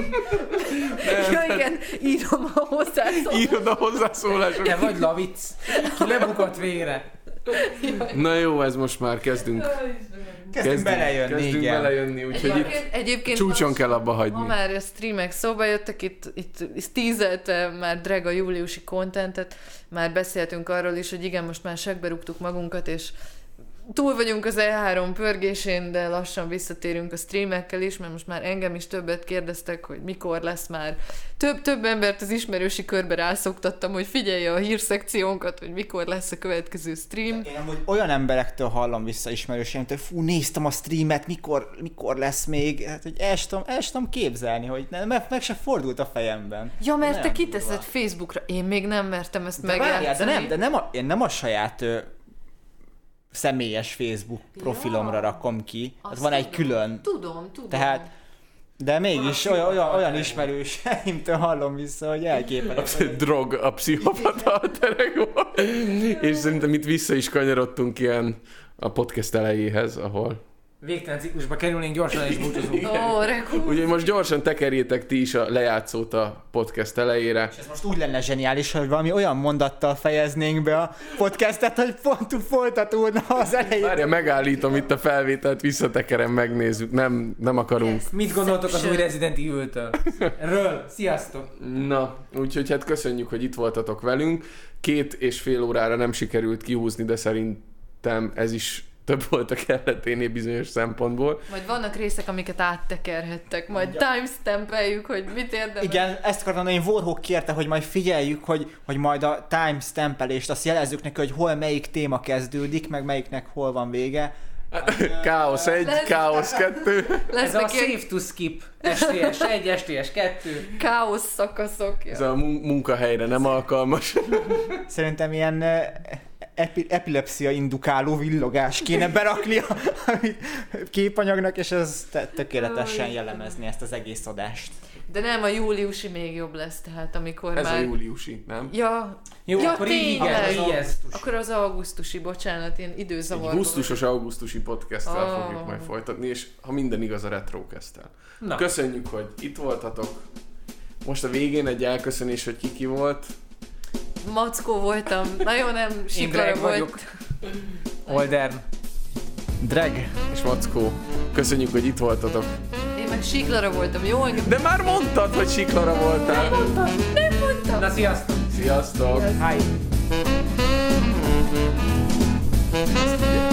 [SPEAKER 2] Ja igen, írom a hozzászólást.
[SPEAKER 3] Írod a hozzászólások.
[SPEAKER 4] Te vagy Lavic, ki lebukott végre.
[SPEAKER 3] Na jó, ez most már kezdünk
[SPEAKER 1] Kezdünk
[SPEAKER 3] belejönni, úgyhogy itt
[SPEAKER 2] Egyébként
[SPEAKER 3] csúcson kell abba
[SPEAKER 2] ha
[SPEAKER 3] hagyni.
[SPEAKER 2] már a streamek szóba jöttek, itt tízelte már Dreg a júliusi contentet, már beszéltünk arról is, hogy igen, most már segbe rúgtuk magunkat, és túl vagyunk az E3 pörgésén, de lassan visszatérünk a streamekkel is, mert most már engem is többet kérdeztek, hogy mikor lesz már. Több embert az ismerősi körbe rászoktattam, hogy figyelje a hírszekciónkat, hogy mikor lesz a következő stream.
[SPEAKER 1] Én amúgy olyan emberektől hallom vissza ismerőseimtől, fú, néztem a streamet, mikor lesz még, hát, hogy el sem tudom képzelni, hogy meg se fordult a fejemben.
[SPEAKER 2] Ja, mert
[SPEAKER 1] Nem
[SPEAKER 2] te kiteszed
[SPEAKER 1] durva.
[SPEAKER 2] Facebookra, én még nem mertem ezt
[SPEAKER 1] De várjál,
[SPEAKER 2] megjátszani.
[SPEAKER 1] én nem a saját személyes Facebook profilomra rakom ki, az van egy külön.
[SPEAKER 2] Tudom.
[SPEAKER 1] Tehát, de mégis olyan ismerőseimtől hallom vissza, hogy elképesztő.
[SPEAKER 3] Drog, a pszichopata a teregó. És szerintem itt vissza is kanyarodtunk ilyen a podcast elejéhez, ahol...
[SPEAKER 4] Végtelen ciklusba kerülnénk, gyorsan és búcsúzunk.
[SPEAKER 2] Ó, Reku.
[SPEAKER 3] Úgyhogy most gyorsan tekerjétek ti is a lejátszót a podcast elejére.
[SPEAKER 1] És ez most úgy lenne zseniális, hogy valami olyan mondattal fejeznénk be a podcastet, hogy pont folytatódna az elején.
[SPEAKER 3] Várja, megállítom itt a felvételt, visszatekerem, megnézzük. Nem akarunk.
[SPEAKER 2] Yes.
[SPEAKER 4] Mit gondoltok az új Resident Evil-től? Ről, sziasztok!
[SPEAKER 3] Na, úgyhogy hát köszönjük, hogy itt voltatok velünk. 2,5 órára nem sikerült kihúzni, de szerintem ez is több volt a kelleténél bizonyos szempontból.
[SPEAKER 2] Majd vannak részek, amiket áttekerhettek, majd timestampeljük, hogy mit érdemes.
[SPEAKER 1] Igen, ezt akartam mondani, Warhawk kérte, hogy majd figyeljük, hogy majd a timestampelést azt jelezzük neki, hogy hol melyik téma kezdődik, meg melyiknek hol van vége.
[SPEAKER 3] Káosz 1, Káosz 2.
[SPEAKER 4] Ez a
[SPEAKER 2] Lesznek ilyen
[SPEAKER 4] Save to Skip. STS 1, STS 2.
[SPEAKER 2] káosz szakaszok.
[SPEAKER 3] Ez a munkahelyre nem alkalmas.
[SPEAKER 1] Szerintem ilyen epilepszia indukáló villogás kéne berakni a képanyagnak, és ez tökéletesen jellemezni ezt az egész adást.
[SPEAKER 2] De nem, a júliusi még jobb lesz, tehát amikor
[SPEAKER 3] Ez
[SPEAKER 2] már...
[SPEAKER 3] a júliusi, nem?
[SPEAKER 2] Ja,
[SPEAKER 4] Jó,
[SPEAKER 2] ja,
[SPEAKER 4] akkor így
[SPEAKER 2] tényleg.
[SPEAKER 4] igen, így ez.
[SPEAKER 2] Akkor az augusztusi, bocsánat, én
[SPEAKER 3] Egy
[SPEAKER 2] időzavarban.
[SPEAKER 3] gusztusos augusztusi podcasttel
[SPEAKER 2] Oh.
[SPEAKER 3] fogjuk majd folytatni, és ha minden igaz, a Retrocast-tel.
[SPEAKER 4] Na.
[SPEAKER 3] Köszönjük, hogy itt voltatok. Most a végén egy elköszönés, hogy ki volt.
[SPEAKER 2] Mackó voltam, nagyon nem sikara
[SPEAKER 4] Greg
[SPEAKER 2] volt.
[SPEAKER 4] vagyok. Oldern.
[SPEAKER 1] Dreg.
[SPEAKER 3] És Mackó, köszönjük, hogy itt voltatok.
[SPEAKER 2] Én meg siklara voltam, jó? Engem
[SPEAKER 3] De már mondtad, hogy siklara voltál.
[SPEAKER 2] nem mondtam.
[SPEAKER 4] Na sziasztok!
[SPEAKER 3] Sziasztok!
[SPEAKER 1] Hi.